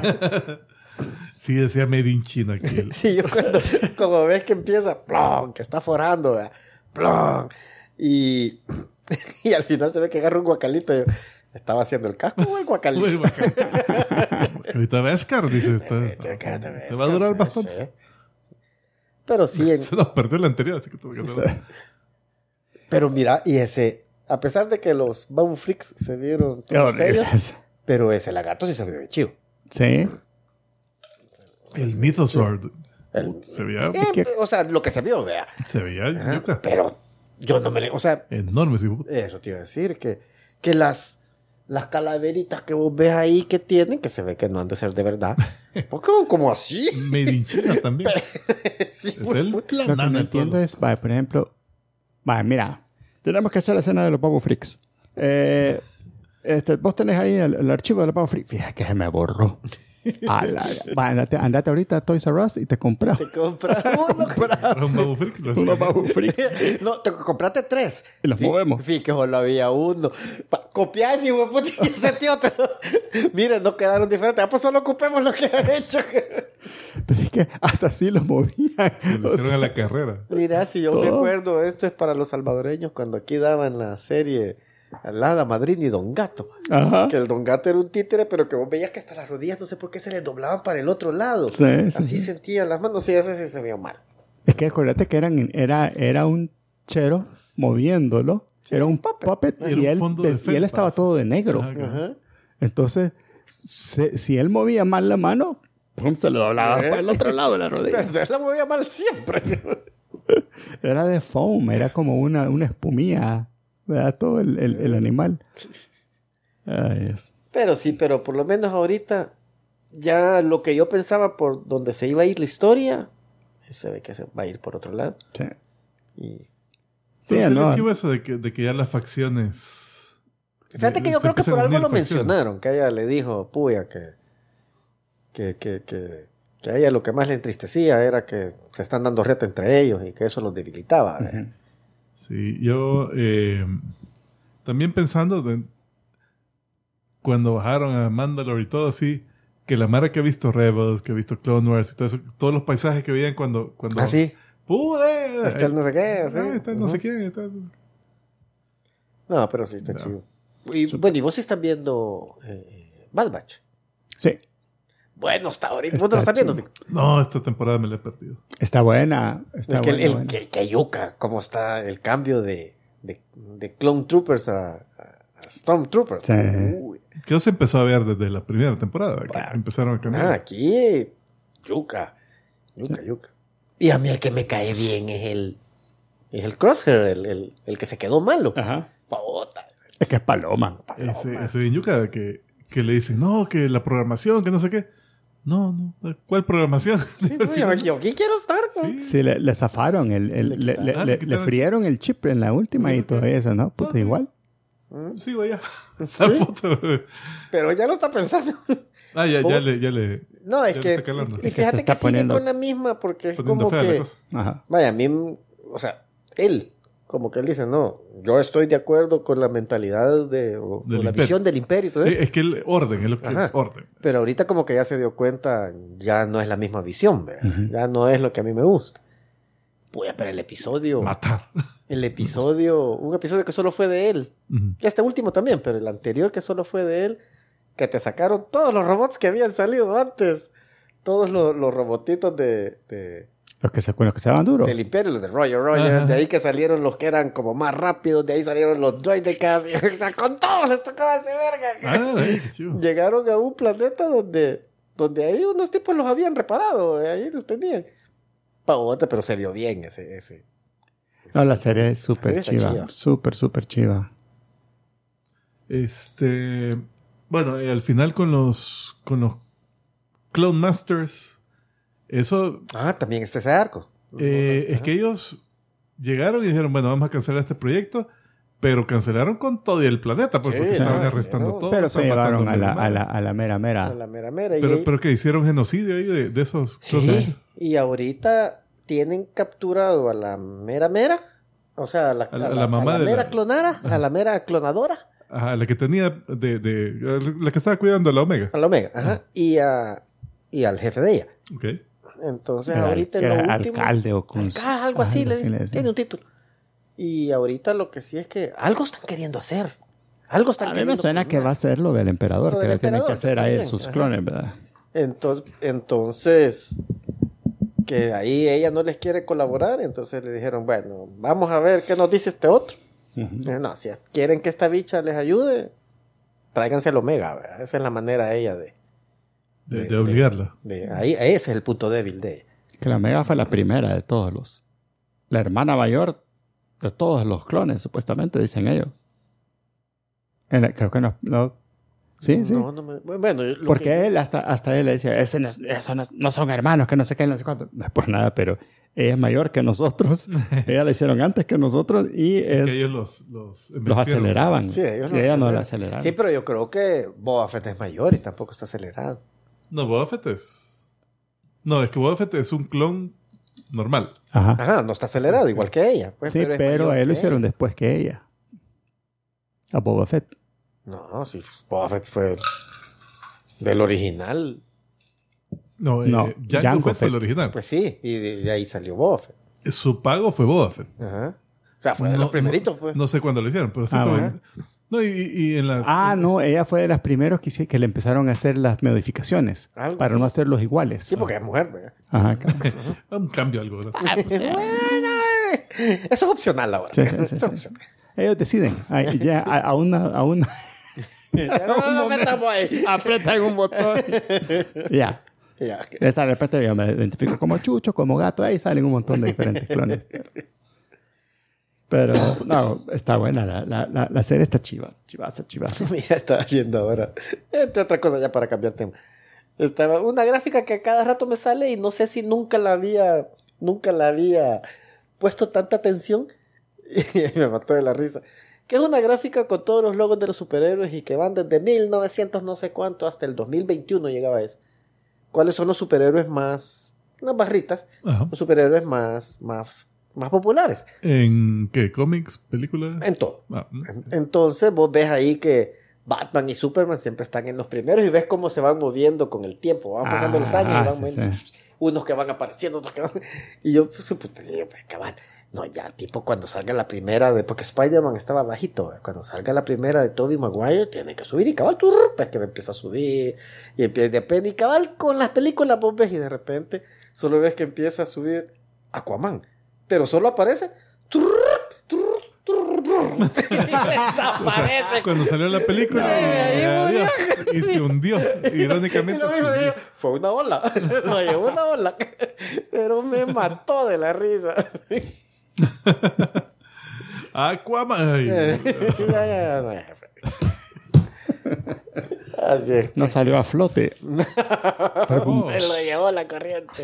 S2: Sí, decía Made in China aquí. el-
S3: Sí, yo cuando, como ves que empieza, plon, que está forando, ¿verdad? Plon, y, y al final se ve que agarra un guacalito. Yo, ¿estaba haciendo el casco o el guacalito?
S2: Bueno, acá- ahorita Beskar, dice. está- está- te va a durar bastante.
S3: Sí. Pero sí, en-
S2: Se nos perdió el anterior, así que tuve que hacerlo.
S3: pero mira, y ese, a pesar de que los Babu Freaks se vieron
S1: Qué
S3: todos feos,
S1: horribles.
S3: pero ese lagarto sí se vio bien chido.
S1: Sí.
S2: El Mythosaur
S3: El-
S2: se veía,
S3: Eh,
S1: que-
S3: O sea, lo que se vio, vea.
S2: se veía
S3: Ajá,
S2: yuca.
S3: pero yo no me le... O sea,
S2: Enorme, sí.
S3: eso te iba a decir, que, que las, las calaveritas que vos ves ahí que tienen, que se ve que no han de ser de verdad. ¿Por qué como así?
S2: Made in China también.
S3: Sí,
S2: Es el-
S3: puta.
S2: la
S1: Lo que
S2: nana
S1: no
S2: y
S1: entiendo
S2: todo.
S1: es, vaya, por ejemplo, vaya, mira, tenemos que hacer la escena de los Babu Freaks. Eh, este, vos tenés ahí el, el archivo de los Babu Freaks. Fíjate que se me borró. A la- vaya, andate, andate ahorita a Toys R Us y te compras
S3: Te compras uno.
S2: Era un Babu Freak, lo
S1: unos
S2: sé.
S1: Babu Freaks
S3: No, te compraste tres.
S1: y los
S3: Fí-
S1: movemos.
S3: Fí, que solo había uno. Pa- Copiás y hueputa, y sentí otro. Miren, no quedaron diferentes. Ah, pues solo ocupemos lo que han hecho.
S1: Pero es que hasta así los movían.
S2: Lo
S1: O
S2: hicieron
S1: sea,
S2: a la carrera.
S3: Mira, si yo me
S1: Todo.
S3: acuerdo, esto es para los salvadoreños cuando aquí daban la serie Alada Madrid y Don Gato.
S1: ajá.
S3: Que el Don Gato era un títere, pero que vos veías que hasta las rodillas no sé por qué se le doblaban para el otro lado.
S1: Sí, sí,
S3: Así
S1: sí.
S3: sentían las manos, sí, ese sí se vio mal.
S1: Es que acuérdate que eran, era, era un chero moviéndolo. Era un puppet,
S2: Era
S1: y,
S2: un
S1: él,
S2: fondo de
S1: y él
S2: felpa,
S1: estaba
S2: sí.
S1: todo de negro.
S2: Ajá.
S3: Ajá.
S1: Entonces, se- si él movía mal la mano, pum, se lo doblaba
S3: ¿Eh?
S1: para el otro lado de la rodilla.
S3: Pero la movía mal siempre.
S1: Era de foam, era como una, una espumilla, ¿verdad? Todo el, el, el animal. Ay, es-
S3: Pero sí, pero por lo menos ahorita, ya lo que yo pensaba por donde se iba a ir la historia, se ve que se va a ir por otro lado.
S1: Sí,
S3: Y
S1: sí,
S2: Pero
S1: no.
S2: fue chivo eso de que, de que ya las facciones.
S3: fíjate que yo
S2: se
S3: creo que
S2: empiezan
S3: por
S2: a
S3: algo
S2: unir
S3: lo
S2: facciones.
S3: mencionaron, que ella le dijo, puya, que, que, que, que, que a ella lo que más le entristecía era que se están dando reta entre ellos y que eso los debilitaba. ¿eh?
S1: Ujú.
S2: Sí, yo eh, también pensando de- cuando bajaron a Mandalore y todo así, que la Mara que ha visto Rebels, que ha visto Clone Wars y todo eso, todos los paisajes que veían cuando... cuando
S3: Ah, sí,
S2: ¡Pude!
S3: está el no sé qué. ¿sí?
S2: Ah, está el no sé
S3: Ujú.
S2: quién. Está...
S3: No, pero sí está
S2: No.
S3: chido. Y, bueno, y vos sí estás viendo eh, Bad Batch.
S1: Sí,
S3: Bueno, hasta ahorita.
S1: Está
S3: Vos no lo estás viendo.
S1: chido.
S2: No, esta temporada me la he perdido.
S1: está buena. Está
S3: Es que el,
S1: buena,
S3: el-
S1: buena.
S3: que, que yuca, cómo está el cambio de, de, de Clone Troopers a, a Stormtroopers.
S1: Sí.
S3: Uy.
S2: Que se empezó a ver desde la primera temporada, que
S3: Bueno.
S2: empezaron a cambiar.
S3: Ah, aquí, yuca. Yuca, yuca. Y a mí el que me cae bien es el, es el Crosshair, el, el, el que se quedó malo.
S1: Ajá.
S3: Pavota.
S1: Es que es paloma.
S2: Ese, ese bien yuca que, que le dicen, no, que la programación, que no sé qué. No, no, ¿cuál programación?
S3: Sí, no, yo, yo aquí quiero estar. ¿no?
S2: Sí.
S1: Sí, le, le zafaron, el, el-
S3: Le
S1: le,
S3: quitaron.
S1: le-
S2: Ah,
S1: le-
S2: le quitaron
S1: le
S2: el
S1: frieron el chip en la última y todavía eso, ¿no? Puta,
S2: Ok.
S1: igual.
S3: Mm.
S2: Sí, vaya. Esa
S3: ¿Sí?
S2: foto.
S3: Pero ya lo está pensando.
S2: Ah, ya,
S3: ¿Cómo?
S2: ya le, ya le.
S3: No, es
S2: Ya le
S3: que.
S2: está calando.
S3: Y
S1: Es que
S3: fíjate
S1: se
S3: que,
S1: está
S3: sigue
S1: poniendo-
S3: con la misma porque es
S2: Poniendo
S3: como
S2: fea la
S3: que.
S2: cosa.
S1: Ajá.
S3: Vaya, a mí. O sea, él. Como que él dice, no, yo estoy de acuerdo con la mentalidad de, o,
S2: Del
S3: o la
S2: imperio.
S3: visión del imperio y todo eso.
S2: Eh, Es que el orden, es lo que
S3: Ajá.
S2: es orden.
S3: Pero ahorita como que ya se dio cuenta, ya no es la misma visión, ¿verdad?
S1: Ujú.
S3: Ya no es lo que a mí me gusta. Puya, pero el episodio,
S2: Matar.
S3: el episodio, un episodio que solo fue de él.
S2: Ujú.
S3: Y este último también, pero el anterior que solo fue de él, que te sacaron todos los robots que habían salido antes. Todos los, los robotitos de, de-
S1: Los que se, con los que se daban duro.
S3: del imperio, los de Roger Roger.
S2: Ajá.
S3: De ahí que salieron los que eran como más rápidos, de ahí salieron los droidecas. Y, o sea, con todos les tocaba ese verga.
S2: Ah, ay, qué chido.
S3: Llegaron a un planeta donde, donde ahí unos tipos los habían reparado, eh, ahí los tenían. Pavote, pero se vio bien ese. ese.
S1: No, la serie es súper
S3: La serie está
S1: chiva.
S3: chiva.
S1: Súper, súper chiva.
S2: Este, bueno, eh, al final con los con los Clone Masters, eso
S3: Ah, también está ese arco.
S2: eh,
S3: Ajá.
S2: es que ellos llegaron y dijeron, bueno, vamos a cancelar este proyecto, pero cancelaron con todo el planeta, pues,
S3: Sí,
S2: porque estaban
S3: no,
S2: arrestando
S3: pero-
S2: todo.
S1: Pero se
S2: estaban
S1: llevaron
S2: matando
S1: a la,
S2: animales.
S1: a, la, a la mera
S3: A
S1: mera.
S3: la mera mera. Y
S2: Pero,
S3: ahí-
S2: pero que hicieron genocidio ahí de, de esos.
S3: sí, y ahorita tienen capturado a la mera mera, o sea, a la,
S2: A la-
S3: a
S2: a
S3: la-
S2: la mamá
S3: a la
S2: de
S3: mera
S2: la-
S3: clonara, a la mera clonadora,
S2: Ajá, la que tenía de, de la que estaba cuidando a la Omega.
S3: a la Omega, ajá, y, a, y al jefe de ella.
S2: Ok.
S3: Entonces,
S1: Era,
S3: ahorita
S1: que
S3: en lo
S1: era
S3: último...
S1: alcalde o con
S3: Alca- algo así, le dicen.
S1: decían.
S3: Tiene un título. Y ahorita lo que sí es que algo están queriendo hacer. Algo están
S1: A mí
S3: queriendo
S1: me suena que
S3: planear.
S1: va a ser lo del emperador,
S3: Lo
S1: que
S3: del
S1: le tienen que
S3: emperador,
S1: hacer a él
S3: también,
S1: sus
S3: ajá.
S1: clones, ¿verdad?
S3: Entonces, entonces, que ahí ella no les quiere colaborar, entonces le dijeron, bueno, vamos a ver qué nos dice este otro.
S1: Ujú.
S3: Eh, No, si quieren que esta bicha les ayude, tráiganse al Omega, ¿verdad? Esa es la manera ella de...
S2: De,
S3: De-
S2: de obligarla.
S3: de ahí, ese es el punto débil de ella.
S1: Que la Omega fue la primera de todos los. La hermana mayor de todos los clones, supuestamente, dicen ellos. En la- creo que no. no sí, sí.
S3: No, no me- bueno, lo
S1: Porque
S3: que-
S1: él, hasta, hasta él le decía, Ese no, es- eso no, es- no son hermanos, que no sé qué, no sé cuánto. No es por nada, pero ella es mayor que nosotros. Ella la hicieron antes que nosotros y es,
S2: Que ellos los, los,
S1: los aceleraban.
S3: Sí, ellos
S1: y
S3: lo
S1: ella no
S3: aceleran.
S1: la aceleraron.
S3: Sí, pero yo creo que Boba Fett es mayor y tampoco está acelerado.
S2: No, Boba Fett es... No, es que Boba Fett es un clon normal.
S1: Ajá.
S3: Ajá, no está acelerado,
S2: Sí, sí.
S3: igual que ella. Pues,
S1: sí,
S3: es
S1: pero,
S3: mayor
S1: a él lo
S3: que
S1: hicieron
S3: ella.
S1: después que ella. A Boba Fett.
S3: No, sí, Boba Fett fue del original.
S2: No, eh,
S1: No,
S2: Jango,
S1: Jango
S2: Fett fue el
S1: Fett.
S2: original.
S3: Pues sí, y de, de ahí salió Boba Fett.
S2: Su pago fue Boba Fett.
S3: Ajá. O sea, fue de
S2: No-
S3: los primeritos,
S2: no,
S3: pues.
S2: No sé cuándo lo hicieron, pero sí
S1: Ah,
S2: tuve-
S1: bueno.
S2: No, y, y en las...
S1: Ah, no, ella fue de las primeros que, hice- que le empezaron a hacer las modificaciones
S3: Algo
S1: para
S3: así.
S1: no hacerlos iguales.
S3: Sí, porque es mujer, ¿verdad?
S1: Ajá, cabrón.
S2: Un cambio algo, ¿verdad?
S1: Ah, pues, eh,
S3: Bueno, eh, eso es opcional ahora.
S1: Sí, sí, sí,
S3: Eso es
S1: sí.
S3: opcional.
S1: Ellos deciden. Ay, ya, a, a una, a una
S3: Ya no nos metamos ahí.
S1: apretan un botón. Ya.
S3: Ya, que-
S1: Esa de repente yo me identifico como chucho, como gato, ahí salen un montón de diferentes clones. Pero, no, está buena. La, la, la, la serie está chiva. Chivaza, chivaza.
S3: Mira, estaba viendo ahora. Entre otras cosas, ya para cambiar tema. Estaba una gráfica que a cada rato me sale y no sé si nunca la había, nunca la había puesto tanta atención. Y me mató de la risa. Que es una gráfica con todos los logos de los superhéroes y que van desde mil novecientos no sé cuánto hasta el dos mil veintiuno llegaba eso. ¿Cuáles son los superhéroes más, unas barritas,
S2: Ajá.
S3: los superhéroes más, más, más populares?
S2: ¿En qué? ¿Cómics? ¿Películas?
S3: En todo.
S2: Ah, mm.
S3: Entonces vos ves ahí que Batman y Superman siempre están en los primeros y ves cómo se van moviendo con el tiempo. Van pasando
S1: Ah,
S3: los años y van
S1: sí,
S3: moviendo.
S1: sí.
S3: Unos que van apareciendo, otros que van... Y yo, pues, puta, yo, pues, cabal. No, ya, tipo, cuando salga la primera de... Porque Spider-Man estaba bajito. ¿eh? Cuando salga la primera de Tobey Maguire, tiene que subir y cabal, tú, pues que me empieza a subir. Y empieza, depende. Y cabal, con las películas vos ves y de repente solo ves que empieza a subir Aquaman. Pero solo aparece... turr, turr, turr, turr, y desaparece.
S2: Cuando salió la película,
S3: Ay,
S2: y,
S3: ahí murió.
S2: adiós, y se hundió.
S3: Y
S2: Irónicamente
S3: lo
S2: se
S3: mismo
S2: hundió.
S3: digo, fue una ola. Lo llevó una ola. Pero me mató de la risa.
S2: Aquaman. Ay,
S3: Ya, ya, ya, no, ya. Así es.
S1: No salió a flote.
S2: Oh.
S3: Se lo llevó la corriente.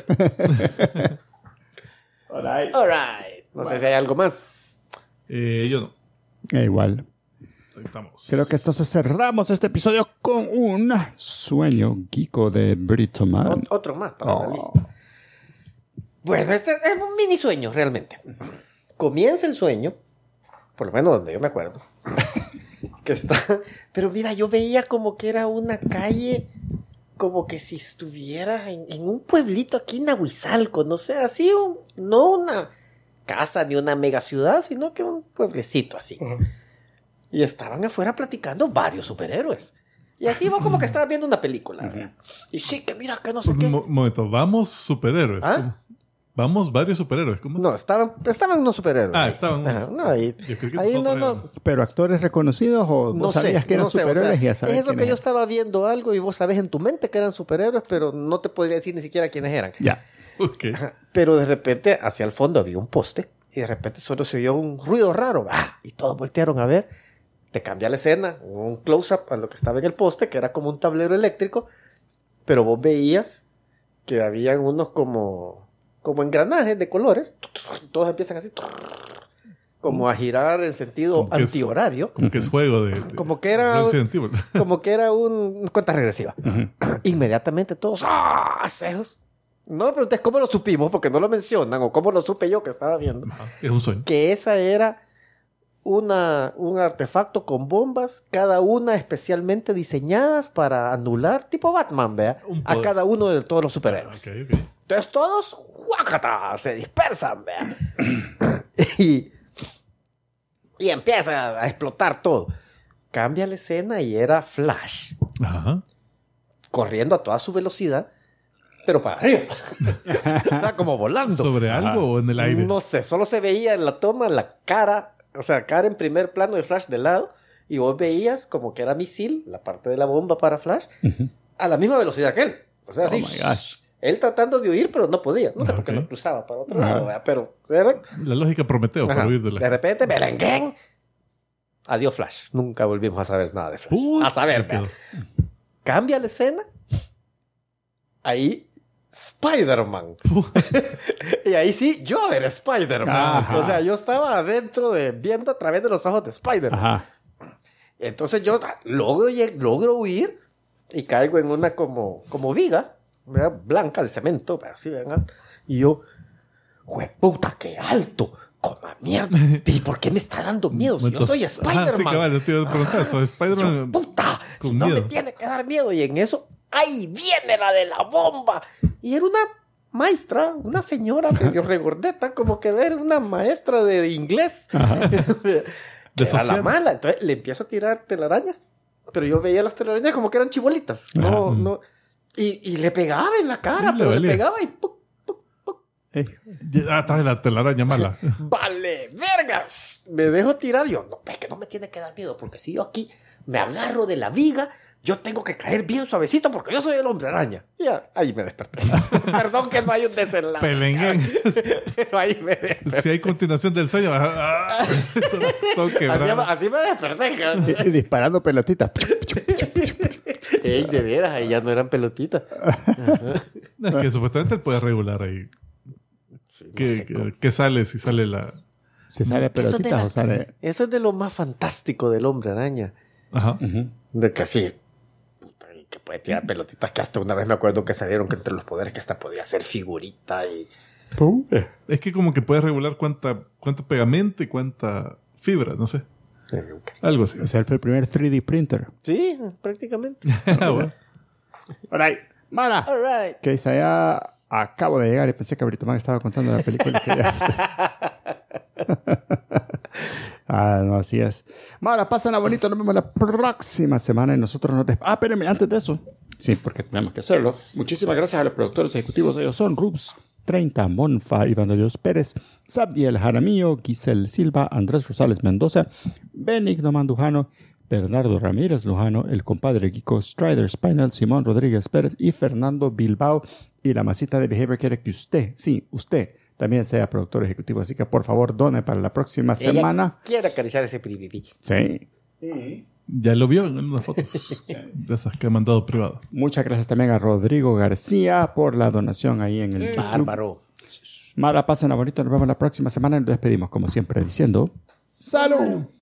S1: Alright.
S3: Alright. No sé si hay algo más.
S2: Eh, yo no.
S1: Eh, igual.
S2: Ahí estamos.
S1: Creo que entonces cerramos este episodio con un sueño geeko de Brito Man.
S3: O- otro más para la
S1: Oh.
S3: lista. Bueno, este es un mini sueño realmente. Comienza el sueño, por lo menos donde yo me acuerdo, que está... Pero mira, yo veía como que era una calle, como que si estuvieras en, en un pueblito aquí en Nahuizalco, no sé, así, un- no una casa ni una mega ciudad, sino que un pueblecito así. Y estaban afuera platicando varios superhéroes. Y así vos como que estabas viendo una película, ¿verdad? Y sí, que mira, que no sé
S2: Un
S3: qué.
S2: mo- momento, vamos superhéroes.
S3: ¿Ah?
S2: ¿Cómo? Vamos varios superhéroes. ¿Cómo?
S3: No, estaban, estaban unos superhéroes.
S2: Ah,
S3: ahí.
S2: estaban
S3: Ajá,
S2: unos-
S3: no, ahí,
S2: Yo creí que
S3: ahí no,
S2: nosotros
S3: no,
S2: éramos.
S1: ¿Pero actores reconocidos o
S3: no
S1: vos
S3: sé,
S1: sabías que eran
S3: no sé, o sea,
S1: superhéroes y ya sabes
S3: es eso que
S1: quiénes
S3: yo
S1: eran?
S3: estaba viendo algo y vos sabés en tu mente que eran superhéroes, pero no te podría decir ni siquiera quiénes eran.
S1: Ya.
S2: Ok.
S3: Ajá, pero de repente hacia el fondo había un poste y de repente solo se oyó un ruido raro. ¡Ah! Y todos voltearon a ver te cambia la escena, un close-up a lo que estaba en el poste, que era como un tablero eléctrico, pero vos veías que habían unos como, como engranajes de colores, todos empiezan así, como a girar en sentido
S2: Como que es-
S3: antihorario,
S2: Como que es juego de... de
S3: como que era,
S2: Resident Evil.
S3: como que era un cuenta regresiva. Inmediatamente todos, ¡ah! Cejos. No me preguntes cómo lo supimos, porque no lo mencionan, o cómo lo supe yo que estaba viendo.
S2: Ajá, es un sueño.
S3: Que esa era una, un artefacto con bombas, cada una especialmente diseñadas para anular, tipo Batman, vea,
S2: Un
S3: a
S2: poder.
S3: cada uno de todos los superhéroes.
S2: Ok, ok.
S3: Entonces todos, ¡guácata! Se dispersan, vea. y, y empieza a explotar todo. Cambia la escena y era Flash,
S2: Ajá.
S3: corriendo a toda su velocidad, pero para arriba. O sea, como volando.
S2: ¿Sobre algo o en el aire?
S3: No sé, solo se veía en la toma la cara, o sea, cara en primer plano de Flash de lado, y vos veías como que era misil, la parte de la bomba para Flash, a la misma velocidad que él. O sea,
S1: Oh
S3: así,
S1: my gosh.
S3: él tratando de huir, pero no podía. No sé por qué
S2: Ok.
S3: no cruzaba para otro
S1: Ajá.
S3: lado, ¿verdad? Pero era-
S2: La lógica Prometeo
S3: Ajá.
S2: para huir de la...
S3: de repente, Belenguén. Adiós, Flash. Nunca volvimos a saber nada de Flash.
S2: Uy,
S3: a saber,
S2: me quedo.
S3: vea. Cambia la escena. Ahí, Spider-Man. Y ahí sí, yo era Spider-Man.
S1: Ajá.
S3: O sea, yo estaba adentro de viendo a través de los ojos de Spider-Man.
S1: Ajá.
S3: Entonces yo ah, logro, lleg- logro huir y caigo en una como, como viga, ¿verdad? Blanca de cemento, pero así, vengan. Y yo, ¡jueputa, qué alto! ¡Coma mierda! ¿Y por qué me está dando miedo si yo
S2: Entonces-
S3: soy Spider-Man?
S2: Ajá, sí, cabal, yo te iba a preguntar. ¿Soy Spider-Man?
S3: Yo, ¡puta! Si
S2: con
S3: no me
S2: miedo.
S3: tiene que dar miedo. Y en eso, ¡ahí viene la de la bomba! Y era una maestra, una señora medio regordeta, como que ver una maestra de inglés. Que
S2: De
S3: era la
S2: social.
S3: mala. Entonces le empiezo a tirar telarañas. Pero yo veía las telarañas como que eran chibolitas. No,
S2: Ajá.
S3: no. Y, y le pegaba en la cara,
S2: Le
S3: pero le
S2: valía.
S3: pegaba y ¡puc!
S1: Ey.
S2: Ah, trae la telaraña mala.
S3: ¡Vale, vergas! Me dejo tirar. Yo, no, es que no me tiene que dar miedo, porque si yo aquí me agarro de la viga, yo tengo que caer bien suavecito porque yo soy el hombre araña. Ya, ahí me desperté. Perdón que no hay un desenlace.
S2: Pelenguén.
S3: Pero ahí me desperté.
S2: Si hay continuación del sueño, ah, ah, todo, todo
S3: Así,
S2: quebrado.
S3: así me desperté. cabrón.
S1: Y- y disparando pelotitas.
S3: Ey, de veras, ahí ya no eran pelotitas.
S2: Es que supuestamente él puede regular ahí.
S3: Sí, no
S2: ¿Qué,
S3: sé
S2: qué-
S3: cómo.
S2: qué sale si sale la...?
S1: ¿Se sale
S3: Eso es, de
S1: pelotitas
S3: la-
S1: o sale...?
S3: eso es de lo más fantástico del hombre araña.
S2: Ajá.
S1: Ujú.
S3: De que así, puta, y que puede tirar pelotitas, que hasta una vez me acuerdo que salieron que entre los poderes que hasta podía hacer figurita y...
S1: Pum.
S2: Es que como que puedes regular cuánta, cuánto pegamento y cuánta fibra, no sé. Algo así.
S1: O sea, él fue el primer tres D printer.
S3: Sí, prácticamente.
S2: Ah, bueno.
S1: All right. Mara.
S3: All right.
S1: Que dice, ya acabo de llegar y pensé que Brito Man estaba contando la película que ya... Ah, no, así es. Mara, pásenla bonito. Nos vemos la próxima semana y nosotros nos... desp- Ah, espérenme, antes de eso. Sí, porque tenemos que hacerlo. Muchísimas gracias a los productores ejecutivos. Ellos son Rubs treinta, Monfa, Iván de Dios Pérez, Sabdiel Jaramillo, Giselle Silva, Andrés Rosales Mendoza, Benigno Mandujano, Bernardo Ramírez Lujano, el compadre Kiko Strider Spinal, Simón Rodríguez Pérez y Fernando Bilbao. Y la masita de Behavior quiere que usted, sí, usted, también sea productor ejecutivo. Así que por favor, done para la próxima
S3: Ella
S1: semana.
S3: quiere acariciar ese piripipí.
S1: Sí.
S2: Ya lo vio en unas fotos de esas que ha mandado privado.
S1: Muchas gracias también a Rodrigo García por la donación ahí en el YouTube.
S3: Bárbaro.
S1: Mara, pasen a bonito. Nos vemos la próxima semana y nos despedimos, como siempre, diciendo... ¡Salud!